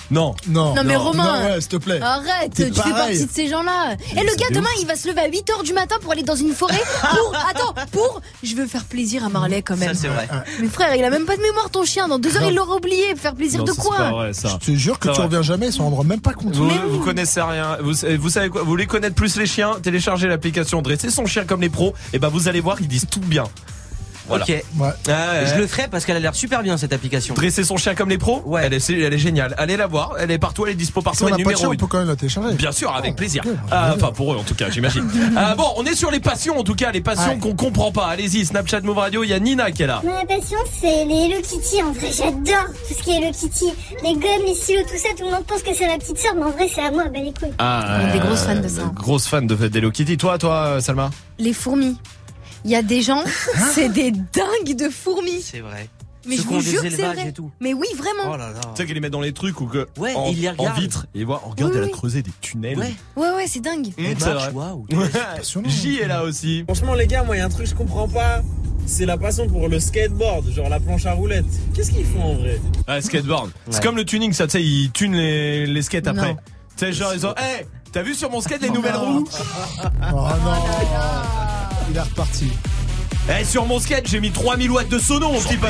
Non. Non, mais Romain. Non, ouais, s'il te plaît. Arrête, T'es tu fais pareil. partie de ces gens-là. Et le gars, demain, il va se lever à 8h du matin pour aller dans une forêt je veux faire plaisir à Marley quand même. Ça, c'est vrai. Mais frère, il a même pas de mémoire, ton chien. Dans 2 heures, il l'aura oublié. Faire plaisir Non, de ça, quoi? c'est pas vrai, ça. Je te jure que C'est tu vrai. reviens jamais, ils s'en rendront même pas compte. Vous connaissez rien. Vous savez quoi? Vous voulez connaître plus les chiens? Téléchargez l'application Dresser son chien comme les pros. Et ben vous allez voir, ils disent tout bien. Voilà. Ok. Je le ferai parce qu'elle a l'air super bien cette application. Dresser son chien comme les pros. Ouais. Elle est géniale. Allez la voir. Elle est partout. Elle est dispo partout. Si on Elle est n'a pas de numéro chien, on 1. peut quand même la télécharger. Bien sûr, avec plaisir. Enfin pour eux en tout cas, j'imagine. Bon, on est sur les passions en tout cas, les passions qu'on comprend pas. Allez-y, Snapchat Move Radio. Il y a Nina qui est là. Ma passion, c'est les Hello Kitty. En vrai, j'adore tout ce qui est Hello Kitty. Les gommes, les stylos, tout ça. Tout le monde pense que c'est ma petite sœur, mais en vrai, c'est à moi. Bah les couilles. On est des grosses fans de ça. Grosse fan d'Hello Kitty. Toi, Salma? Les fourmis. Il y a des gens, c'est des dingues de fourmis. C'est vrai. Mais Ceux je qui ont vous des jure que c'est élevages vrai. et tout. Mais oui, vraiment. Oh là là. Tu sais qu'elle les met dans les trucs ou que Ouais, en, il les en regarde. vitre et voir, regarde, Oui, elle a oui. creusé des tunnels. Ouais. Ouais, c'est dingue. C'est marche, vrai. waouh. J est là aussi. Franchement les gars, moi il y a un truc que je comprends pas, c'est la passion pour le skateboard, genre la planche à roulettes. Qu'est-ce qu'ils font en vrai? Ah, skateboard. C'est Ouais. comme le tuning, ça, tu sais, ils tunent les skates après. Non. Tu sais, genre, ils ont, hey, t'as vu sur mon skate les nouvelles roues? Oh non. Il est reparti. Eh, sur mon skate, j'ai mis 3000 watts de sono, mon petit pote.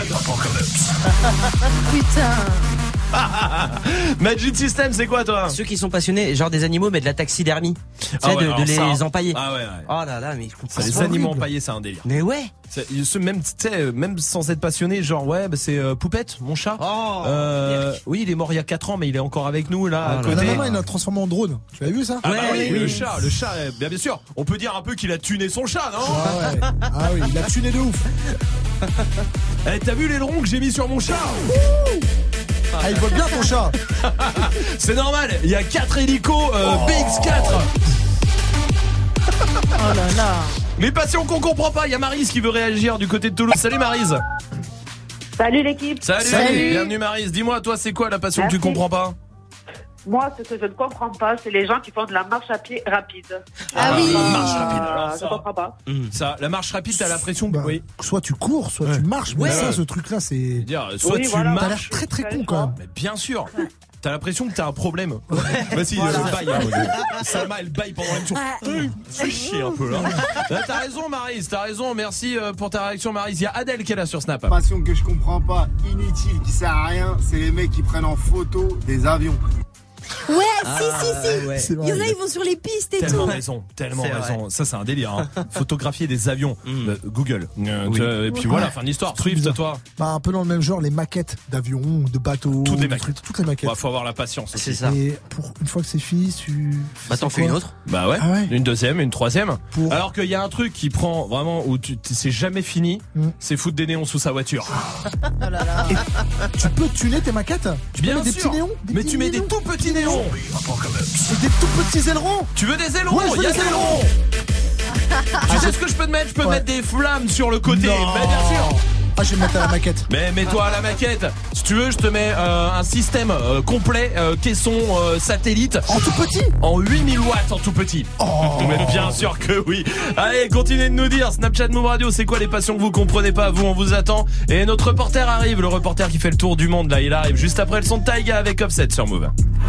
Putain. Magic System, c'est quoi, toi? Ceux qui sont passionnés, genre des animaux, mais de la taxidermie. Tu sais, Ah ouais, de alors les ça, empailler. Ah ouais. Oh là là, mais je comprends Les pas. animaux empaillés, c'est un délire. Mais ouais. Même, tu sais, même sans être passionné, genre, ouais, bah, c'est Poupette, mon chat. Oh, oui, il est mort il y a 4 ans, mais il est encore avec nous, là, à Oh là côté. La maman, il l'a transformé en drone. Tu l'as vu ça? Ah bah Ouais, oui, oui. le chat, bien sûr. On peut dire un peu qu'il a tuné son chat, non? Ah ouais. Ah oui, il a tuné de ouf. Eh, t'as vu l'aileron que j'ai mis sur mon chat? Ah, il vole bien ton chat. C'est normal, il y a 4 hélicos BX4. Oh là là. Les passions qu'on comprend pas, il y a Maryse qui veut réagir du côté de Toulouse. Salut Maryse. Salut l'équipe. Salut. Bienvenue Maryse. Dis-moi, toi, c'est quoi la passion que tu comprends pas? Moi, ce que je ne comprends pas, c'est les gens qui font de la marche à pied rapide. Ah oui. Marche rapide. Alors Je comprends pas. ça, la marche rapide, t'as l'impression que Bah, oui. soit tu cours, soit tu marches. Mais Ouais. ça, ce truc-là, c'est. Dire, soit Oui, tu voilà. T'as l'air marches. très très con quand même. Mais bien sûr. T'as l'impression que t'as un problème. Vas-y, baille. Salma, elle baille pendant l'émission. Fais chier un peu là. T'as raison, Maryse. T'as raison. Merci pour ta réaction, Maryse. Il y a Adèle qui est là sur Snap. Passion que je comprends pas, inutile, qui sert à rien, c'est les mecs qui prennent en photo des avions. Ouais, Ah, si. ouais. Il y en a, ils vont sur les pistes et Tellement tout. raison. C'est Ça, c'est un délire. Hein. Photographier des avions. Google. Et puis voilà, fin d'histoire. Swift, toi. Bah, un peu dans le même genre, les maquettes d'avions, de bateaux. Toutes les de maquettes. toutes les maquettes. Ouais, faut avoir la patience aussi. C'est ça. Et pour une fois que c'est fini, tu. Bah, t'en fais une autre. Bah ouais. Ah ouais. Une deuxième, une troisième. Pour- Alors qu'il y a un truc qui prend vraiment où c'est jamais fini, c'est foutre des néons sous sa voiture. Oh là là. Tu peux tuner tes maquettes? Tu peux Bien mettre des sûr. petits néons? Mais tu mets des tout petits néons. C'est des tout petits ailerons. Tu veux des ailerons? Ouais, je veux Il y a des des ailerons. Tu sais ce que je peux te mettre? Je peux te mettre des flammes sur le côté. Non. Mais bien sûr. Ah, je vais me mettre à la maquette. Mais mets-toi à la maquette. Si tu veux, je te mets un système complet caisson satellite. En tout petit? En 8000 watts en tout petit. Mais bien sûr que oui. Allez, continuez de nous dire. Snapchat Move Radio, c'est quoi les passions que vous comprenez pas? Vous, on vous attend. Et notre reporter arrive, le reporter qui fait le tour du monde là. Il arrive juste après le son de Taiga avec Offset sur Move.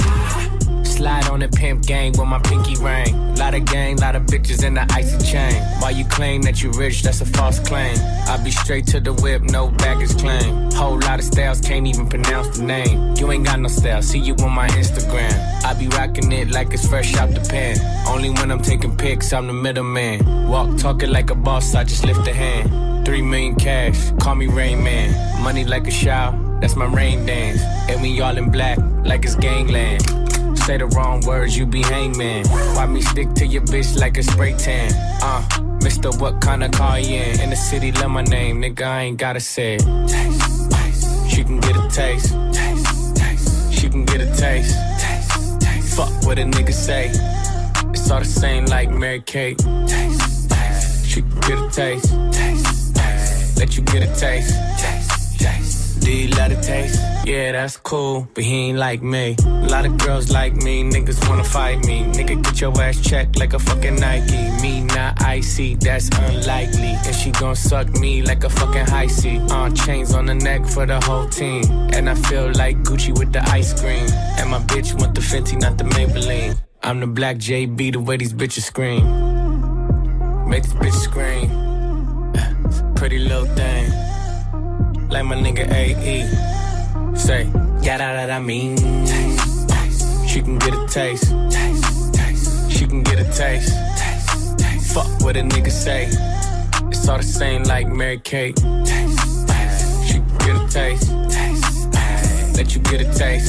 Slide on the pimp gang with my pinky ring. Lot of gang, lot of bitches in the icy chain. While you claim that you rich, that's a false claim. I be straight to the whip, no baggage claim. Whole lot of styles, can't even pronounce the name. You ain't got no style, see you on my Instagram. I be rocking it like it's fresh out the pan. Only when I'm taking pics, I'm the middleman. Walk talking like a boss, I just lift a hand. 3 million cash, call me Rain Man. Money like a shower, that's my rain dance. And we all in black, like it's gangland. Say the wrong words, you be hangman. Why me stick to your bitch like a spray tan? Mister, what kind of car you in the city, love my name, nigga, I ain't gotta say it. Taste, taste. She can get a taste. Taste, taste. She can get a taste. Taste, taste. Fuck what a nigga say. It's all the same like Mary Kate. Taste, taste. She can get a taste. Taste, taste. Let you get a taste. Taste, taste. Do you love the taste? Yeah, that's cool, but he ain't like me. A lot of girls like me, niggas wanna fight me. Nigga, get your ass checked like a fucking Nike. Me not icy, that's unlikely. And she gon' suck me like a fucking high C. Chains on the neck for the whole team. And I feel like Gucci with the ice cream. And my bitch want the Fenty, not the Maybelline. I'm the black JB, the way these bitches scream. Make this bitch scream. Pretty little thing. Like my nigga AE. Say, yeah, that I mean. Taste, taste. She can get a taste. Taste, taste. She can get a taste. Taste, taste. Fuck what a nigga say. It's all the same like Mary Kate. Taste, taste. She can get a taste. Taste, taste. Let you get a taste.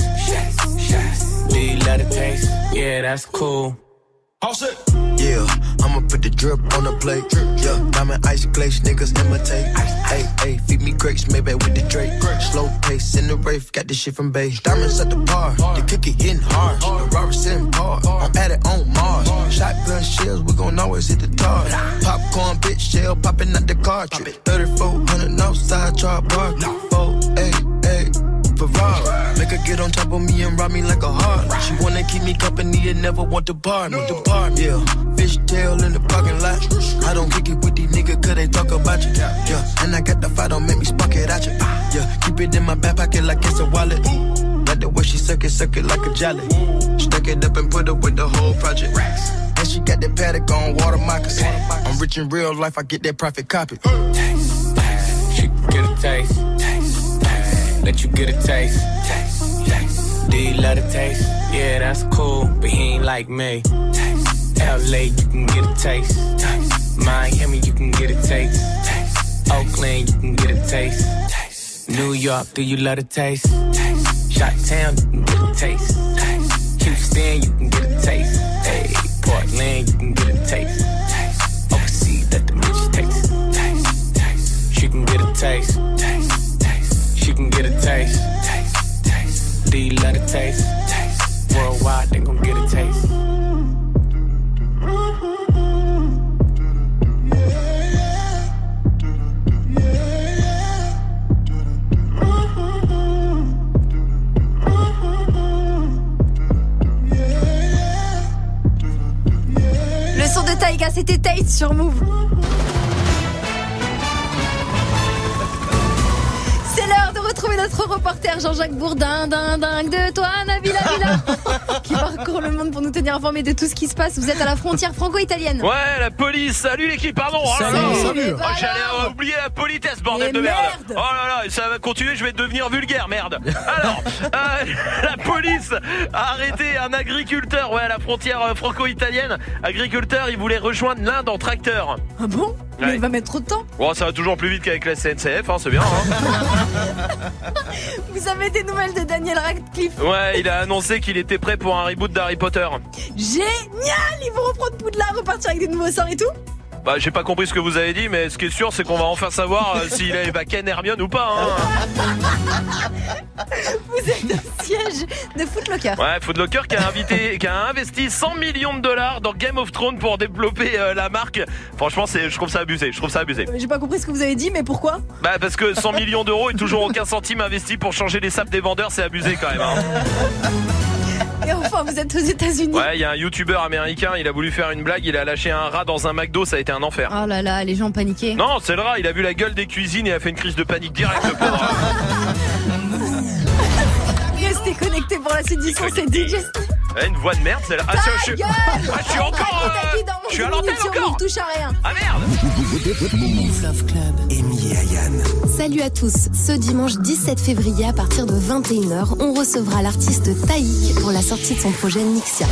Do you let it taste? Yeah, that's cool. All set. Yeah, I'ma put the drip on the plate. Yeah, diamond ice glaze, niggas imitate. Hey, hey, feed me grapes, maybe with the Drake. Slow pace in the rave, got this shit from Bay. Diamonds at the bar, the cookie hitting hard. The Robert sitting hard, I'm at it on Mars. Shotgun shells, we gon' always hit the target. Popcorn, bitch, shell popping out the cartridge. 3400 outside, chart bar. 488. Ferrari. Make her get on top of me and rob me like a heart. She wanna keep me company and never want to bar me. Yeah, fishtail in the parking lot. I don't kick it with these niggas cause they talk about you. Yeah, and I got the fight, don't make me spark it at you. Yeah, keep it in my back pocket like it's a wallet. Like the way she suck it like a jelly. Stuck it up and put up with the whole project. And she got that paddock on water moccasins. I'm rich in real life, I get that profit copy. Taste, taste. She can get a taste. Taste, taste. Let you get a taste. Taste, taste. Do you let it taste? Yeah, that's cool, but he ain't like me. Taste. LA, you can get a taste. Taste. Miami, you can get a taste. Taste. Oakland, you can get a taste. Taste. New York, do you let it taste? Taste. Chi-town, you can get a taste. Taste. Houston, you can get a taste. Hey, Portland, you can get a taste. Taste. Overseas, let the bitch taste. Taste. Taste. She can get a taste. Taste. Taste. She can get a taste. Taste. Taste. Do you let it taste? Taste. Worldwide, they gon' get a taste. Le son de Taïga, c'était Tate sur Move. C'est l'heure de retrouver notre reporter Jean-Jacques Bourdin, dingue de toi, Nabila Villa, qui parcourt le monde pour nous tenir informés de tout ce qui se passe. Vous êtes à la frontière franco-italienne. Ouais, la police. Salut l'équipe, pardon. Salut. Oh, j'allais oublier la politesse, bordel de merde. Oh là là, ça va continuer, je vais devenir vulgaire, merde. Alors, la police a arrêté un agriculteur, ouais, à la frontière franco-italienne. Agriculteur, il voulait rejoindre l'Inde en tracteur. Ah bon? Mais il va mettre trop de temps. Bon, ça va toujours plus vite qu'avec la SNCF, hein, c'est bien. Hein. Vous avez des nouvelles de Daniel Radcliffe? Ouais, il a annoncé qu'il était prêt pour un reboot d'Harry Potter. Génial! Ils vont reprendre Poudlard, repartir avec des nouveaux sorts et tout? Bah, j'ai pas compris ce que vous avez dit, mais ce qui est sûr, c'est qu'on va enfin savoir s'il est Ken Hermione ou pas. Hein. Vous êtes au siège de Footlocker. Ouais, Footlocker qui a investi 100 millions de dollars dans Game of Thrones pour développer la marque. Franchement, je trouve ça abusé. J'ai pas compris ce que vous avez dit, mais pourquoi? Bah, parce que 100 millions d'euros et toujours aucun centime investi pour changer les sapes des vendeurs, c'est abusé quand même. Hein. Et enfin, vous êtes aux États-Unis. Ouais, il y a un youtubeur américain, il a voulu faire une blague, il a lâché un rat dans un McDo, ça a été un enfer. Oh là là, les gens paniquaient. Non, c'est le rat, il a vu la gueule des cuisines et a fait une crise de panique directe, le pauvre. Restez connectés pour la suite du son, c'est DJ. Une voix de merde, c'est là. Je suis encore. Je suis à l'antenne encore. On touche à rien. Ah merde. Move Love Club. Amy et Ayane. Salut à tous. Ce dimanche 17 février à partir de 21h, on recevra l'artiste Taïk pour la sortie de son projet Nixia.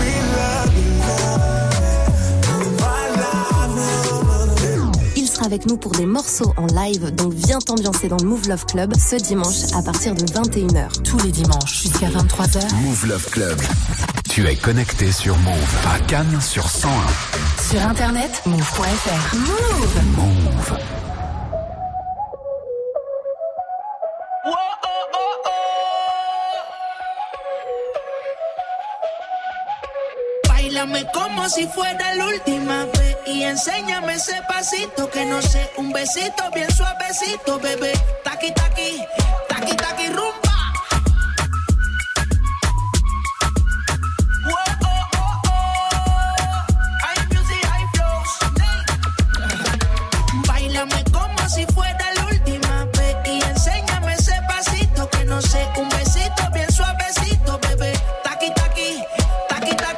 Il sera avec nous pour des morceaux en live, donc viens t'ambiancer dans le Move Love Club ce dimanche à partir de 21h. Tous les dimanches jusqu'à 23h. Move Love Club. Tu es connecté sur Move à Cannes sur 101. Sur internet, move.fr. Move. Báilame como si fuera la última vez y enséñame ese pasito que no sé, un besito bien suavecito, bebé. Taqui taqui, taqui taqui rumba.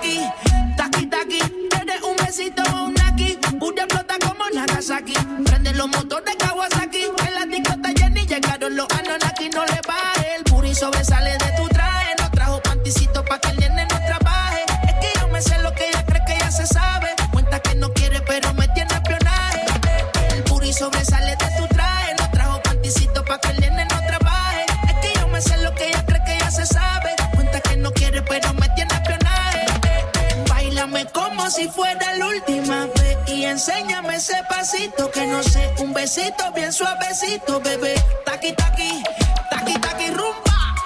taki, taki, taki. ¿Quieres un besito o un naki? Booty explota como Nagasaki. Prende los motores Kawasaki. En la discota Jenny llegaron los Anunnaki. No le baje, el booty sobresale de tu traje. No trajo panticito pa' que el nene no trabaje. Es que yo me sé lo que ella cree que ya se sabe. Cuenta que no quiere pero me tiene espionaje. El booty sobresale de tu traje. No trajo panticito pa' que el nene no trabaje. Es que yo me sé lo que ella cree que ya se sabe. Cuenta que no quiere pero me tiene espionaje. Báilame como si fuera la última vez y enséñame ese pasito que no sé, un besito bien suavecito, bebé. Taki, taki, taki, taki, rumba.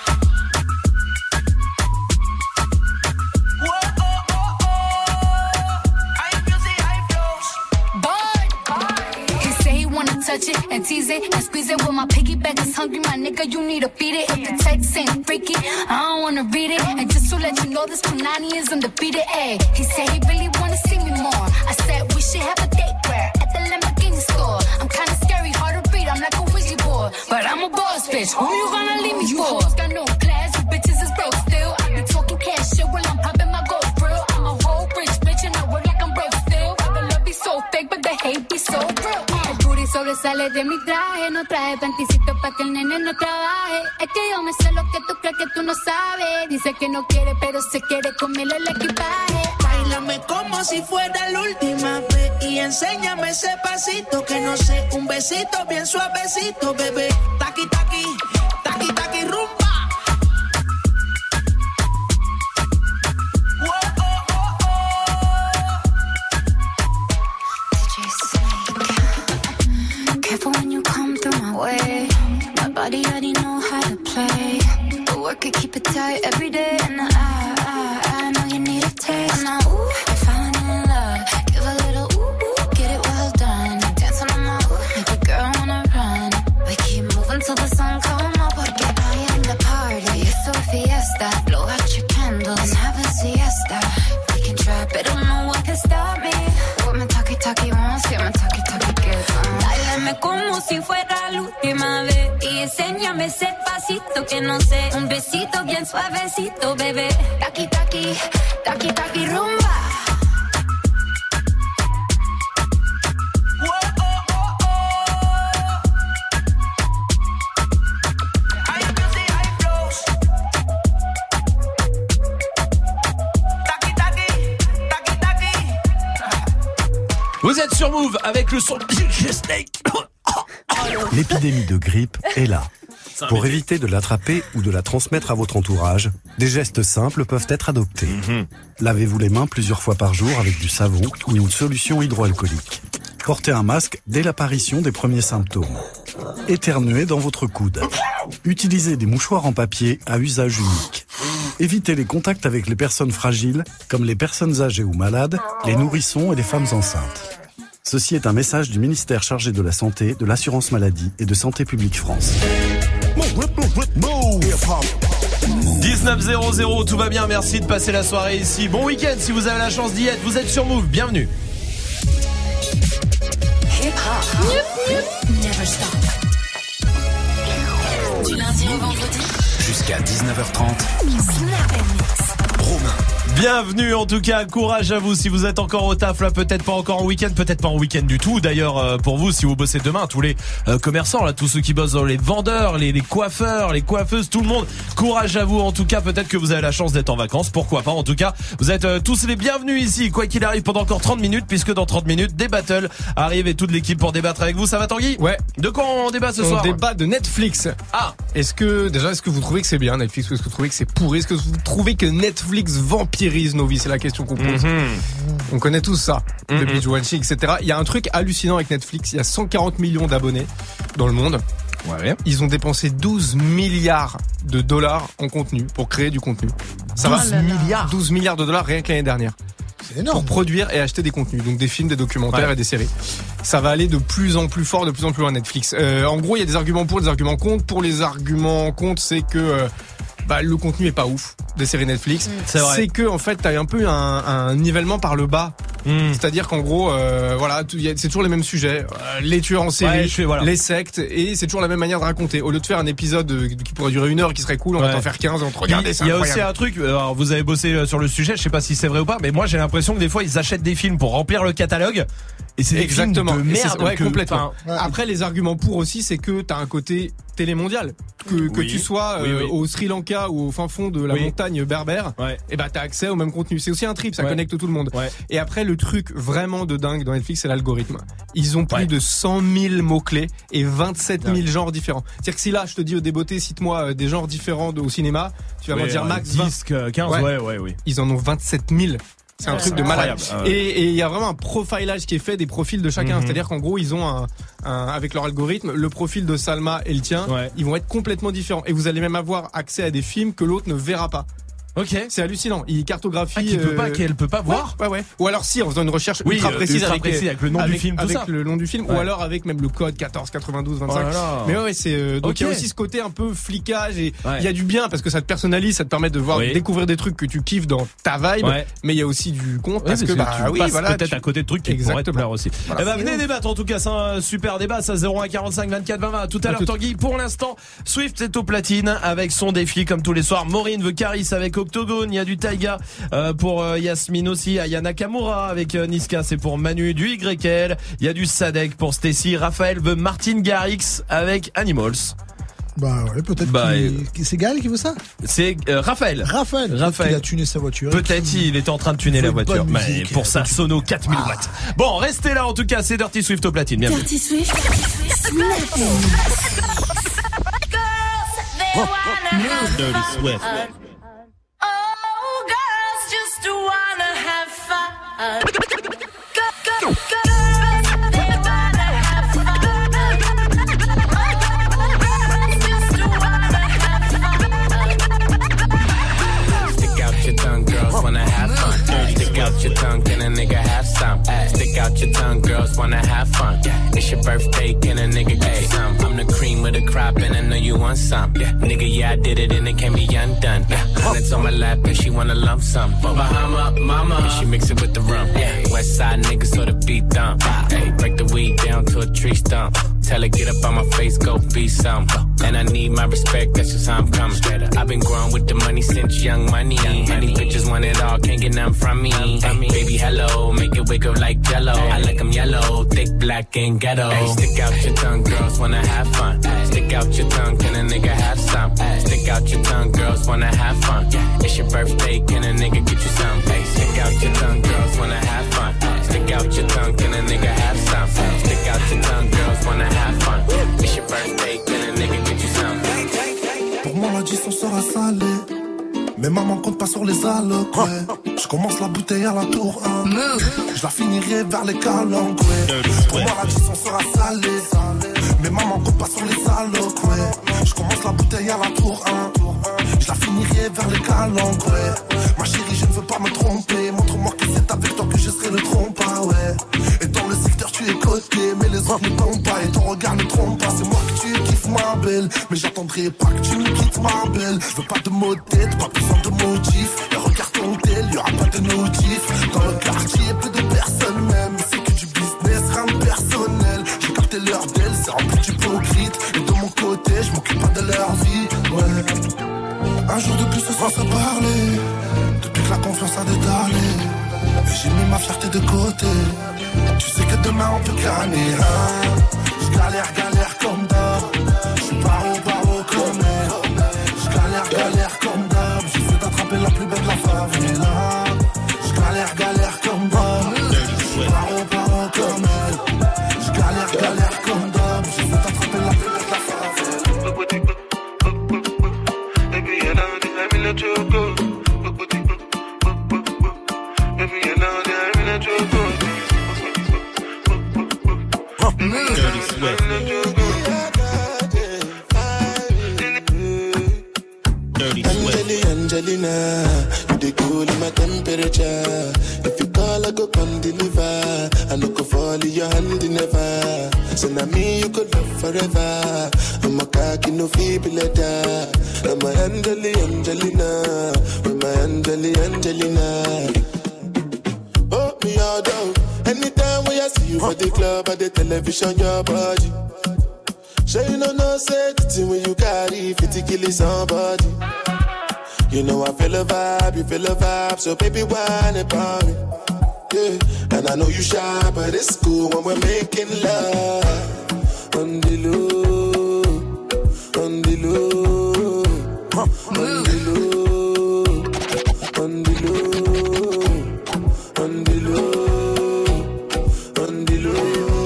Touch it and tease it and squeeze it. When my piggyback is hungry, my nigga, you need to feed it. If the text ain't freaky, I don't wanna read it. And just to let you know, this Punani is undefeated. Ay, he said he really wanna see me more. I said we should have a date where at the Lamborghini store. I'm kinda scary, hard to read. I'm like a Ouija board, but I'm a boss bitch. Who you gonna leave me for? You hoes got no class, you bitches is broke still. I be talking cash shit while I'm popping my gold grill. I'm a whole rich bitch and I work like I'm broke still. The love be so fake, but the hate be so real. Sobresale de mi traje, no traje panticito pa' que el nene no trabaje. Es que yo me sé lo que tú crees que tú no sabes. Dice que no quiere, pero se quiere comerle el equipaje. Báilame como si fuera la última vez y enséñame ese pasito que no sé, un besito bien suavecito, bebé. Taki, taki, taki, taki, rumba. Careful when you come through my way. My body already know how to play. The work it, keep it tight every day. And I know you need a taste. Now, ooh, I'm falling in love. Give a little ooh, get it well done. Dance on my ooh, make a girl wanna run. We keep moving till the sun come up. Porque I am the party. It's a fiesta. Blow out your candles and have a siesta. We can try, but don't know what can stop me. What my talkie wants, get my talkie gets on. Báilame como si fuera la última vez y enséñame ese pasito que no sé, un besito bien suavecito, bebé. Taki, taki, taki, taki, rumba. Vous êtes sur Move avec le son Snake. L'épidémie de grippe est là. Pour éviter de l'attraper ou de la transmettre à votre entourage, des gestes simples peuvent être adoptés. Lavez-vous les mains plusieurs fois par jour avec du savon ou une solution hydroalcoolique. Portez un masque dès l'apparition des premiers symptômes. Éternuez dans votre coude. Utilisez des mouchoirs en papier à usage unique. Évitez les contacts avec les personnes fragiles, comme les personnes âgées ou malades, les nourrissons et les femmes enceintes. Ceci est un message du ministère chargé de la Santé, de l'Assurance Maladie et de Santé Publique France. 19:00, tout va bien, merci de passer la soirée ici. Bon week-end si vous avez la chance d'y être, vous êtes sur Move, bienvenue. Never stop. Du lundi au vendredi. Jusqu'à 19h30. Romain. Bienvenue en tout cas, courage à vous si vous êtes encore au taf là, peut-être pas encore en week-end, peut-être pas en week-end du tout. D'ailleurs pour vous si vous bossez demain, tous les commerçants là, tous ceux qui bossent dans les vendeurs, les coiffeurs, les coiffeuses, tout le monde, courage à vous en tout cas. Peut-être que vous avez la chance d'être en vacances, pourquoi pas. En tout cas vous êtes tous les bienvenus ici, quoi qu'il arrive pendant encore 30 minutes, puisque dans 30 minutes des battles arrivent et toute l'équipe pour débattre avec vous. Ça va Tanguy? Ouais. De quoi on débat ce soir? On débat de Netflix. Ah. Est-ce que vous trouvez que c'est bien Netflix, ou est-ce que vous trouvez que c'est pourri? Est-ce que vous trouvez que Netflix vampirise nos vies? C'est la question qu'on pose. On connaît tous ça, le binge watching, etc. Il y a un truc hallucinant avec Netflix. Il y a 140 millions d'abonnés dans le monde. Ouais. Ils ont dépensé 12 milliards de dollars en contenu pour créer du contenu. Ça 12 milliards de dollars rien que l'année dernière. C'est énorme. Pour produire et acheter des contenus, donc des films, des documentaires et des séries. Ça va aller de plus en plus fort, de plus en plus loin Netflix. En gros, il y a des arguments pour, des arguments contre. Pour les arguments contre, c'est que le contenu est pas ouf des séries Netflix. C'est que en fait, t'as un peu un nivellement par le bas C'est-à-dire qu'en gros, voilà, c'est toujours les mêmes sujets, les tueurs en série, les sectes, et c'est toujours la même manière de raconter. Au lieu de faire un épisode qui pourrait durer 1 heure, qui serait cool, on va t'en faire 15 et on te regarde. Il y a aussi un truc, alors vous avez bossé sur le sujet, je sais pas si c'est vrai ou pas, mais moi j'ai l'impression que des fois ils achètent des films pour remplir le catalogue. Et c'est exactement de merde. Ouais, complètement. Après, les arguments pour aussi, c'est que t'as un côté télé mondial. Que tu sois au Sri Lanka ou au fin fond de la montagne berbère, et bah t'as accès au même contenu. C'est aussi un trip, ça connecte tout le monde. Et après, le truc vraiment de dingue dans Netflix, c'est l'algorithme. Ils ont plus de 100 000 mots-clés et 27 000 genres différents. C'est-à-dire que si là, je te dis au débeauté, cite-moi des genres différents au cinéma, tu vas m'en dire max 10, 15, oui. Ils en ont 27 000. C'est un truc de malade. Et il y a vraiment un profilage qui est fait des profils de chacun. C'est-à-dire qu'en gros, ils ont avec leur algorithme, le profil de Salma et le tien, ils vont être complètement différents. Et vous allez même avoir accès à des films que l'autre ne verra pas. Ok. C'est hallucinant. Il cartographie. Qu'elle peut pas voir. Ouais. Ou alors si, en faisant une recherche ultra précise avec le nom du film, tout ça. Avec le nom du film, ou alors avec même le code 14 92 25. Mais ouais, c'est donc il y a aussi ce côté un peu flicage et il y a du bien parce que ça te personnalise, ça te permet de voir découvrir des trucs que tu kiffes dans ta vibe, mais il y a aussi du compte parce que tu passes peut-être à côté de trucs qui pourraient te plaire aussi. Eh ben venez débattre en tout cas, c'est un super débat, ça 01 45 24 20 20. Tout à l'heure Tanguy, pour l'instant, Swift est au platine avec son défi comme tous les soirs. Maureen veut Caris avec Octogone, il y a du Taiga pour Yasmine aussi, Aya Nakamura avec Niska, c'est pour Manu, du YL, il y a du Sadek pour Stacy, Raphaël veut Martin Garrix avec Animals. Bah ouais, peut-être c'est Gaël qui veut ça. C'est Raphaël. Il a tuné sa voiture. Peut-être il était en train de tuner la voiture. Mais pour sa sono 4000 watts. Bon, restez là en tout cas, c'est Dirty Swift au platine. Bienvenue. Dirty Swift. Dirty Swift. Oh, girls just wanna have fun. Go. Girls wanna have fun. Stick out your tongue, can a nigga have some? Stick out your tongue, girls wanna have fun. It's your birthday, can a nigga get some? I'm the cream of the crop and I know you want some. Nigga, yeah, I did it and it can't be undone. It's on my lap and she wanna lump some. Bahama, mama, and she mix it with the rum. West side niggas so the beat dump. Hey, break the weed down to a tree stump. Tell her get up on my face, go be some. And I need my respect, that's just how I'm coming. I've been growing with the money since young money. Many bitches want it all, can't get none from me. Hey, baby, hello, make it wiggle like jello. I like them yellow, thick, black, and ghetto. Hey, stick out your tongue, girls wanna have fun. Stick out your tongue, can a nigga have some? Stick out your tongue, girls wanna have fun. It's your birthday, can a nigga get you some? Hey, stick out your tongue, girls wanna have fun. Stick out your tongue, can a nigga have some? Stick out your tongue, girls wanna have fun. It's your birthday, can a nigga get you some? Pour moi la distance sera salée, mais maman compte pas sur les allocs, ouais. Je commence la bouteille à la tour 1, je la finirai vers les calanques, ouais. Pour moi la distance sera salée, mais maman compte pas sur les allocs, ouais. Je commence la bouteille à la tour 1, je la finirai vers les calanques, ouais. Ma chérie, je ne veux pas me tromper, montre-moi que c'est avec toi que je serai le trompa, ouais. Et dans le secteur tu es coté, mais les autres ne tombent pas, et ton regard ne trompe pas. C'est moi que tu kiffes, ma belle, mais j'attendrai pas que tu me quittes, ma belle. Je veux pas de mots de tête, pas besoin de motifs. Et regarde ton tel, y'aura pas de notif. Dans le quartier, peu de personnes même, c'est que du business, rien de personnel. J'ai capté leur d'elle, c'est rempli d'hypocrite. Et de mon côté, je m'occupe pas de leur vie, ouais. Un jour de plus ce soir se parler, depuis que la confiance a détalé. Et j'ai mis ma fierté de côté. Tu sais que demain on peut gagner, hein. Je galère comme d'hab. Je suis paro comme elle. Je galère comme d'hab. J'essaie d'attraper la plus belle de la favela. Je galère comme d'hab. Je suis paro comme elle. Je galère comme d'hab. J'essaie d'attraper la plus belle de la favela. Baby, you know that I'm in a choco. Baby, you know that I'm in a choco. Dirty Swift. Dirty Swift. Angelina, you the cool in my temperature. If you call, I go come deliver. I no go fall in your hand never. So now me you could love forever. I'm a cocky no feeble letter. I'm a Angelina, with my Angelina. Oh me Ronaldo. Anytime when I see you for the club or the television, your body. Sure you know say the thing when you carry 50 kill somebody. You know I feel a vibe, you feel a vibe, so baby whine about me. Yeah, and I know you shy, but it's cool when we're making love. On the low, on the low, on the low, on the low, on the low, on the low,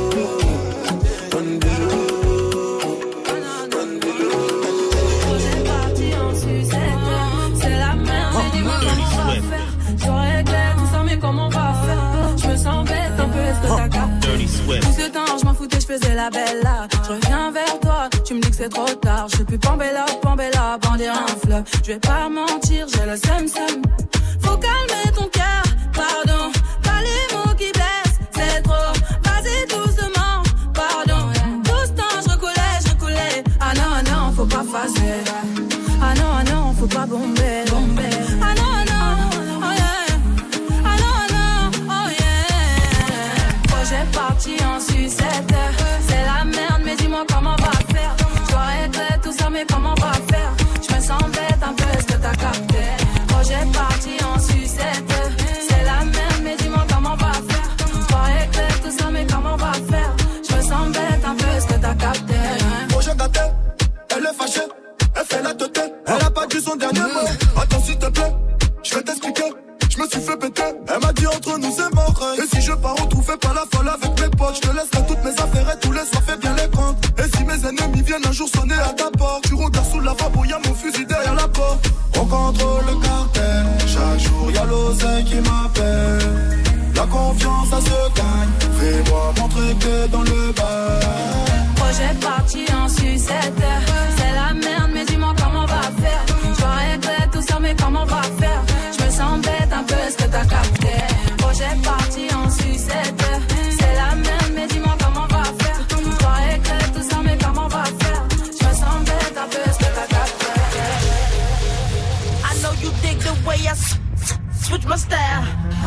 on the low, on the low. J'ai parti en sucette, c'est la merde, mais dis-moi comment on va faire. J'aurais clair tout ça, mais comment on va faire? Je me sens bête un peu, est-ce que t'as capté? Tout ce temps, je m'en foutais, je faisais la belle là. Je reviens vers toi, tu me dis que c'est trop tard. Je sais plus pambella, bander un fleuve. Je vais pas mentir, j'ai le seum. Faut calmer ton cœur, pardon. Pas les mots qui blessent, c'est trop. Vas-y doucement, pardon. Tout ce temps, je recoulais. Ah non, faut pas phaser. Ah non, faut pas bomber. Ah non, oh yeah. Ah non, oh yeah. Projet parti en sucette. C'est la merde, mais dis-moi comment on va faire. Je dois régler tout ça, mais comment on va faire? Je me sens bête un peu, est-ce que t'as capté? Projet parti en sucette. C'est la merde, mais dis-moi comment on va faire. Je dois régler tout ça, mais comment on va faire? Je me sens bête un peu, est-ce que t'as capté? Projet gâté, elle est fâchée, elle fait la tête. Elle a pas dit son dernier mot. Attends s'il te plaît, je vais t'expliquer. Je me suis fait péter, elle m'a dit entre nous c'est mort. Et si je pars retrouver pas la folle avec mes potes, je te laisserai toutes mes affaires et tous les soirs fais bien les comptes. Et si mes ennemis viennent un jour sonner à ta porte, tu regardes sous la lavabo, y'a mon fusil derrière la porte. On contrôle le cartel, chaque jour y'a l'oseille qui m'appelle. La confiance ça se gagne, fais-moi montrer que t'es dans le bar. Projet parti en sucette, c'est la merde, mais dis-moi comment on va faire. Je dois régler tout ça, mais comment on va faire? Je me sens bête un peu, est-ce que t'as capté? Projet parti en sucette, c'est la merde, mais dis-moi comment on va faire. Je dois régler tout ça, mais comment on va faire? Je me sens bête un peu, est-ce que t'as capté? I know you dig the way I switch my style.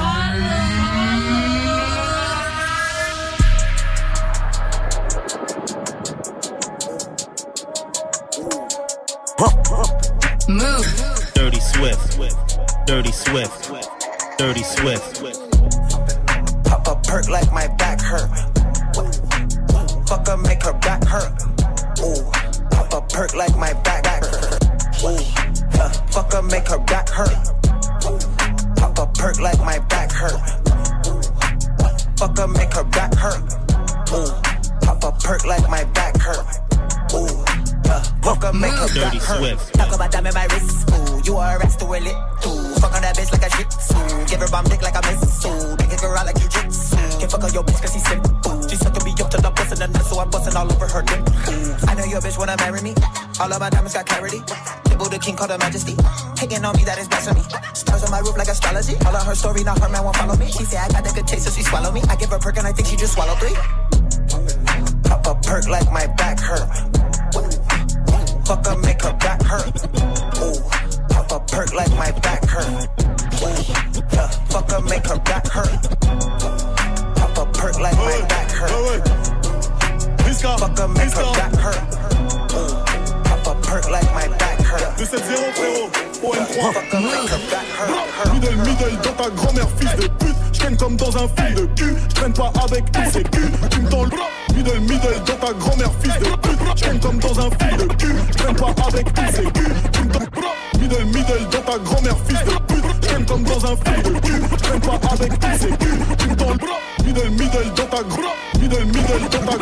Move. Dirty Swift. Dirty Swift. Dirty Swift. Pop a perk like my back hurt. Fuck her, make her back hurt. Ooh, pop a perk like my back hurt. Ooh, fuck her, make her back hurt. Pop a perk like my back hurt. Fuck her, make her back hurt. Ooh, pop a perk like my back hurt. Ooh, fuck her, make her back hurt. Talk about time in my wrist. Ooh, you are a rest to will it too. Fuck on that bitch like a shit. Ooh, give her bomb dick like a miss. Ooh, make a girl out like jujitsu. Can't fuck on your bitch cause he's simple. She sucking me up to the bust in the nuts, so I'm busting all over her lip. I know your bitch wanna marry me. All of my diamonds got clarity. Nibble the king called her majesty. Hating on me, that is blasphemy. Stars on my roof like astrology. All of her story, now her man won't follow me. She say I got the good taste, so she swallow me. I give her a perk and I think she just swallowed 3. Pop a perk like my back hurt. Fuck her, make her back hurt. Ooh, pop a perk like my back hurt. Ooh, fuck her, make her back hurt. Pop a perk like my back hurt. Fuck her, make her back hurt. Ooh, pop a perk like my back hurt. 2-7-0 frérot, pour M3. Middle dans ta grand-mère, fils de pute. J'traîne comme dans un film de cul. J'traîne pas avec une sécu. Tu me tends le middle dans ta grand-mère, fils de pute. J'traîne comme dans un film de cul. J'traîne pas avec une sécu. Tu me tends middle dans ta grand-mère, fils de pute. J'traîne comme dans un film de cul. J'traîne pas avec une sécu. Tu me tends le middle dans ta middle dans ta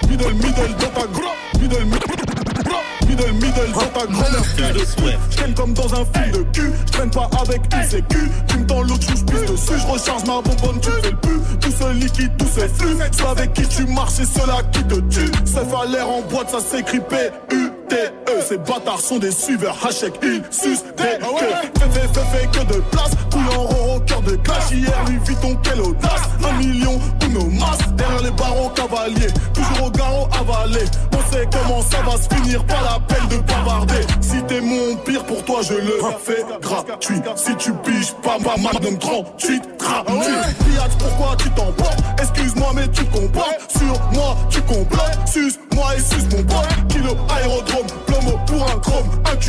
middle dans ta grand-mère, fils de pute. J'traîne comme dans un film de cul. J'traîne pas avec une sécu. Tu me tends l'autre, je pisse dessus. Je recharge ma bonbonne, tu fais le pu. Tout ce liquide, tout ce flux. C'est avec qui tu marches et ceux-là qui te tuent. Ça fait l'air en boîte, ça s'écrit P-U-T-E. Ces bâtards sont des suiveurs. Hachek, ils sucent des queues. Fait que de place. Coule en roro, cœur de clash. Hier, lui vit ton quelle audace. 1 million ou nos masses. Derrière les barreaux cavaliers. Toujours au garrot avalé. On sait comment ça va se finir. Pas la peine de bavarder. Si t'es mon pire, pour toi je le fais gratuit. Si tu piges pas ma magnum 38 gratuit. Piat, pourquoi tu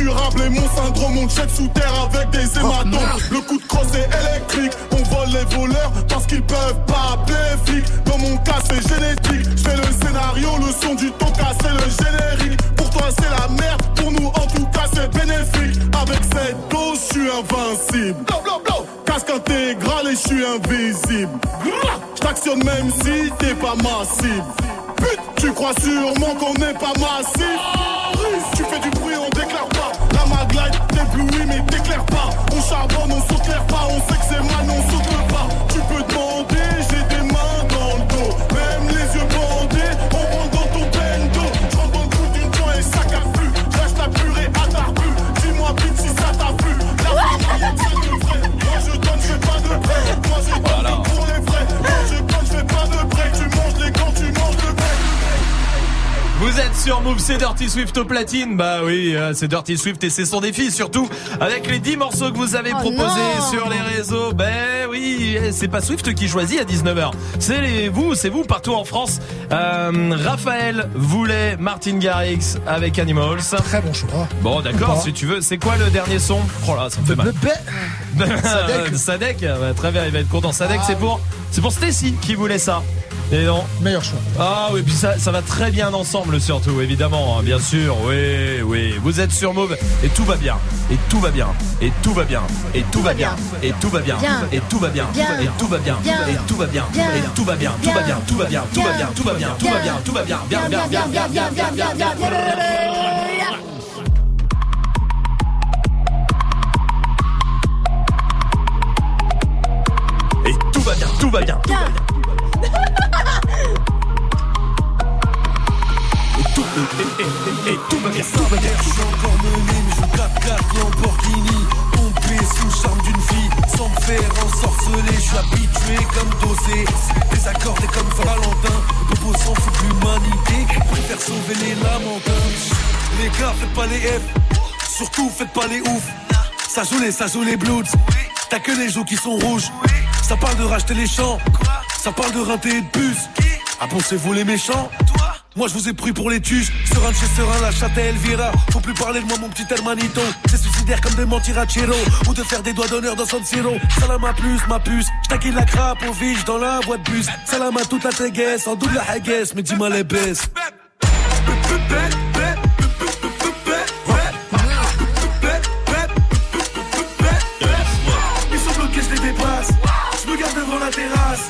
incommensurable et mon syndrome, on check sous terre avec des hématomes. Le coup de crosse est électrique, on vole les voleurs parce qu'ils peuvent pas appeler les flics. Dans mon cas c'est génétique, je fais le scénario, le son du toka c'est le générique. Pour toi c'est la merde, pour nous en tout cas c'est bénéfique. Avec cette dose je suis invincible. Casque intégral et je suis invisible. J't'actionne même si t'es pas ma cible. Pute, tu crois sûrement qu'on n'est pas massif. Tu fais du bruit, on déclare pas. La maglite t'éblouit mais t'éclaire pas. On charbonne, on saute l'air pas. On sait que c'est mal, on saute le pas. Tu peux demander, j'ai des mains dans le dos. Même les yeux bandés, on rentre dans ton bendo. J'rentre dans le trou d'une joint et ça afflue. J'lâche la purée à ta rue. Dis-moi vite si ça t'a plu. Moi je donne, je fais pas de prêt. Moi je donne pour les vrais. Moi je donne, je fais pas de prêt. Tu manges les gants, tu manges le bec. Vous êtes sur Move, c'est Dirty Swift au platine. Bah oui, c'est Dirty Swift et c'est son défi, surtout avec les 10 morceaux que vous avez proposés sur les réseaux. Ben oui, c'est pas Swift qui choisit à 19h. C'est vous partout en France. Raphaël voulait Martin Garrix avec Animals. Très bon choix. Bon, d'accord, si tu veux. C'est quoi le dernier son? Oh là, ça me fait mal. Sadek. Très bien, il va être content. Sadek, c'est pour Stacy qui voulait ça. Et non. Meilleur choix. Ah oui, puis ça va très bien ensemble surtout, évidemment, bien sûr. Oui. Vous êtes sur Move et tout va bien. Et tout va bien. Et tout va bien. Et tout va bien. Et tout va bien. Et tout va bien. Et tout va bien. Et tout va bien. Et tout va bien. Tout va bien. Tout va bien. Tout va bien. Tout va bien. Tout va bien. Tout va bien. Bien. Et tout va bien. Tout va bien. Et tout va bien. Je suis encore mené, mais je 4x4 Lamborghini. Pompé sous le charme d'une fille, sans me faire ensorceler. Je suis habitué comme dosé, désaccordé comme Valentin. Le beau sang fout de l'humanité, préfère sauver les lamentins. Les gars, faites pas les F, surtout faites pas les ouf. Ça joue les bloods. T'as que les joues qui sont rouges. Ça parle de racheter les champs, ça parle de rinter et de puce. Ah bon, c'est vous les méchants? Moi je vous ai pris pour les tuches. Serein de chez Serein, la chatte à Elvira. Faut plus parler de moi mon petit hermanito. C'est suicidaire comme de mentir à Chiro, ou de faire des doigts d'honneur dans San Siro. Salam à plus, ma puce. J'taquille la crape au vige dans la voie de bus. Salam à toute la téguesse, en double la haguesse. Mais dis-moi les baisses. Ils sont bloqués, je les dépasse. Je me garde devant la terrasse.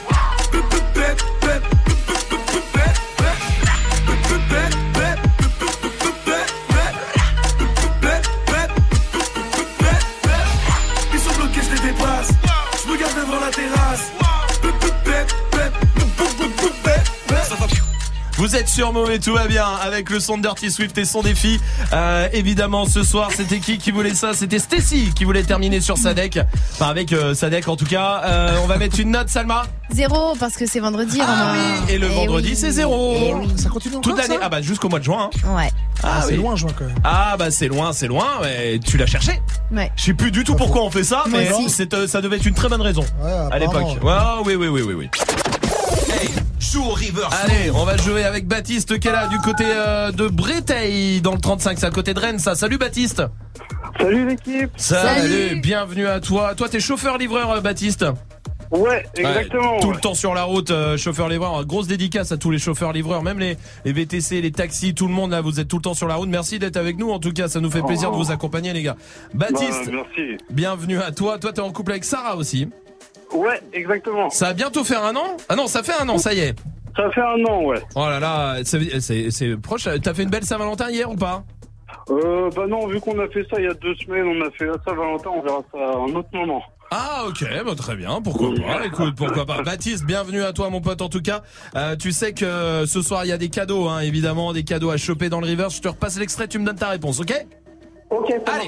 Vous êtes sur Move et tout va bien avec le son de Dirty Swift et son défi. Évidemment, ce soir, c'était qui voulait ça? C'était Stacy qui voulait terminer sur Sadek. Enfin, avec Sadek en tout cas. On va mettre une note, Salma? 0 parce que c'est vendredi. Et le vendredi, c'est 0. Ça continue encore toute l'année. Ah bah jusqu'au mois de juin. Ouais. C'est loin, juin quand même. Ah bah c'est loin. Mais tu l'as cherché? Ouais. Je sais plus du tout pourquoi on fait ça, mais ça devait être une très bonne raison à l'époque. Oui. Hey, joue au River. Allez, on va jouer avec Baptiste qui est là du côté de Bréteil dans le 35, c'est à côté de Rennes ça. Salut Baptiste. Salut l'équipe. Salut, bienvenue à toi. Toi t'es chauffeur-livreur Baptiste? Ouais, exactement. Tout le temps sur la route, chauffeur-livreur. Grosse dédicace à tous les chauffeurs-livreurs, même les VTC, les taxis, tout le monde là, vous êtes tout le temps sur la route. Merci d'être avec nous en tout cas, ça nous fait plaisir de vous accompagner les gars. Baptiste, merci. Bienvenue à toi. Toi t'es en couple avec Sarah aussi? Ouais, exactement. Ça va bientôt faire 1 an? Ah non, ça fait 1 an, ça y est. Ça fait 1 an, ouais. Oh là là, c'est proche. T'as fait une belle Saint-Valentin hier ou pas? Bah non, vu qu'on a fait ça il y a 2 semaines, on a fait la Saint-Valentin, on verra ça à un autre moment. Ah ok, bah très bien, pourquoi pas, écoute, pourquoi pas. Baptiste, bienvenue à toi mon pote en tout cas. Tu sais que ce soir il y a des cadeaux, hein, évidemment, des cadeaux à choper dans le River. Je te repasse l'extrait, tu me donnes ta réponse, ok? Ok, allez.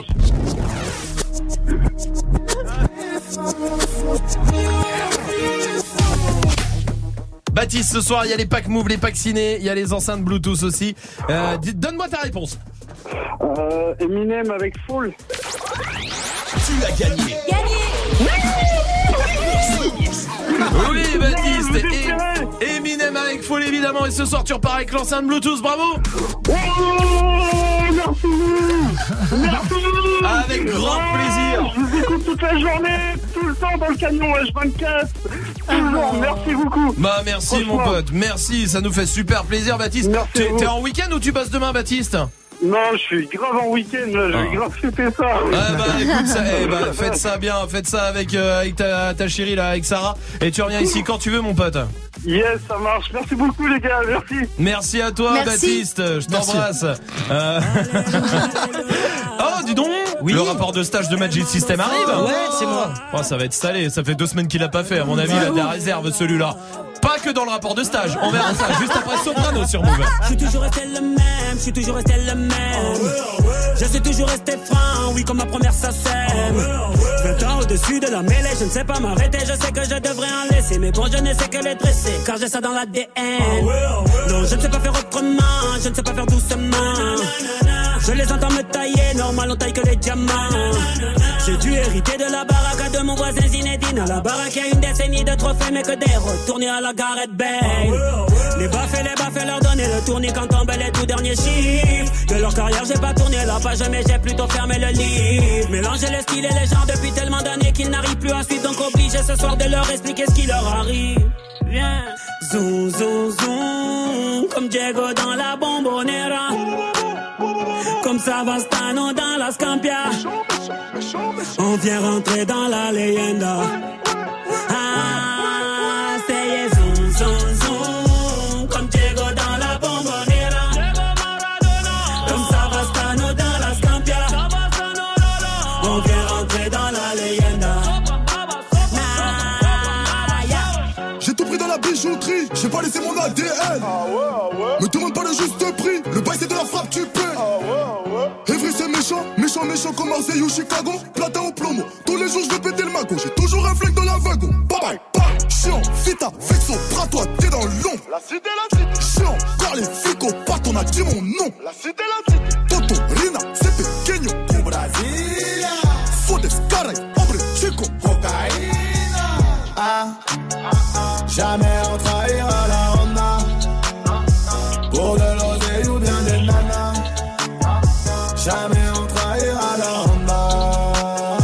Baptiste, ce soir il y a les packs Move, les packs ciné, il y a les enceintes Bluetooth aussi. Donne-moi ta réponse. Eminem avec Fall. Tu as gagné. Oui Baptiste, et Eminem avec Fall évidemment. Et ce soir tu repars avec l'enceinte Bluetooth, bravo. Merci. Avec grand plaisir. Je vous écoute toute la journée, tout le temps dans le camion H24. Toujours, merci beaucoup. Bah merci mon pote, merci, ça nous fait super plaisir Baptiste. T'es en week-end ou tu bosses demain Baptiste? Non, je suis grave en week-end, là, je vais grave fêter ça. Ah bah écoute, faites ça bien, faites ça avec ta chérie là, avec Sarah. Et tu reviens ici quand tu veux mon pote. Yes, ça marche, merci beaucoup les gars, merci. Merci à toi Baptiste, je t'embrasse. Oh dis donc, le rapport de stage de Magic System arrive. Ouais, c'est moi. Oh, ça va être salé, ça fait 2 semaines qu'il l'a pas fait à mon avis, il a de la réserve celui-là. Pas que dans le rapport de stage, on verra ça juste après Soprano sur Move. Je suis toujours resté le même, je suis toujours resté le même. Je suis toujours resté franc, oui comme ma première ça sème. 20 ans au-dessus de la mêlée, je ne sais pas m'arrêter, je sais que je devrais en laisser. Mais bon, je ne sais que les dresser, car j'ai ça dans l'ADN. Non, je ne sais pas faire autrement, je ne sais pas faire doucement. Je les entends me tailler, normal on taille que les diamants. J'ai dû hériter de la baraque de mon voisin Zinedine. À la baraque, y a une décennie de trophées, mais que des retournés à la Gareth Bale. Les baffes, leur donner le tournis quand tombent les tout derniers chiffres. De leur carrière, j'ai pas tourné la page, mais j'ai plutôt fermé le livre. Mélanger les styles et les genres depuis tellement d'années qu'ils n'arrivent plus à suivre. Donc obligé ce soir de leur expliquer ce qui leur arrive. Viens, zoom, zoom, zoom, comme Diego dans la Bombonera. Comme Savastano dans la Scampia. On vient rentrer dans la leyenda. Ah, c'est zoom, zoom, zoom. Comme Diego dans la Bombonera. Comme Savastano dans la Scampia. On vient rentrer dans la leyenda. J'ai tout pris dans la bijouterie, j'ai pas laissé mon ADN. Me demande pas le juste prix, le bail c'est de la frappe, tu paies. Evry c'est méchant comme Marseille ou Chicago. Platin au plomo, tous les jours je vais péter le magot. J'ai toujours un flingue dans la wagon. Bye bye, bye, chiant, vita, vexo, bras toi, t'es dans l'ombre. La cité, chiant, car les flics pas on a dit mon nom. La cité, Toto, Rina, c'est pequeño. Au Brasilia, Fodes, Caray, Hombre, Chico, cocaïna. Ah, jamais on trahira la Honda. Pour de l'oseille ou bien des nanas. Jamais on trahira la Honda.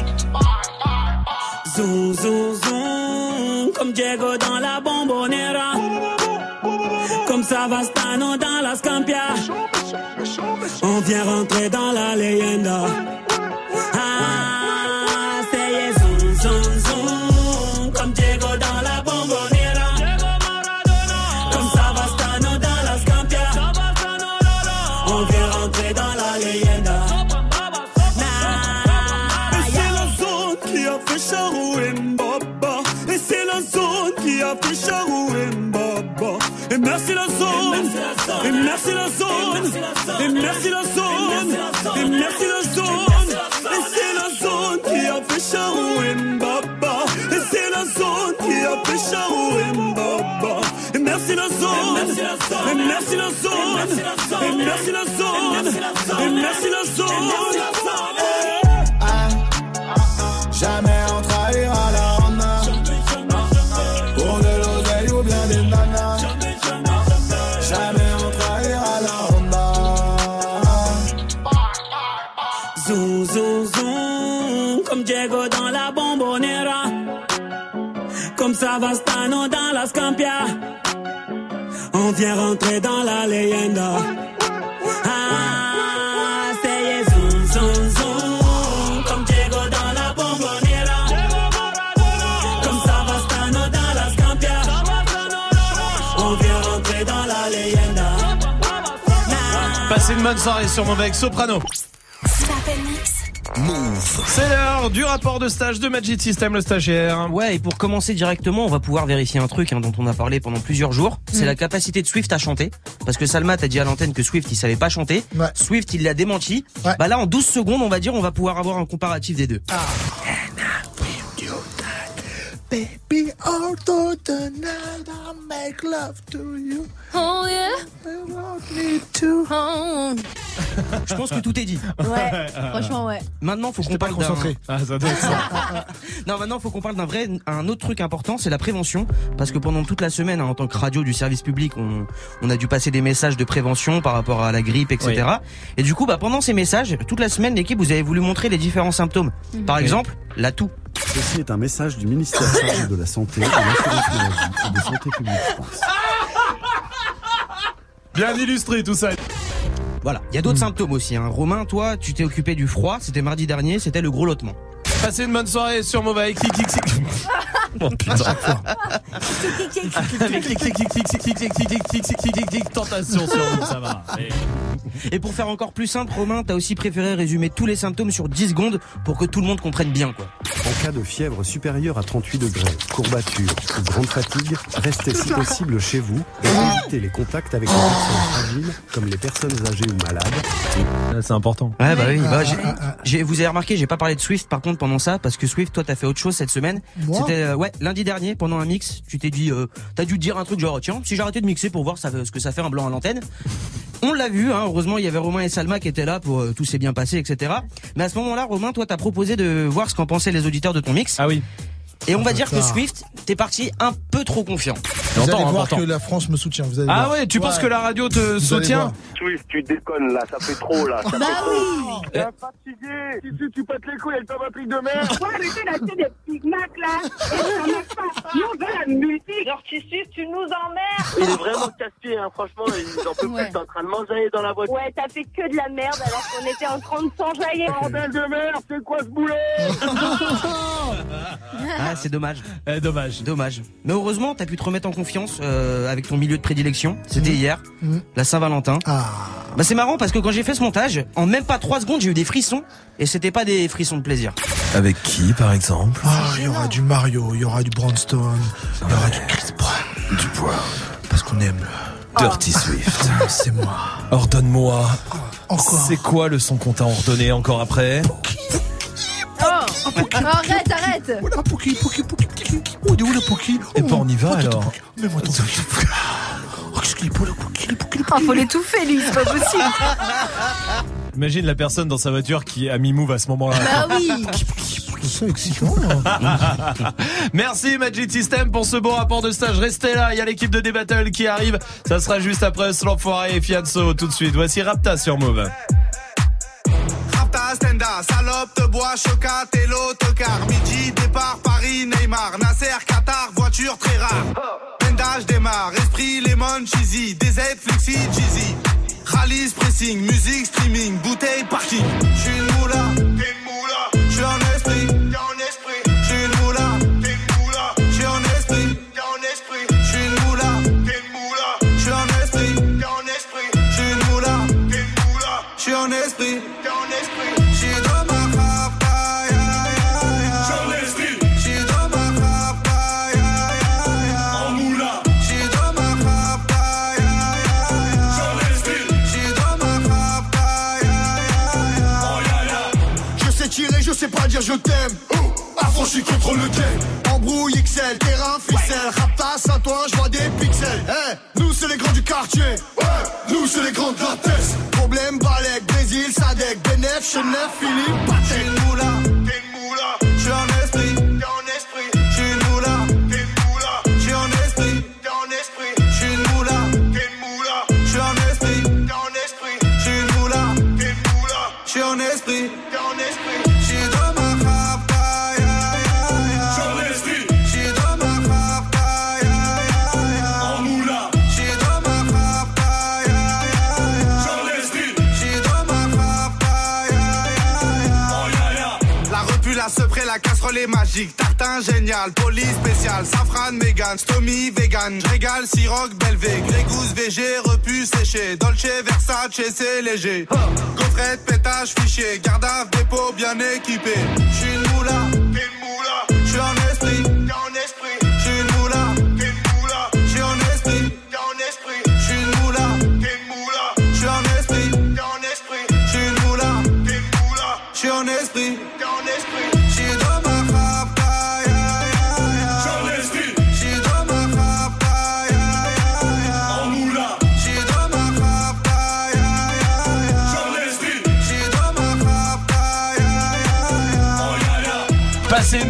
Zoom, zoom, zoom, comme Diego dans la Bombonera. Comme Savastano dans la Scampia. On vient rentrer dans la leyenda. Ah, c'est zoom, zoom, zoom, comme Diego dans la Bombonera. Comme Savastano dans la Scampia. On vient rentrer dans la leyenda. Et c'est la zone qui a fait Charou Mbaba. Et c'est la zone qui a fait Charou Mbaba. Et merci la zone. Et merci la zone. Et merci la zone. Et merci la zone. Et c'est la zone qui a fait Charou Mbaba. Et c'est la zone qui a fait Charou Mbaba. Et merci la zone. Et merci la zone. Et merci la zone. Et merci la zone. Jamais on trahira la Honda. Pour de l'oseille ou bien des nanas. Jamais on trahira la Honda. Zoom, zoom, zoom, comme Diego dans la Bombonera. Comme Savastano dans la Scampia. On vient rentrer dans la leyenda. Ah, c'est zoom, zoom, zoom, comme Diego dans la Bombonera. Comme Savastano dans la Scampia. On vient rentrer dans la leyenda. Passez une bonne soirée sur Move avec Soprano. Move. C'est l'heure du rapport de stage de Magic System, le stagiaire. Ouais, et pour commencer directement, on va pouvoir vérifier un truc dont on a parlé pendant plusieurs jours. C'est la capacité de Swift à chanter. Parce que Salma t'a dit à l'antenne que Swift, il savait pas chanter. Ouais. Swift, il l'a démenti. Ouais. Bah là, en 12 secondes, on va dire, on va pouvoir avoir un comparatif des deux. Be all through the night, I'll make love to you. Oh yeah. I want me to. Oh. Je pense que tout est dit. Ouais, franchement ouais. Maintenant, faut qu'on parle concentré. Ah, ça doit être ça. Non, maintenant, faut qu'on parle un autre truc important, c'est la prévention. Parce que pendant toute la semaine, en tant que radio du service public, on a dû passer des messages de prévention par rapport à la grippe, etc. Oui. Et du coup, pendant ces messages, toute la semaine, l'équipe, vous avez voulu montrer les différents symptômes. Par exemple, la toux. Ceci est un message du ministère chargé de la Santé, de l'Assurance Maladie et de Santé Publique France. Bien illustré tout ça. Voilà, il y a d'autres symptômes aussi. Romain, toi, tu t'es occupé du froid, c'était mardi dernier, c'était le gros lottement. Passez une bonne soirée sur Mova. Clic. Oh putain. Tentation sur nous, ça va. Et pour faire encore plus simple, Romain, t'as aussi préféré résumer tous les symptômes sur 10 secondes pour que tout le monde comprenne bien, quoi. En cas de fièvre supérieure à 38 degrés, courbature ou grande fatigue, restez si possible chez vous et évitez les contacts avec les personnes fragiles, comme les personnes âgées ou malades. Là, c'est important. Ouais, bah oui. Vous avez remarqué, j'ai pas parlé de Swift par contre pendant ça, parce que Swift, toi, t'as fait autre chose cette semaine. Moi C'était lundi dernier pendant un mix. Tu t'es dit, t'as dû te dire un truc genre tiens, si j'arrêtais de mixer pour voir ce que ça fait un blanc à l'antenne. On l'a vu, heureusement il y avait Romain et Salma qui étaient là pour tout s'est bien passé, etc. Mais à ce moment-là, Romain, toi t'as proposé de voir ce qu'en pensaient les auditeurs de ton mix. Ah oui. Et on va dire que Swift, t'es parti un peu trop confiant. Vous allez voir que la France me soutient. Vous allez voir. Ouais, tu penses que la radio te soutient? Swift, tu déconnes là, ça fait trop là. Bah oui. T'es fatigué. Si tu pètes les couilles avec ta batterie de merde. Ouais, arrêtez d'acheter des petits Macs là. Et ça marche pas. Nous on veut la musique. Genre tu nous emmerdes. Il est vraiment casse-pied, franchement, ils en peuvent plus. T'es en train de m'enjailler dans la voiture. Ouais, t'as fait que de la merde alors qu'on était en train de s'enjailler. Bordel de merde, c'est quoi ce boulot? Ah, c'est dommage. Dommage. Mais heureusement, t'as pu te remettre en confiance avec ton milieu de prédilection. C'était hier, la Saint-Valentin. Bah c'est marrant parce que quand j'ai fait ce montage, en même pas 3 secondes, j'ai eu des frissons. Et c'était pas des frissons de plaisir. Avec qui, par exemple? Il y aura du Mario, il y aura du Brandstone, il y aura du Chris Brown. Du poids. Parce qu'on aime le Dirty Swift. C'est moi. Ordonne-moi. Encore. C'est quoi le son qu'on t'a ordonné encore après? Arrête. Voilà, Poki. Où est le Poki? Et pas on y va alors. Mets-moi ton Poki. Oh, qu'est-ce qu'il est beau le Poki. Faut l'étouffer lui, c'est pas possible. Imagine la personne dans sa voiture qui a mis move à ce moment-là. Bah oui. C'est excitant. Merci Magic System pour ce bon rapport de stage. Restez là, il y a l'équipe de D-Battle qui arrive. Ça sera juste après l'enfoiré et Fianso tout de suite. Voici Rapta sur Move. Stenda, salope, te bois, chocat et l'autocar. Midi, départ, Paris, Neymar, Nasser, Qatar, voiture très rare. Pendage démarre, esprit, lemon, cheesy, DZ, flexi, cheesy. Rallye, pressing, musique, streaming, bouteille, parking. J'suis une moula, t'es une moula. J'suis en esprit, t'es en esprit. J'suis une moula, t'es une moula. J'suis en esprit, t'es en esprit. J'suis une moula, t'es une moula. J'suis en esprit, t'es en esprit. J'suis une moula, t'es une moula. J'suis en esprit, t'es en esprit. Je sais pas dire je t'aime, affranchi contre le game. Embrouille XL, terrain, ficelle, Rapta, Saint-Ouen, je vois des pixels. Nous c'est les grands du quartier, nous c'est les grands de la tête. Problème, Balek, Brésil, Sadek, Benef, Chenef, Philippe, Patek. J'suis une moula, t'es une moula. J'suis en esprit, t'es en esprit. J'suis une moula, t'es une moula. J'suis en esprit, t'es en esprit. J'suis une moula, t'es une moula. J'suis en esprit, t'es en esprit. J'suis une moula, t'es une moula. J'suis en esprit, t'es en esprit. La casserole est magique, tartin génial, police spécial, safran, mégan, stomy, vegan, régale, siroc, belvé, grégousse, VG, repu, séché, dolce, Versace, c'est léger. Gaufrette, pétage, fichier, garde à dépôt bien équipé. J'suis une moula, t'es une moula, j'suis en esprit, t'es en esprit. J'suis une moula, t'es une moula, j'suis en esprit, t'es en esprit. J'suis une moula, t'es une moula, j'suis en esprit, t'es en esprit. J'suis une moula, t'es une moula, j'suis en esprit, t'es en esprit.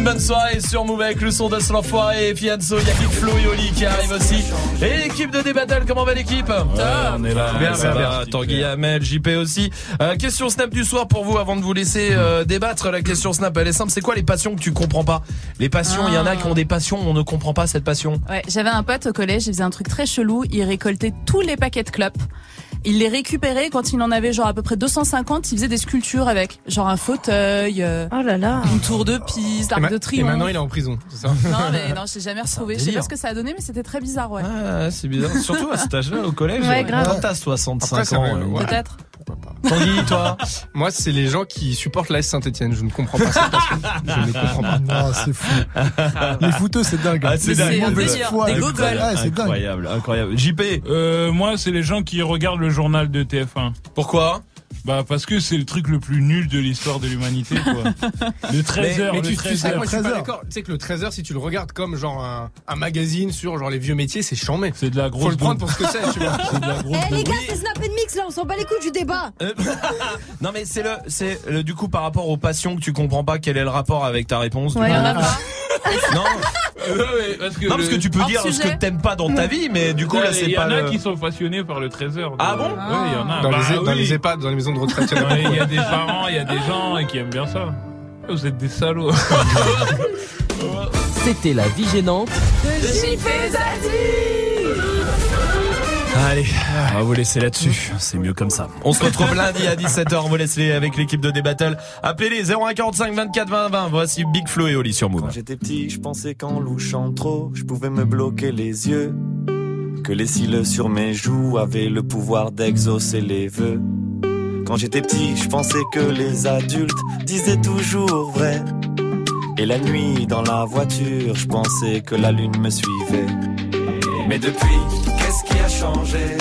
bonne soirée sur Move avec le son de l'enfoiré et Fianso, il y a Big Flo et Oli qui arrive aussi. Et l'équipe de D-Battle, comment va l'équipe? On est là. Bien, ça va. Tanguy, Amel, JP aussi. Question Snap du soir pour vous avant de vous laisser débattre. La question Snap, elle est simple. C'est quoi les passions que tu comprends pas? Les passions, il y en a qui ont des passions, on ne comprend pas cette passion. Ouais, j'avais un pote au collège, il faisait un truc très chelou, il récoltait tous les paquets de clopes. Il les récupérait quand il en avait genre à peu près 250, il faisait des sculptures avec, genre un fauteuil, une tour de piste, arc de triomphe. Et maintenant il est en prison, c'est ça? Non, je l'ai jamais retrouvé. Je sais pas ce que ça a donné, mais c'était très bizarre, ouais. Ah, c'est bizarre. Surtout à cet âge-là, au collège. Ouais, grave. Quand t'as 65 ans. Peut-être. Tanguy, toi? Moi, c'est les gens qui supportent l'AS Saint-Etienne. Je ne comprends pas ça. Je ne comprends pas. Non, c'est fou. Les footeux, c'est dingue. Ah, c'est dingue. Des gogoles. Ah, c'est dingue. Incroyable. JP? Moi, c'est les gens qui regardent le journal de TF1. Pourquoi? Bah parce que c'est le truc le plus nul de l'histoire de l'humanité, quoi. Le 13h, mais le 13h. Moi, je suis pas d'accord. Tu sais que le 13h, si tu le regardes comme genre un magazine sur genre les vieux métiers, c'est chambé. C'est de la grosse. Faut le prendre pour ce que c'est, tu vois. C'est de la grosse. Les gars, c'est Snap and Mix là, on s'en bat les couilles du débat. Non mais c'est le du coup par rapport aux passions que tu comprends pas, quel est le rapport avec ta réponse? Ouais, on a pas. Non. Parce que tu peux dire ce que t'aimes pas dans ta vie, mais du coup là c'est pas. Il y en a qui sont passionnés par le 13h. Ah bon? Oui, il y en a. Dans les EHPAD, dans les maisons de retraite. Il y a des parents, il y a des gens qui aiment bien ça. Vous êtes des salauds. C'était la vie gênante de JP Zadi. Allez, on va vous laisser là-dessus. C'est mieux comme ça. On se retrouve lundi à 17h. On vous laisse avec l'équipe de D-Battle. Appelez-les 0145 24 20 20. Voici Big Flo et Oli sur Move. Quand j'étais petit, je pensais qu'en louchant trop, je pouvais me bloquer les yeux. Que les cils sur mes joues avaient le pouvoir d'exaucer les vœux. Quand j'étais petit, je pensais que les adultes disaient toujours vrai. Et la nuit, dans la voiture, je pensais que la lune me suivait. Mais depuis, qu'est-ce qui a changé?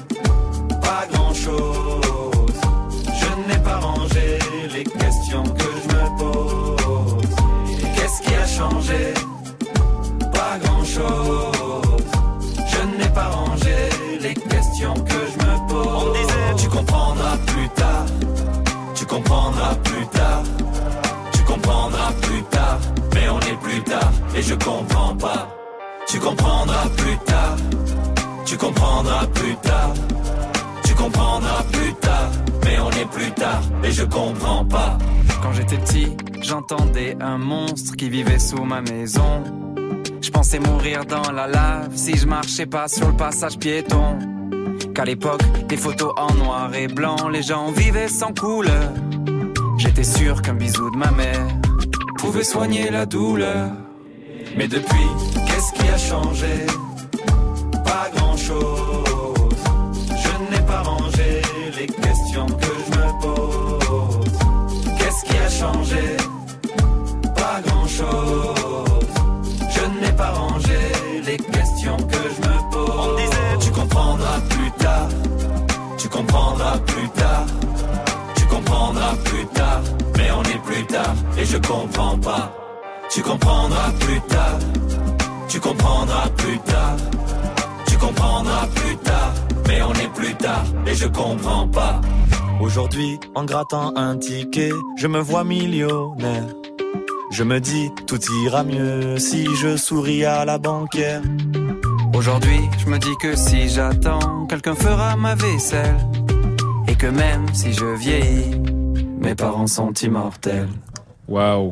Pas grand-chose. Je n'ai pas rangé les questions que je me pose. Qu'est-ce qui a changé? Pas grand-chose. Je n'ai pas rangé les questions que je me pose. On me disait, tu comprendras plus tard. Tu comprendras plus tard. Tu comprendras plus tard. Mais on est plus tard et je comprends pas. Tu comprendras plus tard. Tu comprendras plus tard. Tu comprendras plus tard. Mais on est plus tard et je comprends pas. Quand j'étais petit, j'entendais un monstre qui vivait sous ma maison. Je pensais mourir dans la lave si je marchais pas sur le passage piéton. Qu'à l'époque, des photos en noir et blanc, les gens vivaient sans couleur. J'étais sûr qu'un bisou de ma mère pouvait soigner la douleur. Mais depuis, qu'est-ce qui a changé? Pas grand-chose. Je n'ai pas rangé les questions que je me pose. Qu'est-ce qui a changé? Pas grand-chose. Je n'ai pas rangé les questions que je me pose. On me disait, tu comprendras plus tard. Tu comprendras plus tard. Tu comprendras plus tard. Mais on est plus tard et je comprends pas. Tu comprendras plus tard. Tu comprendras plus tard. Tu comprendras plus tard. Mais on est plus tard et je comprends pas. Aujourd'hui, en grattant un ticket, je me vois millionnaire. Je me dis, tout ira mieux si je souris à la banquière. Aujourd'hui, je me dis que si j'attends, quelqu'un fera ma vaisselle. Et que même si je vieillis, mes parents sont immortels. Waouh.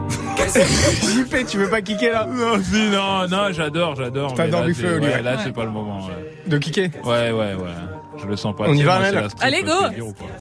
JP, tu veux pas kicker là? Non, j'adore. T'adores Big Flo et Oli. Ouais, là, c'est pas le moment. Ouais. De kicker? Ouais. Je le sens pas. On y va, Amel? Allez, go!